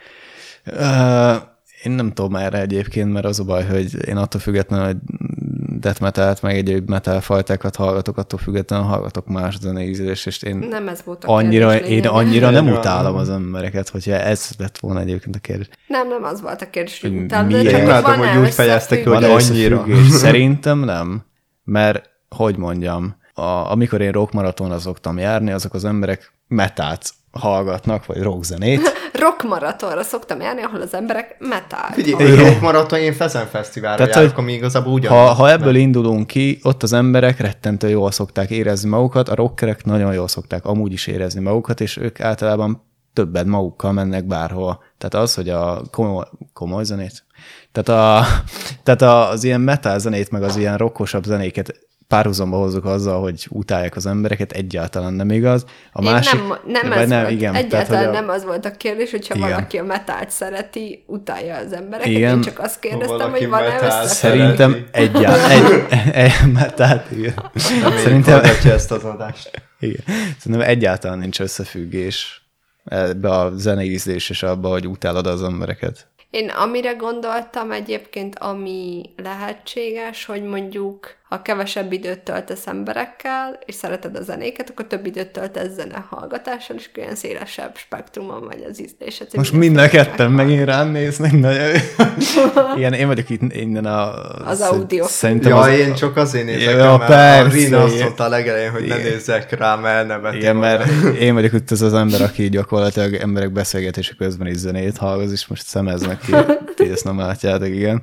Speaker 3: én nem tudom erre egyébként, mert az a baj, hogy én attól függetlenül, hogy death metalt, meg egyéb metal fajtákat hallgatok, attól függetlenül hallgatok más zenei ízlést, és én
Speaker 1: Nem ez volt a kérdés
Speaker 3: én
Speaker 1: lényege.
Speaker 3: annyira nem
Speaker 2: Igen.
Speaker 3: utálom az embereket, hogyha ez lett volna egyébként a kérdés.
Speaker 1: Nem az volt a kérdés, hogy
Speaker 3: Hogy
Speaker 1: utálod,
Speaker 3: miért?
Speaker 1: de csak
Speaker 3: Én
Speaker 1: hogy
Speaker 2: imádom,
Speaker 1: van-e
Speaker 2: hogy úgy fejezte ki, hogy
Speaker 1: összefüggés?
Speaker 2: annyira.
Speaker 3: összefüggés? Szerintem nem, mert hogy mondjam, amikor én rockmaratonra szoktam járni, azok az emberek metált hallgatnak, vagy rockzenét.
Speaker 1: Rockmaratonra szoktam járni, ahol az emberek metált.
Speaker 2: Figyelj, a Rock Marathon, én Fezen Fesztiválra
Speaker 3: Tehát,
Speaker 2: járok,
Speaker 3: hogy
Speaker 2: ami igazából ugyanaz.
Speaker 3: Ha ebből indulunk ki, ott az emberek rettentő jól szokták érezni magukat, a rockerek nagyon jól szokták amúgy is érezni magukat, és ők általában többet magukkal mennek bárhova. Tehát az, hogy a komoly zenét, tehát az ilyen metal zenét, meg az ilyen rockosabb zenéket párhuzamba hozzuk azzal, hogy utálják az embereket, egyáltalán nem igaz. A másik,
Speaker 1: nem
Speaker 3: vagy
Speaker 1: ez volt.
Speaker 3: igen,
Speaker 1: Egyáltalán
Speaker 3: tehát,
Speaker 1: nem az volt a kérdés, hogyha
Speaker 3: Igen.
Speaker 1: valaki a metált szereti, utálja az embereket.
Speaker 3: Igen.
Speaker 1: Én csak azt kérdeztem,
Speaker 2: Valaki
Speaker 1: hogy van-e
Speaker 2: metált
Speaker 1: összefüggés.
Speaker 3: Szerintem tehát igen.
Speaker 2: Szerintem hallgatja ezt az adást.
Speaker 3: Igen. Szerintem egyáltalán nincs összefüggés ebbe a zenei ízlés és abba, hogy utálod az embereket.
Speaker 1: Én amire gondoltam egyébként, ami lehetséges, hogy mondjuk, ha kevesebb időt töltesz emberekkel, és szereted a zenéket, akkor több időt töltesz zenehallgatással, és olyan szélesebb spektrumon vagy az ízlésed.
Speaker 3: Most mind a ketten megint rám néznek, nagyon igen, én vagyok itt innen
Speaker 1: Az audio.
Speaker 3: Szerintem
Speaker 2: Ja,
Speaker 3: az,
Speaker 2: én csak azért nézek
Speaker 3: Ja,
Speaker 2: rá, mert
Speaker 3: persze,
Speaker 2: a Rina azt
Speaker 3: igen.
Speaker 2: mondta a legelején, hogy ne
Speaker 3: Igen.
Speaker 2: nézzek rá, mert elneveti.
Speaker 3: igen, mert én vagyok itt az ember, aki gyakorlatilag emberek beszélgetése közben is zenét hallgat, és most szemeznek ki, ti ezt nem látjátok, igen.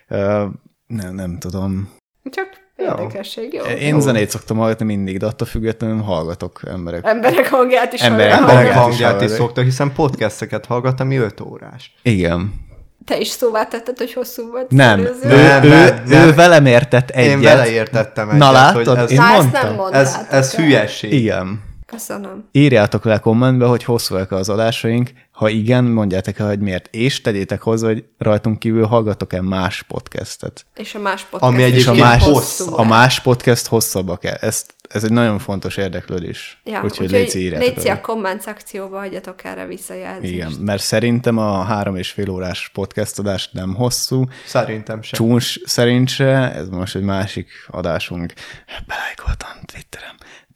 Speaker 3: Nem tudom.
Speaker 1: Csak érdekesség, jó?
Speaker 3: Én zenét szoktam hallgatni mindig, de attól függetlenül hallgatok
Speaker 1: Emberek hangját is
Speaker 3: Emberek
Speaker 1: hallgatom.
Speaker 2: Emberek
Speaker 3: hangját is
Speaker 2: hangját is
Speaker 3: hallgatok.
Speaker 2: szoktak, hiszen podcasteket hallgat, ami 5 órás.
Speaker 3: Igen.
Speaker 1: Te is szóvá tetted, hogy hosszú volt.
Speaker 3: Nem,
Speaker 1: az előző?
Speaker 3: ő velem értett egyet.
Speaker 2: Én vele értettem egyet,
Speaker 3: Na látod?
Speaker 2: hogy ez,
Speaker 3: Én
Speaker 1: Na, ezt
Speaker 3: mondtam.
Speaker 1: nem mondtátok
Speaker 2: ez
Speaker 1: el.
Speaker 2: hülyeség.
Speaker 3: Igen.
Speaker 1: Köszönöm.
Speaker 3: Írjátok le kommentbe, hogy hosszúak az adásaink. Ha igen, mondjátok el, hogy miért. És tegyétek hozzá, hogy rajtunk kívül hallgatok-e más podcastet.
Speaker 1: És a más podcast
Speaker 2: Ami
Speaker 1: is
Speaker 2: egyébként
Speaker 1: ilyen
Speaker 2: hosszú.
Speaker 3: A más podcast hosszabbak-e? Ez egy nagyon fontos érdeklődés.
Speaker 1: Ja,
Speaker 3: úgyhogy légy írjátok
Speaker 1: légy a
Speaker 3: el.
Speaker 1: komment szekcióba hagyjatok erre visszajelzést.
Speaker 3: Igen, mert szerintem a 3,5 órás podcast adás nem hosszú.
Speaker 2: Szerintem sem.
Speaker 3: Csúns szerint se, ez most egy másik adásunk. Belájkoltam Twitteren.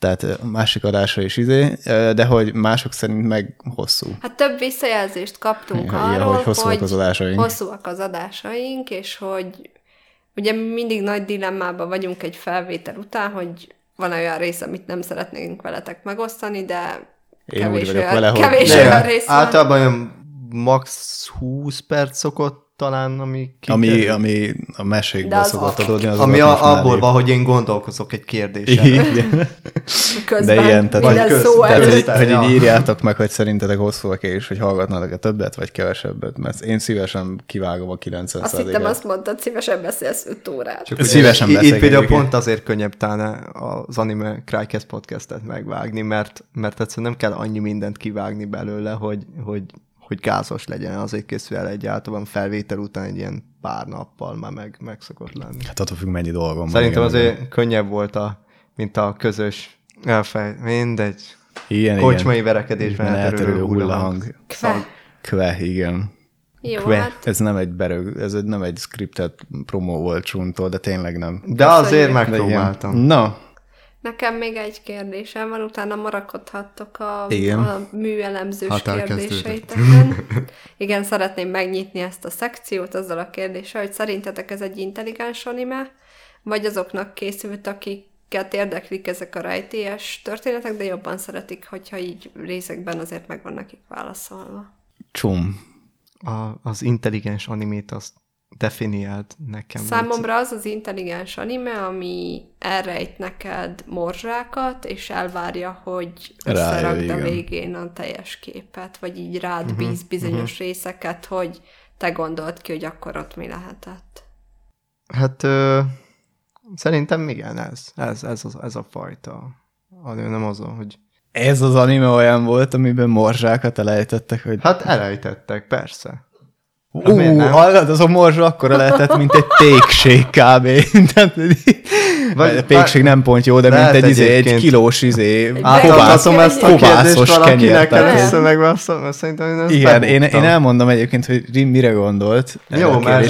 Speaker 3: tehát másik adásra is de hogy mások szerint meg hosszú.
Speaker 1: Hát több visszajelzést kaptunk
Speaker 3: Igen,
Speaker 1: arról,
Speaker 3: hogy hosszúak az adásaink.
Speaker 1: Hosszúak az adásaink, és hogy ugye mindig nagy dilemmában vagyunk egy felvétel után, hogy van olyan rész, amit nem szeretnénk veletek megosztani, de kevés olyan rész van.
Speaker 2: Általában olyan max 20 perc szokott talán,
Speaker 3: ami a mesékből szokott adódni.
Speaker 2: Ami abból van, hogy én gondolkozok egy kérdésen.
Speaker 1: Közben
Speaker 3: de ilyen,
Speaker 1: tehát
Speaker 3: hogy így írjátok meg, hogy szerintetek hosszúak és hogy hallgatnátok-e többet, vagy kevesebbet, mert én szívesen kivágom a 90%-et.
Speaker 1: Azt hittem, azt mondtad, szívesen beszélsz 5 órát.
Speaker 3: Csak szívesen beszélek.
Speaker 2: Itt például pont azért könnyebb talán az Anime Crycast podcastet megvágni, mert egyszerűen nem kell annyi mindent kivágni belőle, hogy gázos legyen, azért készül el egyáltalán felvétel után egy ilyen pár nappal már meg szokott lenni.
Speaker 3: Hát attól függ, mennyi dolgom van.
Speaker 2: Szerintem azért könnyebb volt, mint a közös mindegy. Kocsmai verekedésben elterülő hullahang.
Speaker 3: Kve, igen.
Speaker 1: Jó,
Speaker 3: Kve.
Speaker 1: hát.
Speaker 3: Ez nem egy scriptet promo volt Csuntól, de tényleg nem.
Speaker 2: De azért megpróbáltam.
Speaker 3: Na.
Speaker 1: Nekem még egy kérdésem van, utána marakodhattok a műelemzős kérdéseiteken. Igen, szeretném megnyitni ezt a szekciót azzal a kérdéssel, hogy szerintetek ez egy intelligens anime, vagy azoknak készült, akiket érdeklik ezek a rejtélyes történetek, de jobban szeretik, hogyha így részekben azért meg van nekik válaszolva.
Speaker 3: Csum.
Speaker 2: Az intelligens animét azt definiált nekem.
Speaker 1: Számomra az intelligens anime, ami elrejt neked morzsákat, és elvárja, hogy összerakd a végén a teljes képet, vagy így rád bíz bizonyos részeket, hogy te gondold ki, hogy akkor ott mi lehetett.
Speaker 2: Hát szerintem igen, ez a fajta. Nem az, hogy...
Speaker 3: Ez az anime olyan volt, amiben morzsákat elejtettek, hogy...
Speaker 2: Hát elejtettek, persze.
Speaker 3: Hallod, az a morzsa akkora lehetett, mint egy pékség kb. Vagy a pékség nem pont jó, de mint egy kilós kovászos kenyér.
Speaker 2: Megválaszolom, szerintem
Speaker 3: igen, én elmondom egyébként, hogy mire gondolt.
Speaker 2: Jó, mert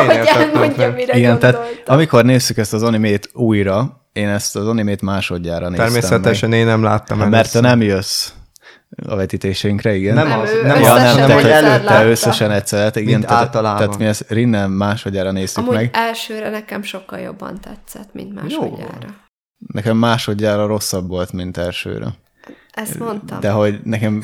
Speaker 3: igen, tehát amikor nézzük ezt az animét újra, én ezt az animét másodjára néztem.
Speaker 2: Természetesen én nem láttam először.
Speaker 3: Mert te nem jössz a vetítéseinkre, igen.
Speaker 2: Nem,
Speaker 3: hogy előtte összesen egyszer. Igen,
Speaker 2: mint általában.
Speaker 3: Tehát mi ezt Rinnen másodjára néztük meg.
Speaker 1: Amúgy elsőre nekem sokkal jobban tetszett, mint másodjára. Jó.
Speaker 3: Nekem másodjára rosszabb volt, mint elsőre.
Speaker 1: Ezt mondtam.
Speaker 3: De hogy nekem...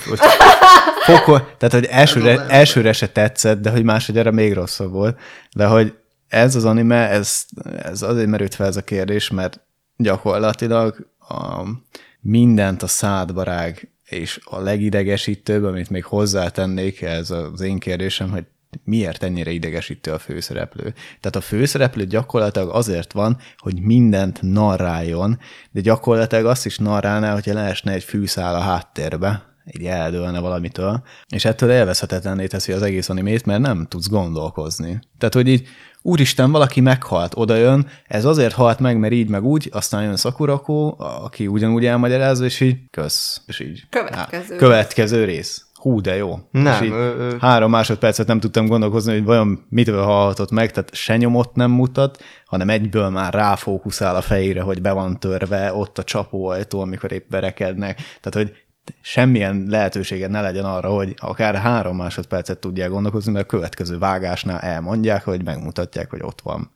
Speaker 3: tehát, hogy elsőre se tetszett, de hogy másodjára még rosszabb volt. De hogy ez az anime, ez azért merült fel ez a kérdés, mert gyakorlatilag mindent a szádba rág, és a legidegesítőbb, amit még hozzátennék, ez az én kérdésem, hogy miért ennyire idegesítő a főszereplő. Tehát a főszereplő gyakorlatilag azért van, hogy mindent narráljon, de gyakorlatilag azt is narrálná, hogyha leesne egy fűszál a háttérbe, így eldőlne valamitől, és ettől élvezhetetlenné teszi az egész animét, mert nem tudsz gondolkozni. Tehát, hogy így úristen, valaki meghalt, odajön, ez azért halt meg, mert így meg úgy, aztán jön Sakurako, aki ugyanúgy elmagyarázza, és így kösz. És így. Következő rész. Hú, de jó.
Speaker 2: Nem.
Speaker 3: És így 3 másodpercet nem tudtam gondolkozni, hogy vajon mitől hallhatott meg, tehát se nyomot nem mutat, hanem egyből már ráfókuszál a fejére, hogy be van törve, ott a csapóajtó, amikor épp verekednek. Tehát, hogy semmilyen lehetőséged ne legyen arra, hogy akár 3 másodpercet tudják gondolkozni, mert a következő vágásnál elmondják, hogy megmutatják, hogy ott van.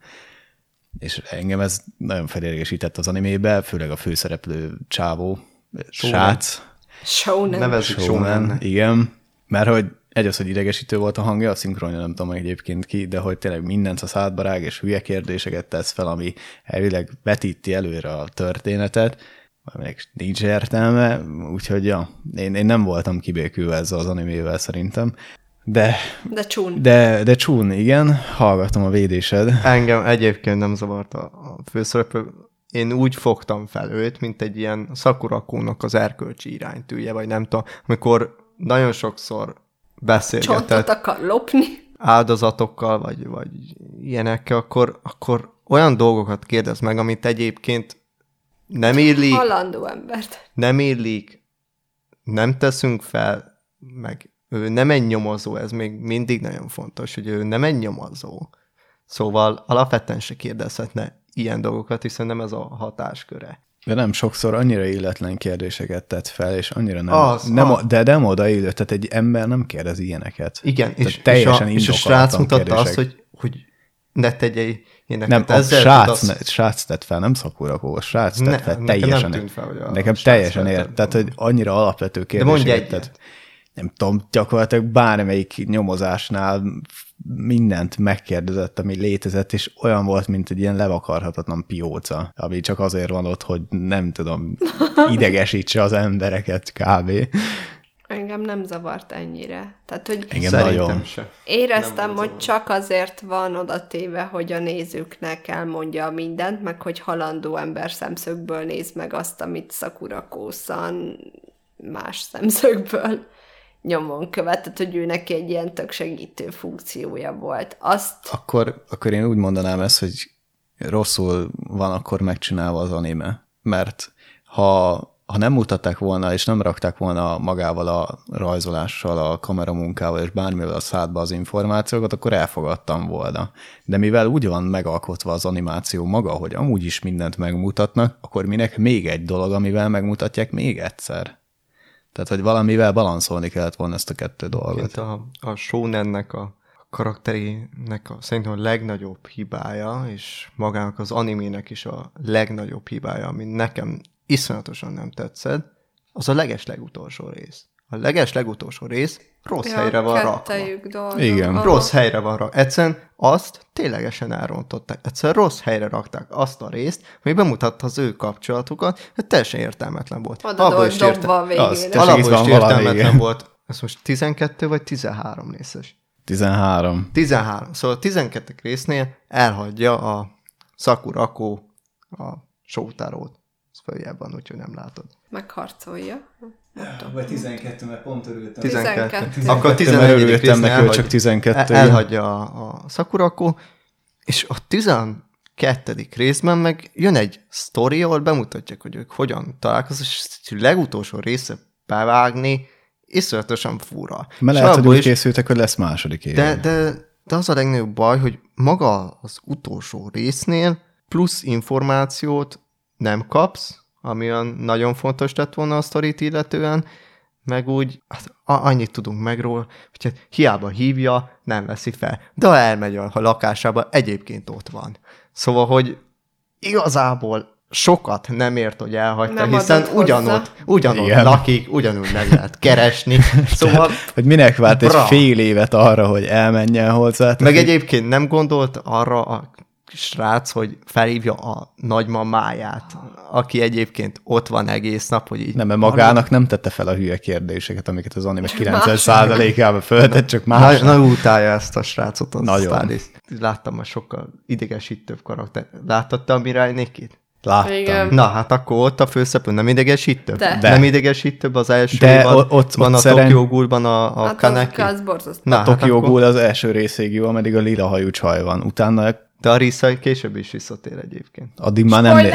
Speaker 3: És engem ez nagyon felidegesített az animébe, főleg a főszereplő csávó, srác.
Speaker 2: Nevezzük Shonen.
Speaker 3: Igen, mert hogy az, hogy idegesítő volt a hangja, a szinkronja nem tudom egyébként ki, de hogy tényleg mindent a szádba rág, és hülye kérdéseket tesz fel, ami elvileg vetíti előre a történetet, még nincs értelme, úgyhogy ja, én nem voltam kibékülve ezzel az animével szerintem. De
Speaker 1: csún.
Speaker 3: De csún, igen, hallgatom a védésed.
Speaker 2: Engem egyébként nem zavart a főszereplő. Én úgy fogtam fel őt, mint egy ilyen Sakurakónak az erkölcsi iránytűje, vagy nem tudom, amikor nagyon sokszor beszélgetett.
Speaker 1: Csontot akar lopni.
Speaker 2: Áldozatokkal, vagy ilyenekkel, akkor olyan dolgokat kérdez meg, amit egyébként nem illik.
Speaker 1: Halandó embert.
Speaker 2: Nem illik, nem teszünk fel, meg ő nem egy nyomozó, ez még mindig nagyon fontos, hogy ő nem egy nyomozó. Szóval alapvetően se kérdezhetne ilyen dolgokat, hiszen nem ez a hatásköre.
Speaker 3: De nem sokszor annyira illetlen kérdéseket tett fel, és annyira nem, de nem odaillő, tehát egy ember nem kérdez ilyeneket.
Speaker 2: Igen,
Speaker 3: és
Speaker 2: a srác mutatta azt, hogy ne tegyél ilyeneket.
Speaker 3: Nem, srác tett fel, nem Sakurako, a srác tett fel, teljesen. Nekem teljesen ért, tehát hogy annyira alapvető kérdéseket tett. Nem tudom, gyakorlatilag bármelyik nyomozásnál mindent megkérdezett, ami létezett, és olyan volt, mint egy ilyen levakarhatatlan pióca, ami csak azért van ott, hogy nem tudom, idegesítse az embereket kb.
Speaker 1: Engem nem zavart ennyire. Tehát, hogy
Speaker 2: szerintem se.
Speaker 1: Éreztem, hogy csak azért van oda téve, hogy a nézőknek elmondja mindent, meg hogy halandó ember szemszögből néz meg azt, amit Sakurako-san más szemszögből nyomon követett, hogy ő neki egy ilyen tök segítő funkciója volt.
Speaker 3: Akkor én úgy mondanám ezt, hogy rosszul van akkor megcsinálva az anime, mert ha nem mutatták volna, és nem rakták volna magával a rajzolással, a kameramunkával, és bármivel a szádba az információkat, akkor elfogadtam volna. De mivel úgy van megalkotva az animáció maga, hogy amúgy is mindent megmutatnak, akkor minek még egy dolog, amivel megmutatják még egyszer? Tehát, hogy valamivel balanszolni kellett volna ezt a kettő dolgot.
Speaker 2: A shonennek a karakterének szerintem a legnagyobb hibája, és magának az animének is a legnagyobb hibája, ami nekem iszonyatosan nem tetszett, az a legutolsó rész. A legutolsó rész rossz helyre van rakva.
Speaker 3: Igen.
Speaker 2: Rossz helyre van rakva. Egyszerűen azt ténylegesen elrontották. Egyszerűen rossz helyre rakták azt a részt, ami bemutatta az ő kapcsolatukat, hogy teljesen értelmetlen volt.
Speaker 1: Alapból is
Speaker 2: értelmetlen volt. Ez most 12 vagy 13 részes?
Speaker 3: 13.
Speaker 2: 13. Szóval a 12. résznél elhagyja a Sakurako a Shoutárót. Ez följebb van, úgyhogy nem látod.
Speaker 1: Megharcolja.
Speaker 3: Vagy 12, mert pont örültem.
Speaker 2: 12. Akkor a 14. résznél
Speaker 3: csak 12.
Speaker 2: elhagyja a Sakurako, és a 12. részben meg jön egy sztori, ahol bemutatják, hogy ők hogyan találkoznak, és legutolsó része bevágni, iszonyatosan fura.
Speaker 3: Mert lehet, hogy úgy készültek, hogy lesz második év.
Speaker 2: De az a legnagyobb baj, hogy maga az utolsó résznél plusz információt nem kapsz, ami olyan nagyon fontos lett volna a sztorit illetően, meg úgy annyit tudunk meg róla, hogy hiába hívja, nem veszi fel. De ha elmegy a lakásába, egyébként ott van. Szóval, hogy igazából sokat nem ért, hogy elhagyta, nem hiszen ugyanott lakik, ugyanúgy meg lehet keresni. Szóval
Speaker 3: hogy minek várt egy fél évet arra, hogy elmenjen hozzá.
Speaker 2: Meg egyébként nem gondolt arra a srác, hogy felhívja a nagymamáját, aki egyébként ott van egész nap, hogy így...
Speaker 3: Nem, mert magának nem tette fel a hülye kérdéseket, amiket az anime 90%-ában föltett, csak más.
Speaker 2: Nagyon utálja ezt a srácot.
Speaker 3: Nagyon.
Speaker 2: Láttam a sokkal idegesítőbb karakter. Láttad te a Mirai Nikit?
Speaker 3: Láttam.
Speaker 1: Igen.
Speaker 2: Na, hát akkor ott a főszereplő nem idegesítőbb?
Speaker 1: De.
Speaker 2: Nem idegesítőbb az első
Speaker 3: ott
Speaker 2: van a Tokyo Ghoulban a Kaneki?
Speaker 1: Az borzasztó.
Speaker 3: Na, a Tokyo Ghoul az első részéig jó, ameddig a lila hajú csaj van. Utána...
Speaker 2: De a Risa később is visszatér egyébként.
Speaker 3: Addig már nem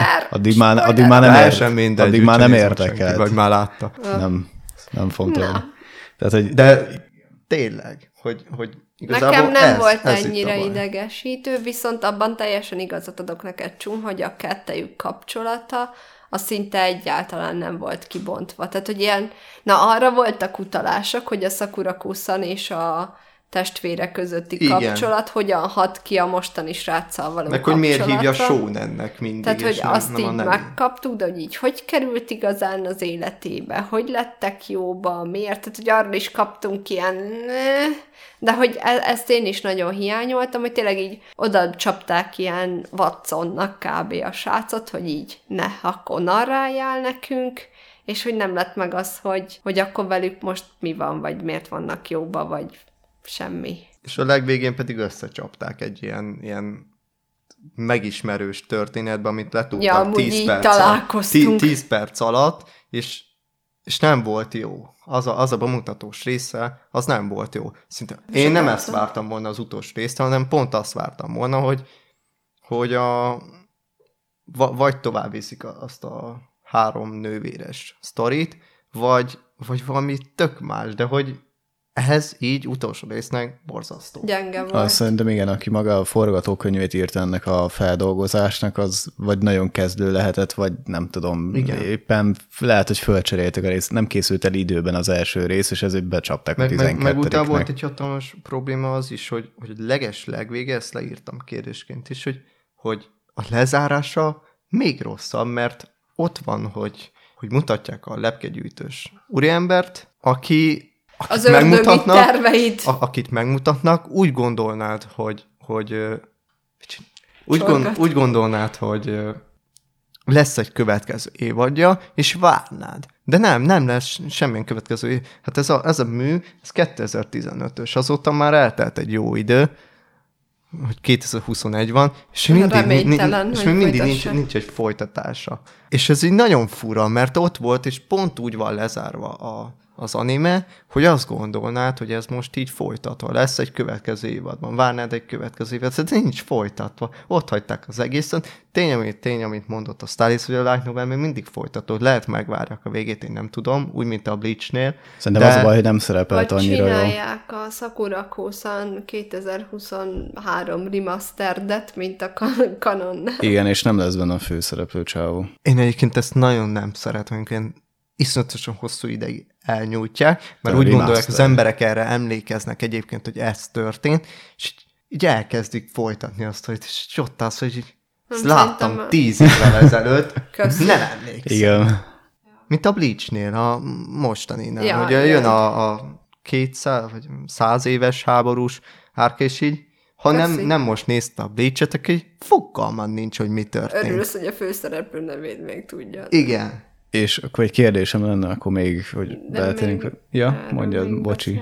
Speaker 3: érdekel.
Speaker 2: Vagy már látta.
Speaker 3: Nem fontos. Tehát, hogy...
Speaker 2: De tényleg, hogy igazából
Speaker 1: nekem nem volt ennyire idegesítő, viszont abban teljesen igazat adok neked, Csun, hogy a kettejük kapcsolata az szinte egyáltalán nem volt kibontva. Tehát, hogy ilyen, arra voltak utalások, hogy a Sakurako-san és a testvére közötti kapcsolat hogyan hat ki a mostani sráccal való
Speaker 2: meg, hogy miért hívja shonennek mindig.
Speaker 1: Tehát, hogy azt így megkaptuk, de hogy így hogy került igazán az életébe, hogy lettek jóba, miért, tehát, hogy arra is kaptunk ilyen... De hogy ezt én is nagyon hiányoltam, hogy tényleg így oda csapták ilyen Watsonnak kb. A srácot, hogy így akkor narráljál nekünk, és hogy nem lett meg az, hogy akkor velük most mi van, vagy miért vannak jóba, vagy semmi.
Speaker 2: És a legvégén pedig összecsapták egy ilyen megismerős történetben, amit letudtak 10 perc alatt, és nem volt jó. Az a bemutatós része, az nem volt jó. Szinte én nem ezt vártam volna az utolsó részt, hanem pont azt vártam volna, hogy vagy tovább viszik azt a 3 nővéres sztorit, vagy valami tök más, de hogy Ez így utolsó résznek borzasztó.
Speaker 1: Gyenge volt.
Speaker 3: Azt szerintem igen, aki maga a forgatókönyvét írt ennek a feldolgozásnak, az vagy nagyon kezdő lehetett, vagy nem tudom, igen. Éppen lehet, hogy fölcseréltek a részt, nem készült el időben az első rész, és ezért becsapták a 12-nek.
Speaker 2: Meg utána volt egy hatalmas probléma az is, hogy legvége, ezt leírtam kérdésként is, hogy a lezárása még rosszabb, mert ott van, hogy mutatják a lepkegyűjtős úriembert,
Speaker 1: az ördögi terveit.
Speaker 2: Akit megmutatnak, úgy gondolnád, úgy gondolnád, hogy lesz egy következő évadja, és várnád. De nem lesz semmilyen következő év. Hát ez a mű, ez 2015-ös, azóta már eltelt egy jó idő, hogy 2021 van, és mindig nincs egy folytatása. És ez így nagyon fura, mert ott volt, és pont úgy van lezárva az anime, hogy azt gondolnád, hogy ez most így folytatva lesz egy következő évadban. Várnád egy következő évadban, de nincs folytatva. Ott hagyták az egészet. Tény, amit mondott a Stalis, hogy a Light Novel még mindig folytató. Lehet megvárják a végét, én nem tudom, úgy, mint a Bleachnél.
Speaker 3: Szerintem az a baj, hogy nem szerepelt
Speaker 1: annyira
Speaker 3: jól.
Speaker 1: Csinálják a Sakura-ko-san 2023 remasteredet, mint a Canon.
Speaker 3: Igen, és nem lesz benne a főszereplő csávó.
Speaker 2: Én egyébként ezt nagyon nem szeretem, én iszonyatosan hosszú ideig elnyújtják, mert úgy gondolják, az emberek erre emlékeznek egyébként, hogy ez történt, és így elkezdik folytatni azt, hogy ott az, hogy ezt láttam 10 évvel ezelőtt, nem emlékszem.
Speaker 3: Igen.
Speaker 2: Mint a Bleachnél, a mostaninál, ja, hogy jön a 200 vagy 100 éves háborús árk, és így, ha nem most nézte a Bleach-et, akkor fogalmad nincs, hogy mi történt.
Speaker 1: Örülsz, hogy a főszereplő nevét még tudja.
Speaker 2: Igen.
Speaker 3: És akkor egy kérdésem lenne, akkor még, hogy beletérünk. Ja, mondjad, bocsi.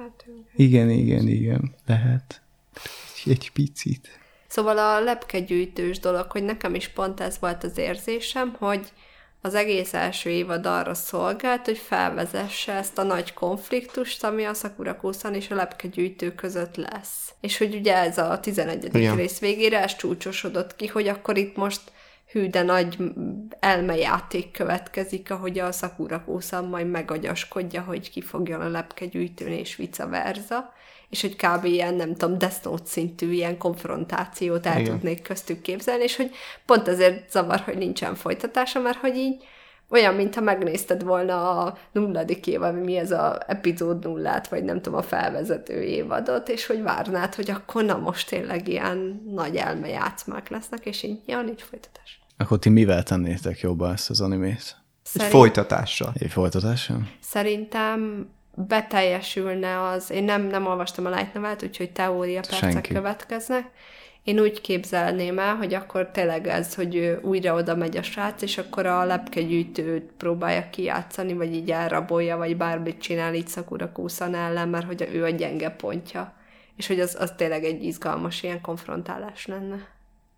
Speaker 3: Igen, lehet. Egy picit.
Speaker 1: Szóval a lepkegyűjtős dolog, hogy nekem is pont ez volt az érzésem, hogy az egész első évad arra szolgált, hogy felvezesse ezt a nagy konfliktust, ami a Sakura-ko-san és a lepkegyűjtő között lesz. És hogy ugye ez a 11. rész végére ez csúcsosodott ki, hogy akkor itt most hű, de nagy elmejáték következik, ahogy a Sakura-ko-san majd megagyaskodja, hogy kifogjon a lepkegyűjtőn és vice versa, és hogy kb. Ilyen, nem tudom, Death Note szintű ilyen konfrontációt el tudnék köztük képzelni, és hogy pont azért zavar, hogy nincsen folytatása, mert hogy így olyan, mintha megnézted volna a 0. évad, mi ez a epizód 0-át, vagy nem tudom, a felvezető évadot, és hogy várnád, hogy akkor na most tényleg ilyen nagy elmejátszmák lesznek, és így, ja, nincs folytatás.
Speaker 3: Akkor ti mivel tennétek jobban ezt az animét?
Speaker 2: Egy folytatással.
Speaker 3: Egy folytatással?
Speaker 1: Szerintem beteljesülne az, én nem olvastam a Light Novelt, úgyhogy teória percek következnek. Én úgy képzelném el, hogy akkor tényleg ez, hogy újra oda megy a srác, és akkor a lepkegyűjtőt próbálja kijátszani, vagy így elrabolja, vagy bármit csinál így Sakura-ko-san ellen, mert hogy ő a gyenge pontja. És hogy az tényleg egy izgalmas ilyen konfrontálás lenne.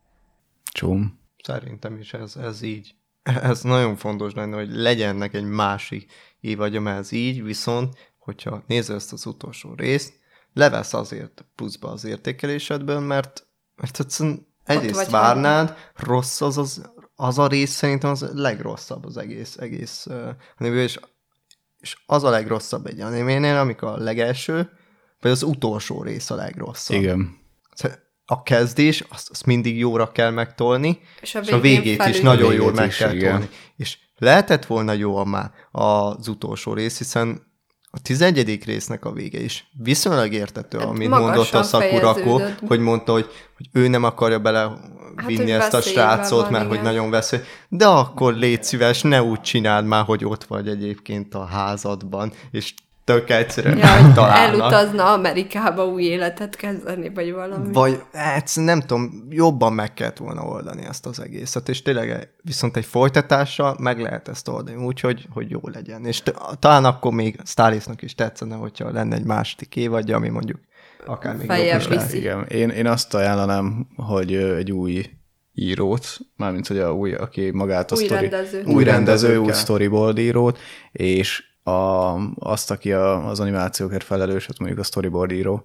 Speaker 3: Csóm.
Speaker 2: Szerintem is ez így. Ez nagyon fontos lenne, hogy legyennek egy másik évadja, mert ez így, viszont, hogyha nézed ezt az utolsó részt, levesz azért pluszba az értékelésedből, mert egyszerűen egyrészt várnád, rossz az a rész, szerintem az legrosszabb az egész animéből, és az a legrosszabb egy animénél, amikor a legelső, vagy az utolsó rész a legrosszabb.
Speaker 3: Igen.
Speaker 2: A kezdés, azt mindig jóra kell megtolni, és a végét is nagyon jól meg kell tolni. És lehetett volna jó már az utolsó rész, hiszen a 11. résznek a vége is viszonylag értető, amit mondott a Sakurako, hogy mondta, hogy ő nem akarja belevinni ezt a srácot, mert hogy nagyon veszély. De akkor légy szíves, ne úgy csináld már, hogy ott vagy egyébként a házadban, és tök egyszerűen találnak.
Speaker 1: Elutazna Amerikába új életet kezdeni, vagy valami.
Speaker 2: Vagy nem tudom, jobban meg kellett volna oldani ezt az egészet, és tényleg viszont egy folytatással meg lehet ezt oldani, úgyhogy jó legyen. És talán akkor még Stalisnak is tetszene, hogyha lenne egy második évadja, ami mondjuk akár még jobb is lehet.
Speaker 3: Igen. Én azt ajánlanám, hogy egy új írót, mármint hogy aki magát a új rendező, új storyboard írót, és azt, aki az animációkért felelős, hát mondjuk a storyboard író,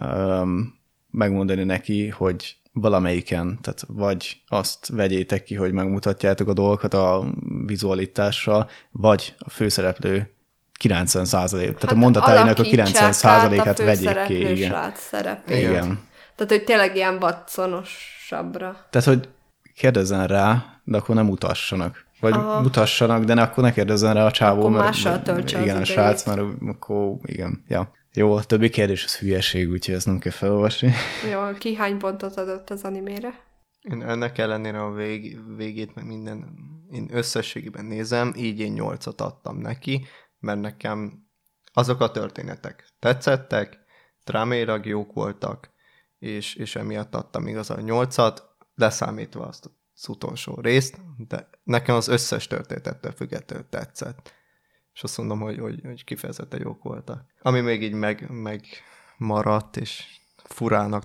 Speaker 3: megmondani neki, hogy valamelyiken, tehát vagy azt vegyétek ki, hogy megmutatjátok a dolgokat a vizualitással, vagy a főszereplő 90%, tehát a mondatainak a 90%-át vegyék ki. Igen.
Speaker 1: Igen. Tehát, hogy tényleg ilyen Watsonosabbra.
Speaker 3: Tehát, hogy kérdezzen rá, de akkor nem mutassanak. Vagy mutassanak, de akkor ne kérdezzen rá a csávó,
Speaker 1: akkor
Speaker 3: mert
Speaker 1: mással töltse
Speaker 3: igen, a srác, mert akkor igen. Ja. Jó, a többi kérdés az hülyeség, úgyhogy ezt nem kell felolvasni.
Speaker 1: Jó, ki hány pontot adott az animére?
Speaker 2: Én ennek ellenére a végét, meg minden, én összességében nézem, így én 8-at adtam neki, mert nekem azok a történetek tetszettek, drámailag jók voltak, és emiatt adtam igazán 8-at, leszámítva azt az utolsó részt, de nekem az összes történetettől függetlenül tetszett. És azt mondom, hogy kifejezetten jók voltak. Ami még így megmaradt, és furának,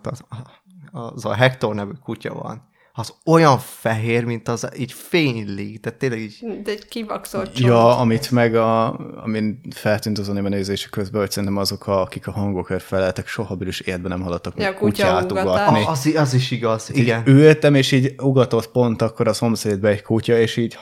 Speaker 2: az a Hector nevű kutya van. Az olyan fehér, mint az így fénylik, tehát tényleg így...
Speaker 1: De egy kivaxolt csont.
Speaker 3: Ja, amit amin feltűnt az anime nézése közben, hogy szerintem azok, akik a hangokért feleltek, soha bűrös életben nem hallottak meg kutyát ugatni.
Speaker 2: Az is igaz, igen.
Speaker 3: Ültem, és így ugatott pont akkor a szomszédbe egy kutya, és így,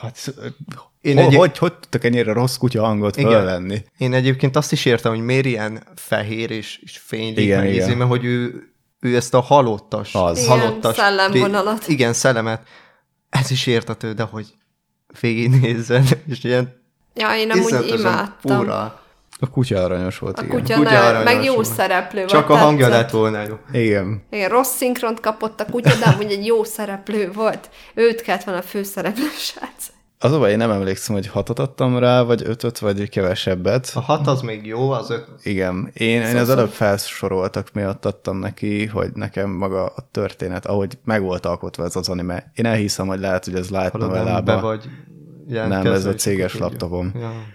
Speaker 3: hogy tudtak ennyire rossz kutya hangot felvenni?
Speaker 2: Én egyébként azt is értem, hogy miért ilyen fehér és fénylik, igen. Mert hogy ő ezt a halottas
Speaker 1: szellemvonalat.
Speaker 2: Igen, szellemet. Ez is értető, de hogy végignézzen, és ilyen
Speaker 1: én amúgy imádtam.
Speaker 2: Fura.
Speaker 3: A kutya aranyos volt,
Speaker 1: a kutya aranyos meg jó szereplő volt.
Speaker 2: Csak a hangja lett volna jó.
Speaker 3: Igen.
Speaker 1: Rossz szinkront kapott a kutya, de amúgy egy jó szereplő volt. Őt kellett volna a főszereplő srác.
Speaker 3: Az a baj, én nem emlékszem, hogy 6-ot adtam rá, vagy 5-öt, vagy kevesebbet.
Speaker 2: A 6 az még jó, az 5.
Speaker 3: Igen. Én az előbb felsoroltak miatt adtam neki, hogy nekem maga a történet, ahogy meg volt alkotva ez az anime. Én elhiszem, hogy lehet, hogy ez light novellába. Nem, ez a céges laptopom.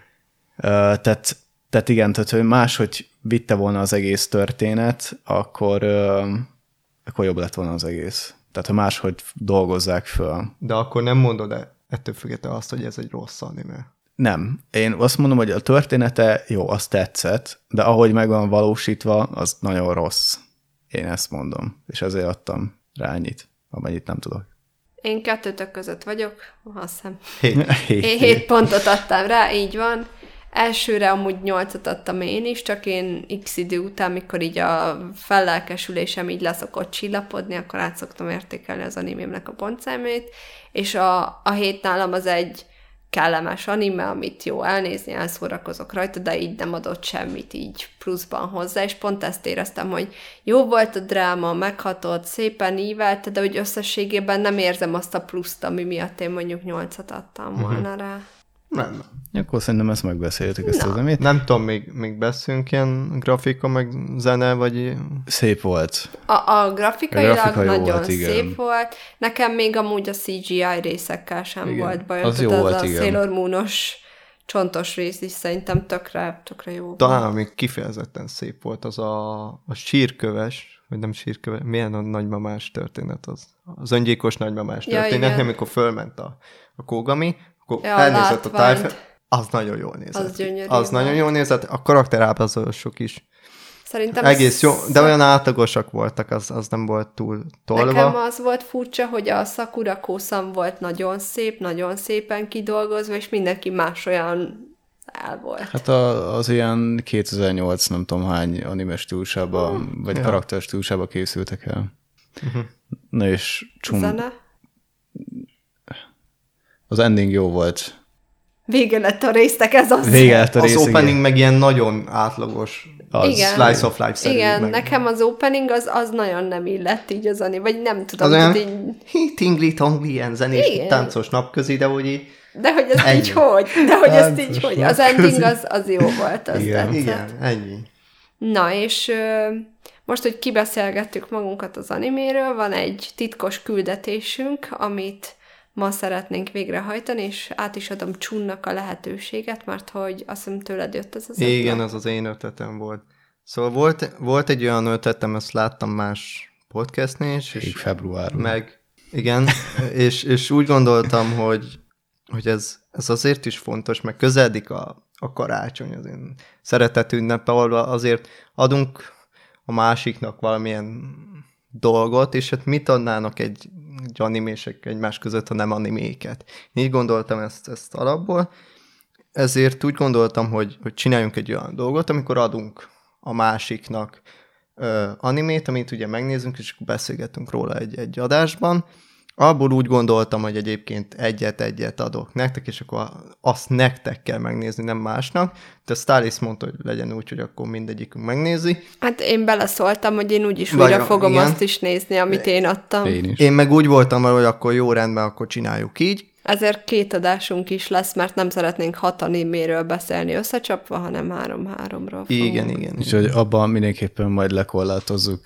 Speaker 3: Ja. Tehát igen, tehát hogy máshogy vitte volna az egész történet, akkor jobb lett volna az egész. Tehát ha máshogy dolgozzák föl.
Speaker 2: De akkor nem mondod ettől függetlenül azt, hogy ez egy rossz anime.
Speaker 3: Nem. Én azt mondom, hogy a története jó, az tetszett, de ahogy meg van valósítva, az nagyon rossz. Én ezt mondom. És ezért adtam rá ennyit, amennyit nem tudok.
Speaker 1: Én 2 között vagyok, azt hiszem.
Speaker 3: 7
Speaker 1: pontot adtam rá, így van. Elsőre amúgy 8-at adtam én is, csak én x idő után, mikor így a fellelkesülésem így leszokott csillapodni, akkor át szoktam értékelni az animémnek a pontszámait, és a 7 nálam az egy kellemes anime, amit jó elnézni, elszórakozok rajta, de így nem adott semmit így pluszban hozzá, és pont ezt éreztem, hogy jó volt a dráma, meghatott, szépen ívelte, de hogy összességében nem érzem azt a pluszt, ami miatt én mondjuk 8-at adtam volna rá.
Speaker 2: Nem.
Speaker 3: Akkor szerintem ezt megbeszéltük, ezt az amit.
Speaker 2: Nem tudom, még beszélünk ilyen grafika, meg zene, vagy...
Speaker 3: Szép volt.
Speaker 1: A grafikailag nagyon
Speaker 3: volt,
Speaker 1: szép volt. Nekem még amúgy a CGI részekkel sem volt bajom.
Speaker 3: Az jó volt,
Speaker 1: a Sailor Moon-os csontos rész is szerintem tökre jó.
Speaker 2: Talán még kifejezetten szép volt az a sírköves, vagy nem sírköves, milyen a nagymamás történet az? Az öngyilkos nagymamás történet, amikor fölment a Kogami, akkor elnézett a tájfel, az nagyon jól nézett.
Speaker 1: Az gyönyörű.
Speaker 2: Az nagyon jól nézett, a karakterábrázolások is.
Speaker 1: Szerintem
Speaker 2: egész jó, de olyan átlagosak voltak, az nem volt túl tolva.
Speaker 1: Nekem az volt furcsa, hogy a Sakura Kosan volt nagyon szép, nagyon szépen kidolgozva, és mindenki más olyan el volt.
Speaker 3: Hát az ilyen 2008 nem tudom hány anime stílusában, vagy karakter stílusában készültek el. Na és
Speaker 1: Zene?
Speaker 3: Az ending jó volt.
Speaker 1: Vége lett a résztek, ez az.
Speaker 3: Vége lett a rész,
Speaker 2: az opening meg ilyen nagyon átlagos.
Speaker 1: Igen.
Speaker 2: Slice of life-szerű.
Speaker 1: Igen, nekem az opening az nagyon nem illett így az anime, vagy nem tudom.
Speaker 2: Az olyan tingli-tongli, ilyen zenés, táncos napközi, de hogy így...
Speaker 1: De hogy ez így hogy? De hogy ezt így hogy? Az ending az jó volt, az tetszett.
Speaker 2: Igen, ennyi.
Speaker 1: Na, és most, hogy kibeszélgettük magunkat az animéről, van egy titkos küldetésünk, amit ma szeretnénk végrehajtani, és át is adom Csunnak a lehetőséget, mert hogy azt hiszem tőled jött ez az ötlet.
Speaker 2: Igen, az az én ötletem volt. Szóval volt egy olyan ötletem, ezt láttam más podcastnél is.
Speaker 3: És februárban.
Speaker 2: Igen, és úgy gondoltam, hogy ez azért is fontos, meg közeledik a karácsony, az én szeretett ünnepe, azért adunk a másiknak valamilyen dolgot, és hát mit adnának egy animések egymás között, ha nem animéket. Így gondoltam ezt alapból. ezért úgy gondoltam, hogy csináljunk egy olyan dolgot, amikor adunk a másiknak animét, amit ugye megnézünk, és akkor beszélgetünk róla egy adásban. Abból úgy gondoltam, hogy egyébként egyet adok nektek, és akkor azt nektek kell megnézni, nem másnak. De a Stalis mondta, hogy legyen úgy, hogy akkor mindegyikünk megnézi.
Speaker 1: Hát én beleszóltam, hogy én úgyis újra fogom igen. Azt is nézni, amit én adtam.
Speaker 2: Én meg úgy voltam, hogy akkor jó rendben, akkor csináljuk így.
Speaker 1: Ezért 2 adásunk is lesz, mert nem szeretnénk 6 animéről beszélni összecsapva, hanem 3-3-ról.
Speaker 2: Igen.
Speaker 3: Úgyhogy abban mindenképpen majd lekorlátozzuk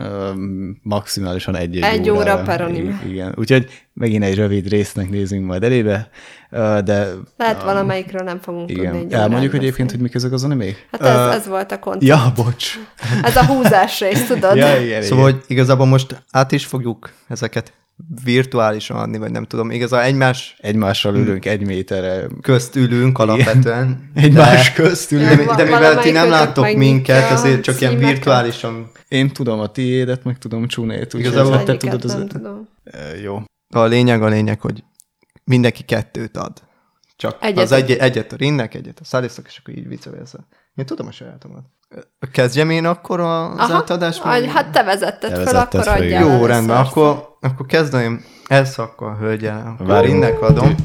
Speaker 3: maximálisan egy
Speaker 1: óra per anime.
Speaker 3: Igen. Úgyhogy megint egy rövid résznek nézünk majd elébe, de...
Speaker 1: Lehet valamelyikről nem fogunk tudni.
Speaker 3: Elmondjuk egyébként, hogy mik ezek az animék?
Speaker 1: Hát ez volt a koncept.
Speaker 3: Ja, bocs.
Speaker 1: Ez a húzás rész, tudod?
Speaker 2: Ja, igen, szóval, hogy igazából most át is fogjuk ezeket virtuálisan adni, vagy nem tudom. Igazából egymással ülünk 1 méterre. Közt ülünk alapvetően.
Speaker 3: Egymás közt ülünk.
Speaker 2: De mivel ti nem láttok minket, azért csak ilyen virtuálisan.
Speaker 3: Én tudom a tiédet, meg tudom Csunét.
Speaker 2: Igazából
Speaker 3: te tudod
Speaker 1: nem tudom.
Speaker 3: Jó.
Speaker 2: A lényeg, hogy mindenki 2 ad. Csak egyet a Rinnek, egyet a Szalisznak, és akkor így vice-versa. Én tudom a sajátomat. Kezdjem én akkor az átadást?
Speaker 1: Hát te vezetted fel, akkor adjál.
Speaker 2: Jó, rendben, akkor kezdem elszakkal hölgyel. Akkor Rinnek adom.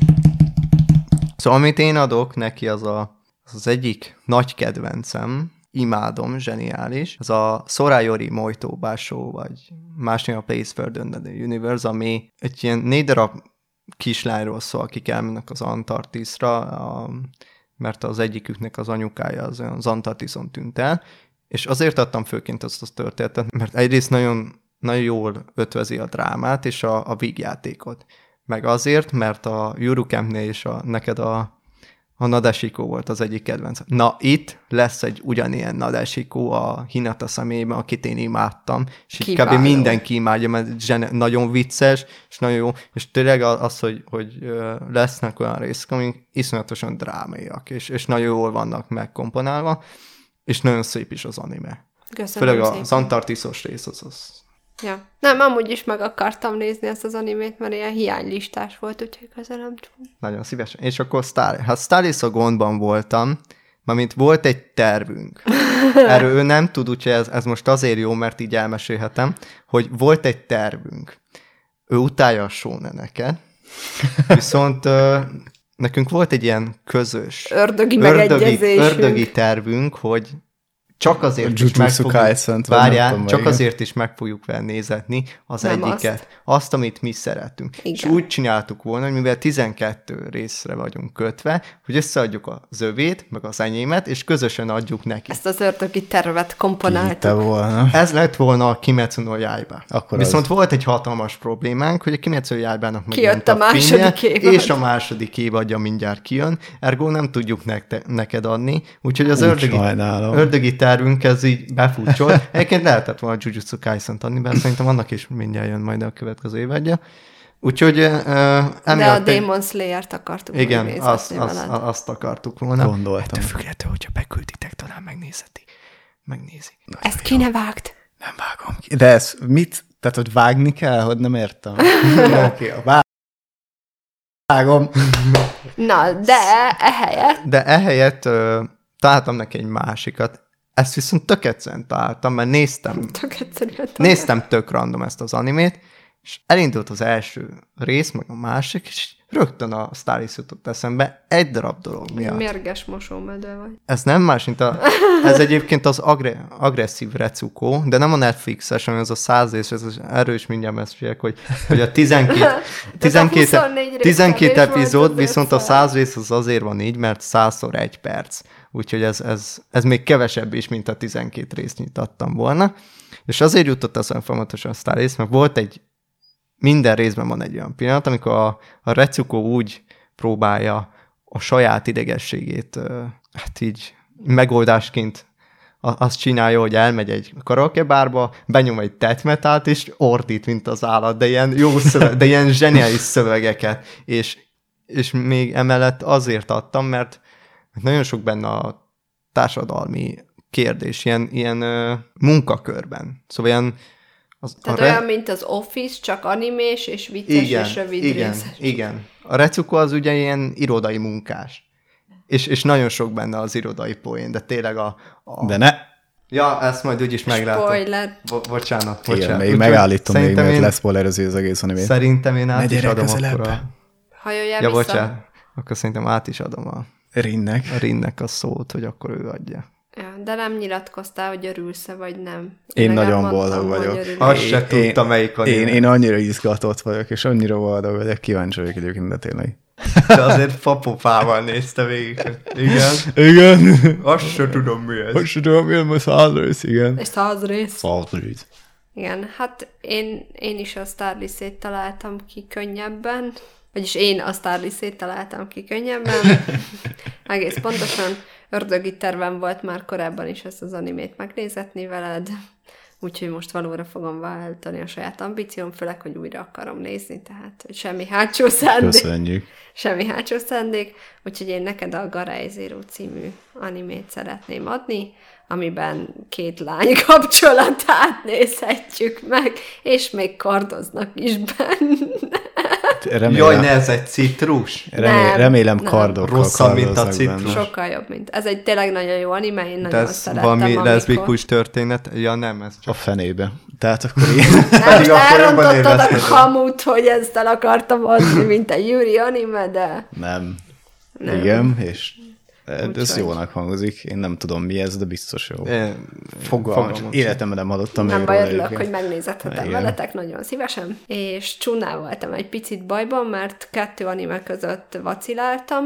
Speaker 2: Szóval amit én adok neki, az egyik nagy kedvencem, imádom, zseniális. Ez a Sorayori Moito Basho, vagy másnél a Place Further Than the Universe, ami egy ilyen 4 darab kislányról szól, akik elmennek az Antarktiszra, mert az egyiküknek az anyukája az Antarktiszon tűnt el, és azért adtam főként azt a történetet, mert egyrészt nagyon, nagyon jól ötvezi a drámát és a vígjátékot. Meg azért, mert a Yuru Campnél is neked a Nadeshiko volt az egyik kedvenc. Na, itt lesz egy ugyanilyen Nadeshiko a Hinata személyében, akit én imádtam, és itt kb. Mindenki imádja, mert nagyon vicces, és nagyon jó, és tényleg az, hogy lesznek olyan részek, amik iszonyatosan drámaiak, és nagyon jól vannak megkomponálva, és nagyon szép is az anime.
Speaker 1: Köszönöm
Speaker 2: főleg
Speaker 1: szépen.
Speaker 2: Az antarktiszos rész az.
Speaker 1: Ja. Nem, amúgy is meg akartam nézni ezt az animét, mert ilyen hiánylistás volt, úgyhogy közelem tudom.
Speaker 2: Nagyon szívesen. És akkor Stalis a gondban voltam, mármint volt egy tervünk. Erről ő nem tud, úgyhogy ez most azért jó, mert így elmesélhetem, hogy volt egy tervünk. Ő utálja a shoneneket, viszont nekünk volt egy ilyen közös ördögi tervünk, hogy csak azért is meg fogjuk vele nézetni az nem egyiket. Azt, amit mi szeretünk. Igen. És úgy csináltuk volna, hogy mivel 12 részre vagyunk kötve, hogy összeadjuk az övét, meg az enyémet, és közösen adjuk neki.
Speaker 1: Ezt az ördögi tervet komponáltuk.
Speaker 2: Ez lett volna a Kimetsu no Yaiba. Viszont volt egy hatalmas problémánk, hogy a Kimetsu no Yaibának
Speaker 1: kijött a második évad.
Speaker 2: És a második évadja mindjárt kijön. Ergo nem tudjuk neked adni. Úgyhogy az ördögi tervünk ez így befutcsolt. Egyébként lehetett volna Jujutsu Kaisen-t adni, mert szerintem annak is mindjárt jön majd a következő évadja. Úgyhogy
Speaker 1: de a Demon Slayer-t akartuk volna.
Speaker 2: Igen, azt akartuk volna.
Speaker 3: Gondoltam.
Speaker 2: Ettől függetlenül, hogyha bekülditek, talán megnézi.
Speaker 1: Ezt ki ne vágd?
Speaker 2: Nem vágom ki.
Speaker 3: De ez mit? Tehát, hogy vágni kell? Hogy nem értem. Oké, vágom.
Speaker 1: Na, de ehelyett
Speaker 2: találtam neki egy másikat. Ezt viszont tök egyszerűen találtam, mert néztem tök random ezt az animét, és elindult az első rész, meg a másik, és rögtön a Stalis jutott eszembe egy darab dolog miatt.
Speaker 1: Mérges mosómedve vagy.
Speaker 2: Ez nem más, mint ez egyébként az agresszív Retsuko, de nem a Netflixes, hanem ez a 100 rész, erről is mindjárt mesélek, hogy a 12 epizód, viszont a 100 rész az azért van így, mert 100x1 perc. Úgyhogy ez még kevesebb is, mint a 12 részt nyitottam volna. És azért jutott eszembe folyamatosan a Stalis, mert volt minden részben van egy olyan pillanat, amikor a Retsuko úgy próbálja a saját idegességét hát így megoldásként azt csinálja, hogy elmegy egy karaokebárba, benyom egy death metalt, és ordít, mint az állat, de ilyen jó de ilyen zseniális szövegeket. És még emellett azért adtam, mert nagyon sok benne a társadalmi kérdés, ilyen munkakörben. Szóval ilyen
Speaker 1: tehát olyan, mint az Office, csak animés és vicces és rövid részes.
Speaker 2: Igen. A Retsuko az ugye ilyen irodai munkás. és nagyon sok benne az irodai poén, de tényleg
Speaker 3: De ne!
Speaker 2: Ja, ezt majd úgyis meglátom.
Speaker 1: Spoiler.
Speaker 2: Bocsánat.
Speaker 3: Igen, még megállítom még, mert leszpoilerezi az egész animét.
Speaker 2: Szerintem én át is adom akkor
Speaker 1: Hajoljál
Speaker 2: Ja,
Speaker 1: vissza.
Speaker 2: bocsánat. Akkor szerintem át is adom a Rinnek a szót, hogy akkor ő adja.
Speaker 1: Ja, de nem nyilatkoztál, hogy örülsz-e, vagy nem.
Speaker 3: Én
Speaker 1: legalább
Speaker 3: nagyon
Speaker 1: mondtam,
Speaker 3: boldog
Speaker 1: hogy
Speaker 3: vagyok.
Speaker 1: örülök.
Speaker 2: Azt se tudta, melyik anime.
Speaker 3: Én annyira izgatott vagyok, és annyira boldog vagyok, kíváncsi vagyok egyébként, de tényleg.
Speaker 2: De azért papopával nézte végig. Igen.
Speaker 3: Igen.
Speaker 2: Azt se tudom, mi ez.
Speaker 3: Azt se tudom, mi ez a 100 rész, igen.
Speaker 1: És 100 rész.
Speaker 3: 100 rész.
Speaker 1: Igen, hát én is a Starlist-ét találtam ki könnyebben, vagyis én a Starlist-ét találtam ki könnyebben. Egész pontosan ördögi tervem volt már korábban is ezt az animét megnézetni veled, úgyhogy most valóra fogom váltani a saját ambícióm, főleg, hogy újra akarom nézni, tehát hogy semmi hátsó szándék.
Speaker 3: Köszönjük.
Speaker 1: Semmi hátsó szándék, úgyhogy én neked a Garai Zero című animét szeretném adni, amiben két lány kapcsolatát nézhetjük meg, és még kardoznak is benne.
Speaker 2: Jaj, ne, ez egy citrus.
Speaker 3: Remélem kardokkal
Speaker 2: rosszabb, mint a
Speaker 3: kardoznak
Speaker 2: citrus.
Speaker 3: benne.
Speaker 1: Sokkal jobb, mint. Ez egy tényleg nagyon jó anime, én
Speaker 2: De
Speaker 1: nagyon
Speaker 2: ez
Speaker 1: szerettem,
Speaker 2: valami
Speaker 1: amikor...
Speaker 2: leszbikus történet? Ja, nem, ez
Speaker 3: A
Speaker 2: csak...
Speaker 3: fenébe. Tehát akkor én...
Speaker 1: Nem,
Speaker 2: Pedig
Speaker 1: most
Speaker 2: akkor jobban
Speaker 1: elrontottad a
Speaker 2: élvezheted.
Speaker 1: kamut, hogy ezt el akartam adni, mint egy Yuri anime, de...
Speaker 3: Nem.
Speaker 1: Nem.
Speaker 3: Igen, és ez
Speaker 1: Úgyhogy.
Speaker 3: jónak hangzik. Én nem tudom mi ez, de biztos jó.
Speaker 2: Fogalmam.
Speaker 3: Életemben nem hallottam
Speaker 1: Nem
Speaker 3: még
Speaker 1: baj,
Speaker 3: róla
Speaker 1: örülök,
Speaker 3: egyébként.
Speaker 1: hogy megnézhetem
Speaker 3: Igen.
Speaker 1: veletek nagyon szívesen. És Csunál voltam egy picit bajban, mert 2 anime között vaciláltam,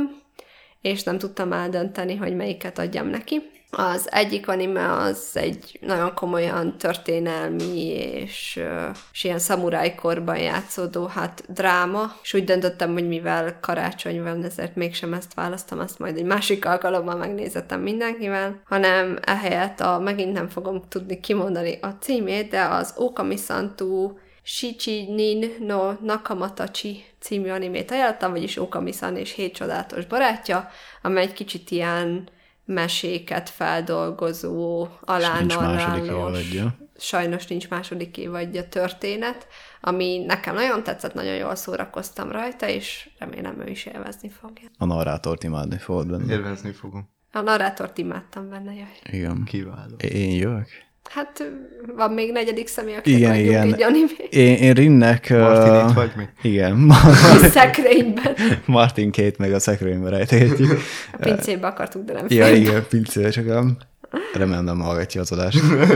Speaker 1: és nem tudtam eldönteni, hogy melyiket adjam neki. Az egyik anime az egy nagyon komolyan történelmi és ilyen szamurájkorban játszódó dráma, és úgy döntöttem, hogy mivel karácsony van, ezért mégsem ezt választom, azt majd egy másik alkalommal megnézettem mindenkivel, hanem ehelyett megint nem fogom tudni kimondani a címét, de az Okami-santu Shichinin no Nakamatachi című animét ajánlottam, vagyis Okami-san és 7 csodálatos barátja, amely egy kicsit ilyen meséket feldolgozó,
Speaker 3: Nincs második
Speaker 1: alánarrálós,
Speaker 3: évadja.
Speaker 1: sajnos nincs második évadja történet, ami nekem nagyon tetszett, nagyon jól szórakoztam rajta, és remélem ő is élvezni fogja.
Speaker 3: A narrátort imádni fogod benne.
Speaker 2: Élvezni fogom.
Speaker 1: A narrátort imádtam benne, jaj.
Speaker 3: Igen.
Speaker 2: Kiváló.
Speaker 3: Én jövök?
Speaker 1: Hát van még 4. személy, akinek
Speaker 3: Igen,
Speaker 1: adjunk
Speaker 3: igen.
Speaker 1: egy animét.
Speaker 3: Én Rinnek...
Speaker 2: Martin, itt vagy mi?
Speaker 3: Igen.
Speaker 1: A szekrényben.
Speaker 3: Martin-két meg a szekrénybe rejtegetjük.
Speaker 1: A pincébe akartuk, de nem
Speaker 3: Ja,
Speaker 1: félt.
Speaker 3: igen, pincébe csak remélem nem hallgatja az adást.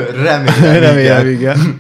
Speaker 2: Remélem,
Speaker 3: igen.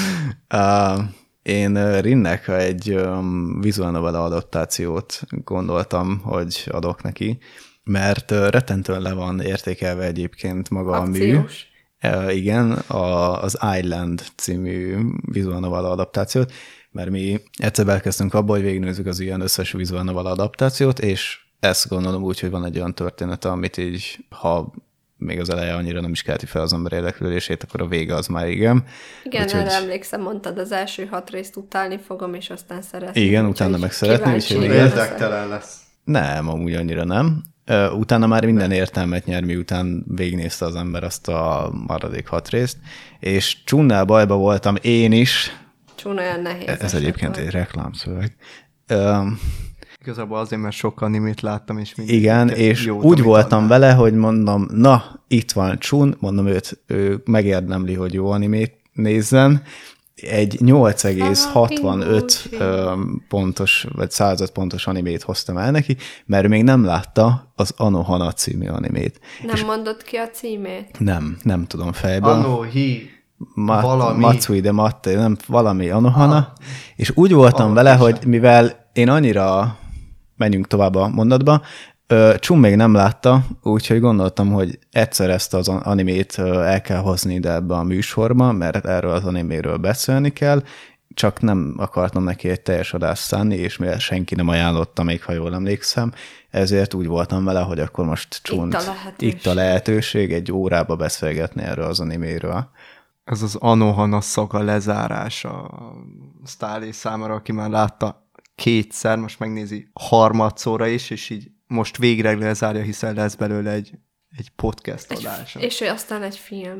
Speaker 3: Én Rinnek egy visual novel adaptációt gondoltam, hogy adok neki, mert rettentően le van értékelve egyébként maga a mű.
Speaker 1: Akciós.
Speaker 3: Igen, az Island című visual novel adaptációt, mert mi egyszer elkezdtünk abba, hogy végignézzük az ilyen összes visual novel adaptációt, és ezt gondolom úgy, hogy van egy olyan története, amit így, ha még az eleje annyira nem is kelti fel az ember érdeklődését, akkor a vége az már igen.
Speaker 1: Igen,
Speaker 3: Úgyhogy-
Speaker 1: erre emlékszem, mondtad, az első 6 részt utálni fogom, és aztán szeretni.
Speaker 3: Igen,
Speaker 1: Úgyhogy
Speaker 3: utána meg szeretni,
Speaker 1: kíváncsi
Speaker 3: úgyhogy
Speaker 1: leszek.
Speaker 2: érdektelen lesz.
Speaker 3: Nem, amúgy annyira nem. Utána már minden értelmet nyer, miután végignézte az ember azt a maradék 6 részt, és Csunnál bajba voltam én is.
Speaker 1: Csún olyan nehéz.
Speaker 3: Ez
Speaker 1: eset
Speaker 3: egyébként
Speaker 1: volt.
Speaker 3: egy reklámszöveg.
Speaker 2: Igazából azért, mert sok animét láttam, és mindig
Speaker 3: Igen, és
Speaker 2: jót,
Speaker 3: úgy
Speaker 2: amit
Speaker 3: voltam
Speaker 2: adnál.
Speaker 3: vele, hogy mondom, na, itt van Chun, mondom, ő megérdemli, hogy jó animét nézzen. Egy 8,65 pontos, vagy 105 pontos animét hoztam el neki, mert még nem látta az Anohana című animét.
Speaker 1: Nem mondott ki a címét?
Speaker 3: Nem tudom fejből.
Speaker 2: Anohi valami.
Speaker 3: Matsui de Matte, nem, valami Anohana, és úgy voltam vele, hogy mivel én annyira, menjünk tovább a mondatba, Chun még nem látta, úgyhogy gondoltam, hogy egyszer ezt az animét el kell hozni ide ebbe a műsorba, mert erről az animéről beszélni kell, csak nem akartam neki egy teljes adást szánni, és mivel senki nem ajánlotta még, ha jól emlékszem, ezért úgy voltam vele, hogy akkor most Chunt, itt a lehetőség egy órába beszélgetni erről az animéről.
Speaker 2: Ez az Anohana szaga lezárása a Sztálé számára, aki már látta 2-szer, most megnézi harmadszorra is, és így most végre lezárja, hiszen lesz belőle egy podcast adása.
Speaker 1: És aztán egy film.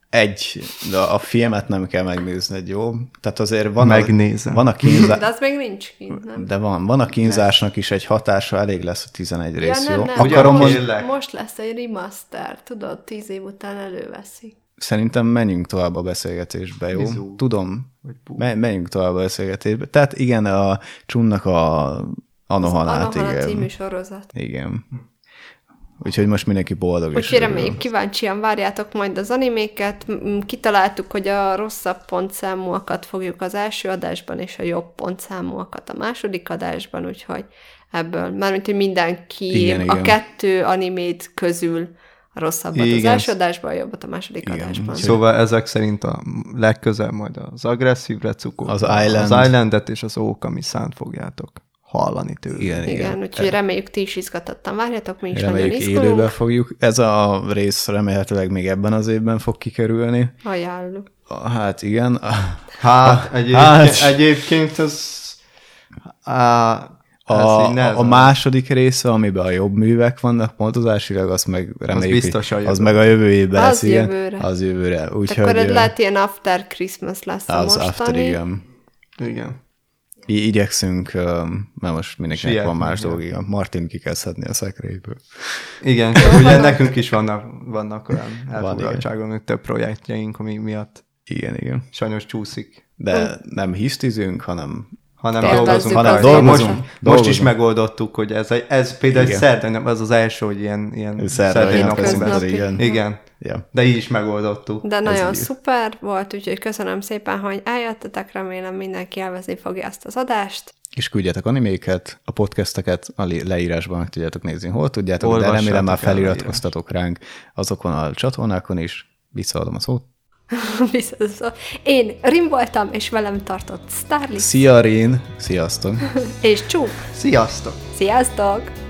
Speaker 3: de a filmet nem kell megnézned, jó? Tehát azért van
Speaker 2: Megnézem.
Speaker 3: Van a kínzás.
Speaker 1: De az még nincs kint, nem?
Speaker 3: De van a kínzásnak is egy hatása, elég lesz a 11 rész,
Speaker 1: nem,
Speaker 3: jó?
Speaker 1: nem,
Speaker 3: Akarom
Speaker 1: most lesz egy remaster, tudod, 10 év után előveszik.
Speaker 3: Szerintem menjünk tovább a beszélgetésbe, jó?
Speaker 2: Bizú.
Speaker 3: Tudom. Menjünk tovább a beszélgetésbe. Tehát igen, a Csunnak a Anohana
Speaker 1: című sorozat.
Speaker 3: Igen. Úgyhogy most mindenki boldog.
Speaker 1: Úgyhogy reméljük, kíváncsian várjátok majd az animéket. Kitaláltuk, hogy a rosszabb pontszámúakat fogjuk az első adásban, és a jobb pontszámúakat a második adásban, úgyhogy ebből, mármint, hogy mindenki
Speaker 3: igen.
Speaker 1: a 2 animét közül a rosszabbat az első adásban, a jobbat a második adásban.
Speaker 2: Szóval ezek szerint a legközelebb majd az agresszív recukót,
Speaker 3: az
Speaker 2: Islandet és az Ókami szánt fogjátok hallani tőle.
Speaker 1: Igen, úgyhogy reméljük, ti is izgatottan várjátok, mi is nagyon izgulunk.
Speaker 3: Élőben fogjuk. Ez a rész remélhetőleg még ebben az évben fog kikerülni.
Speaker 1: Ajánljuk.
Speaker 3: Hát igen.
Speaker 2: Egyébként ez...
Speaker 3: A második része, amiben a jobb művek vannak pontozásilag, azt meg reméljük, az meg a jövő évben lesz, igen. Az jövőre. Úgyhogy,
Speaker 1: akkor lehet ilyen After Christmas lesz a mostani.
Speaker 3: After,
Speaker 2: igen.
Speaker 3: Igyekszünk, mert most mindenkinek van más dolgja. Martin ki kell szedni a szekréből.
Speaker 2: Igen, ugye nekünk is vannak olyan elfoglaltságon, hogy több projektjeink, ami miatt
Speaker 3: igen.
Speaker 2: sajnos csúszik.
Speaker 3: De nem hisztizünk, hanem
Speaker 2: dolgozunk. Most is megoldottuk, hogy ez például egy szerdai nap, az első, hogy ilyen szerdai nap. Igen.
Speaker 3: Ja.
Speaker 2: De így is megoldottuk.
Speaker 1: De nagyon szuper volt, úgyhogy köszönöm szépen, hogy eljöttetek, remélem mindenki élvezni fogja ezt az adást.
Speaker 3: És küldjetek animéket, a podcasteket a leírásban meg tudjátok nézni, hol tudjátok, de remélem már feliratkoztatok ránk azokon a csatornákon is. Visszaadom a szót.
Speaker 1: Én Rim voltam, és velem tartott Starlix.
Speaker 3: Szia Rin! Sziasztok!
Speaker 1: És Csú!
Speaker 2: Sziasztok!
Speaker 1: Sziasztok!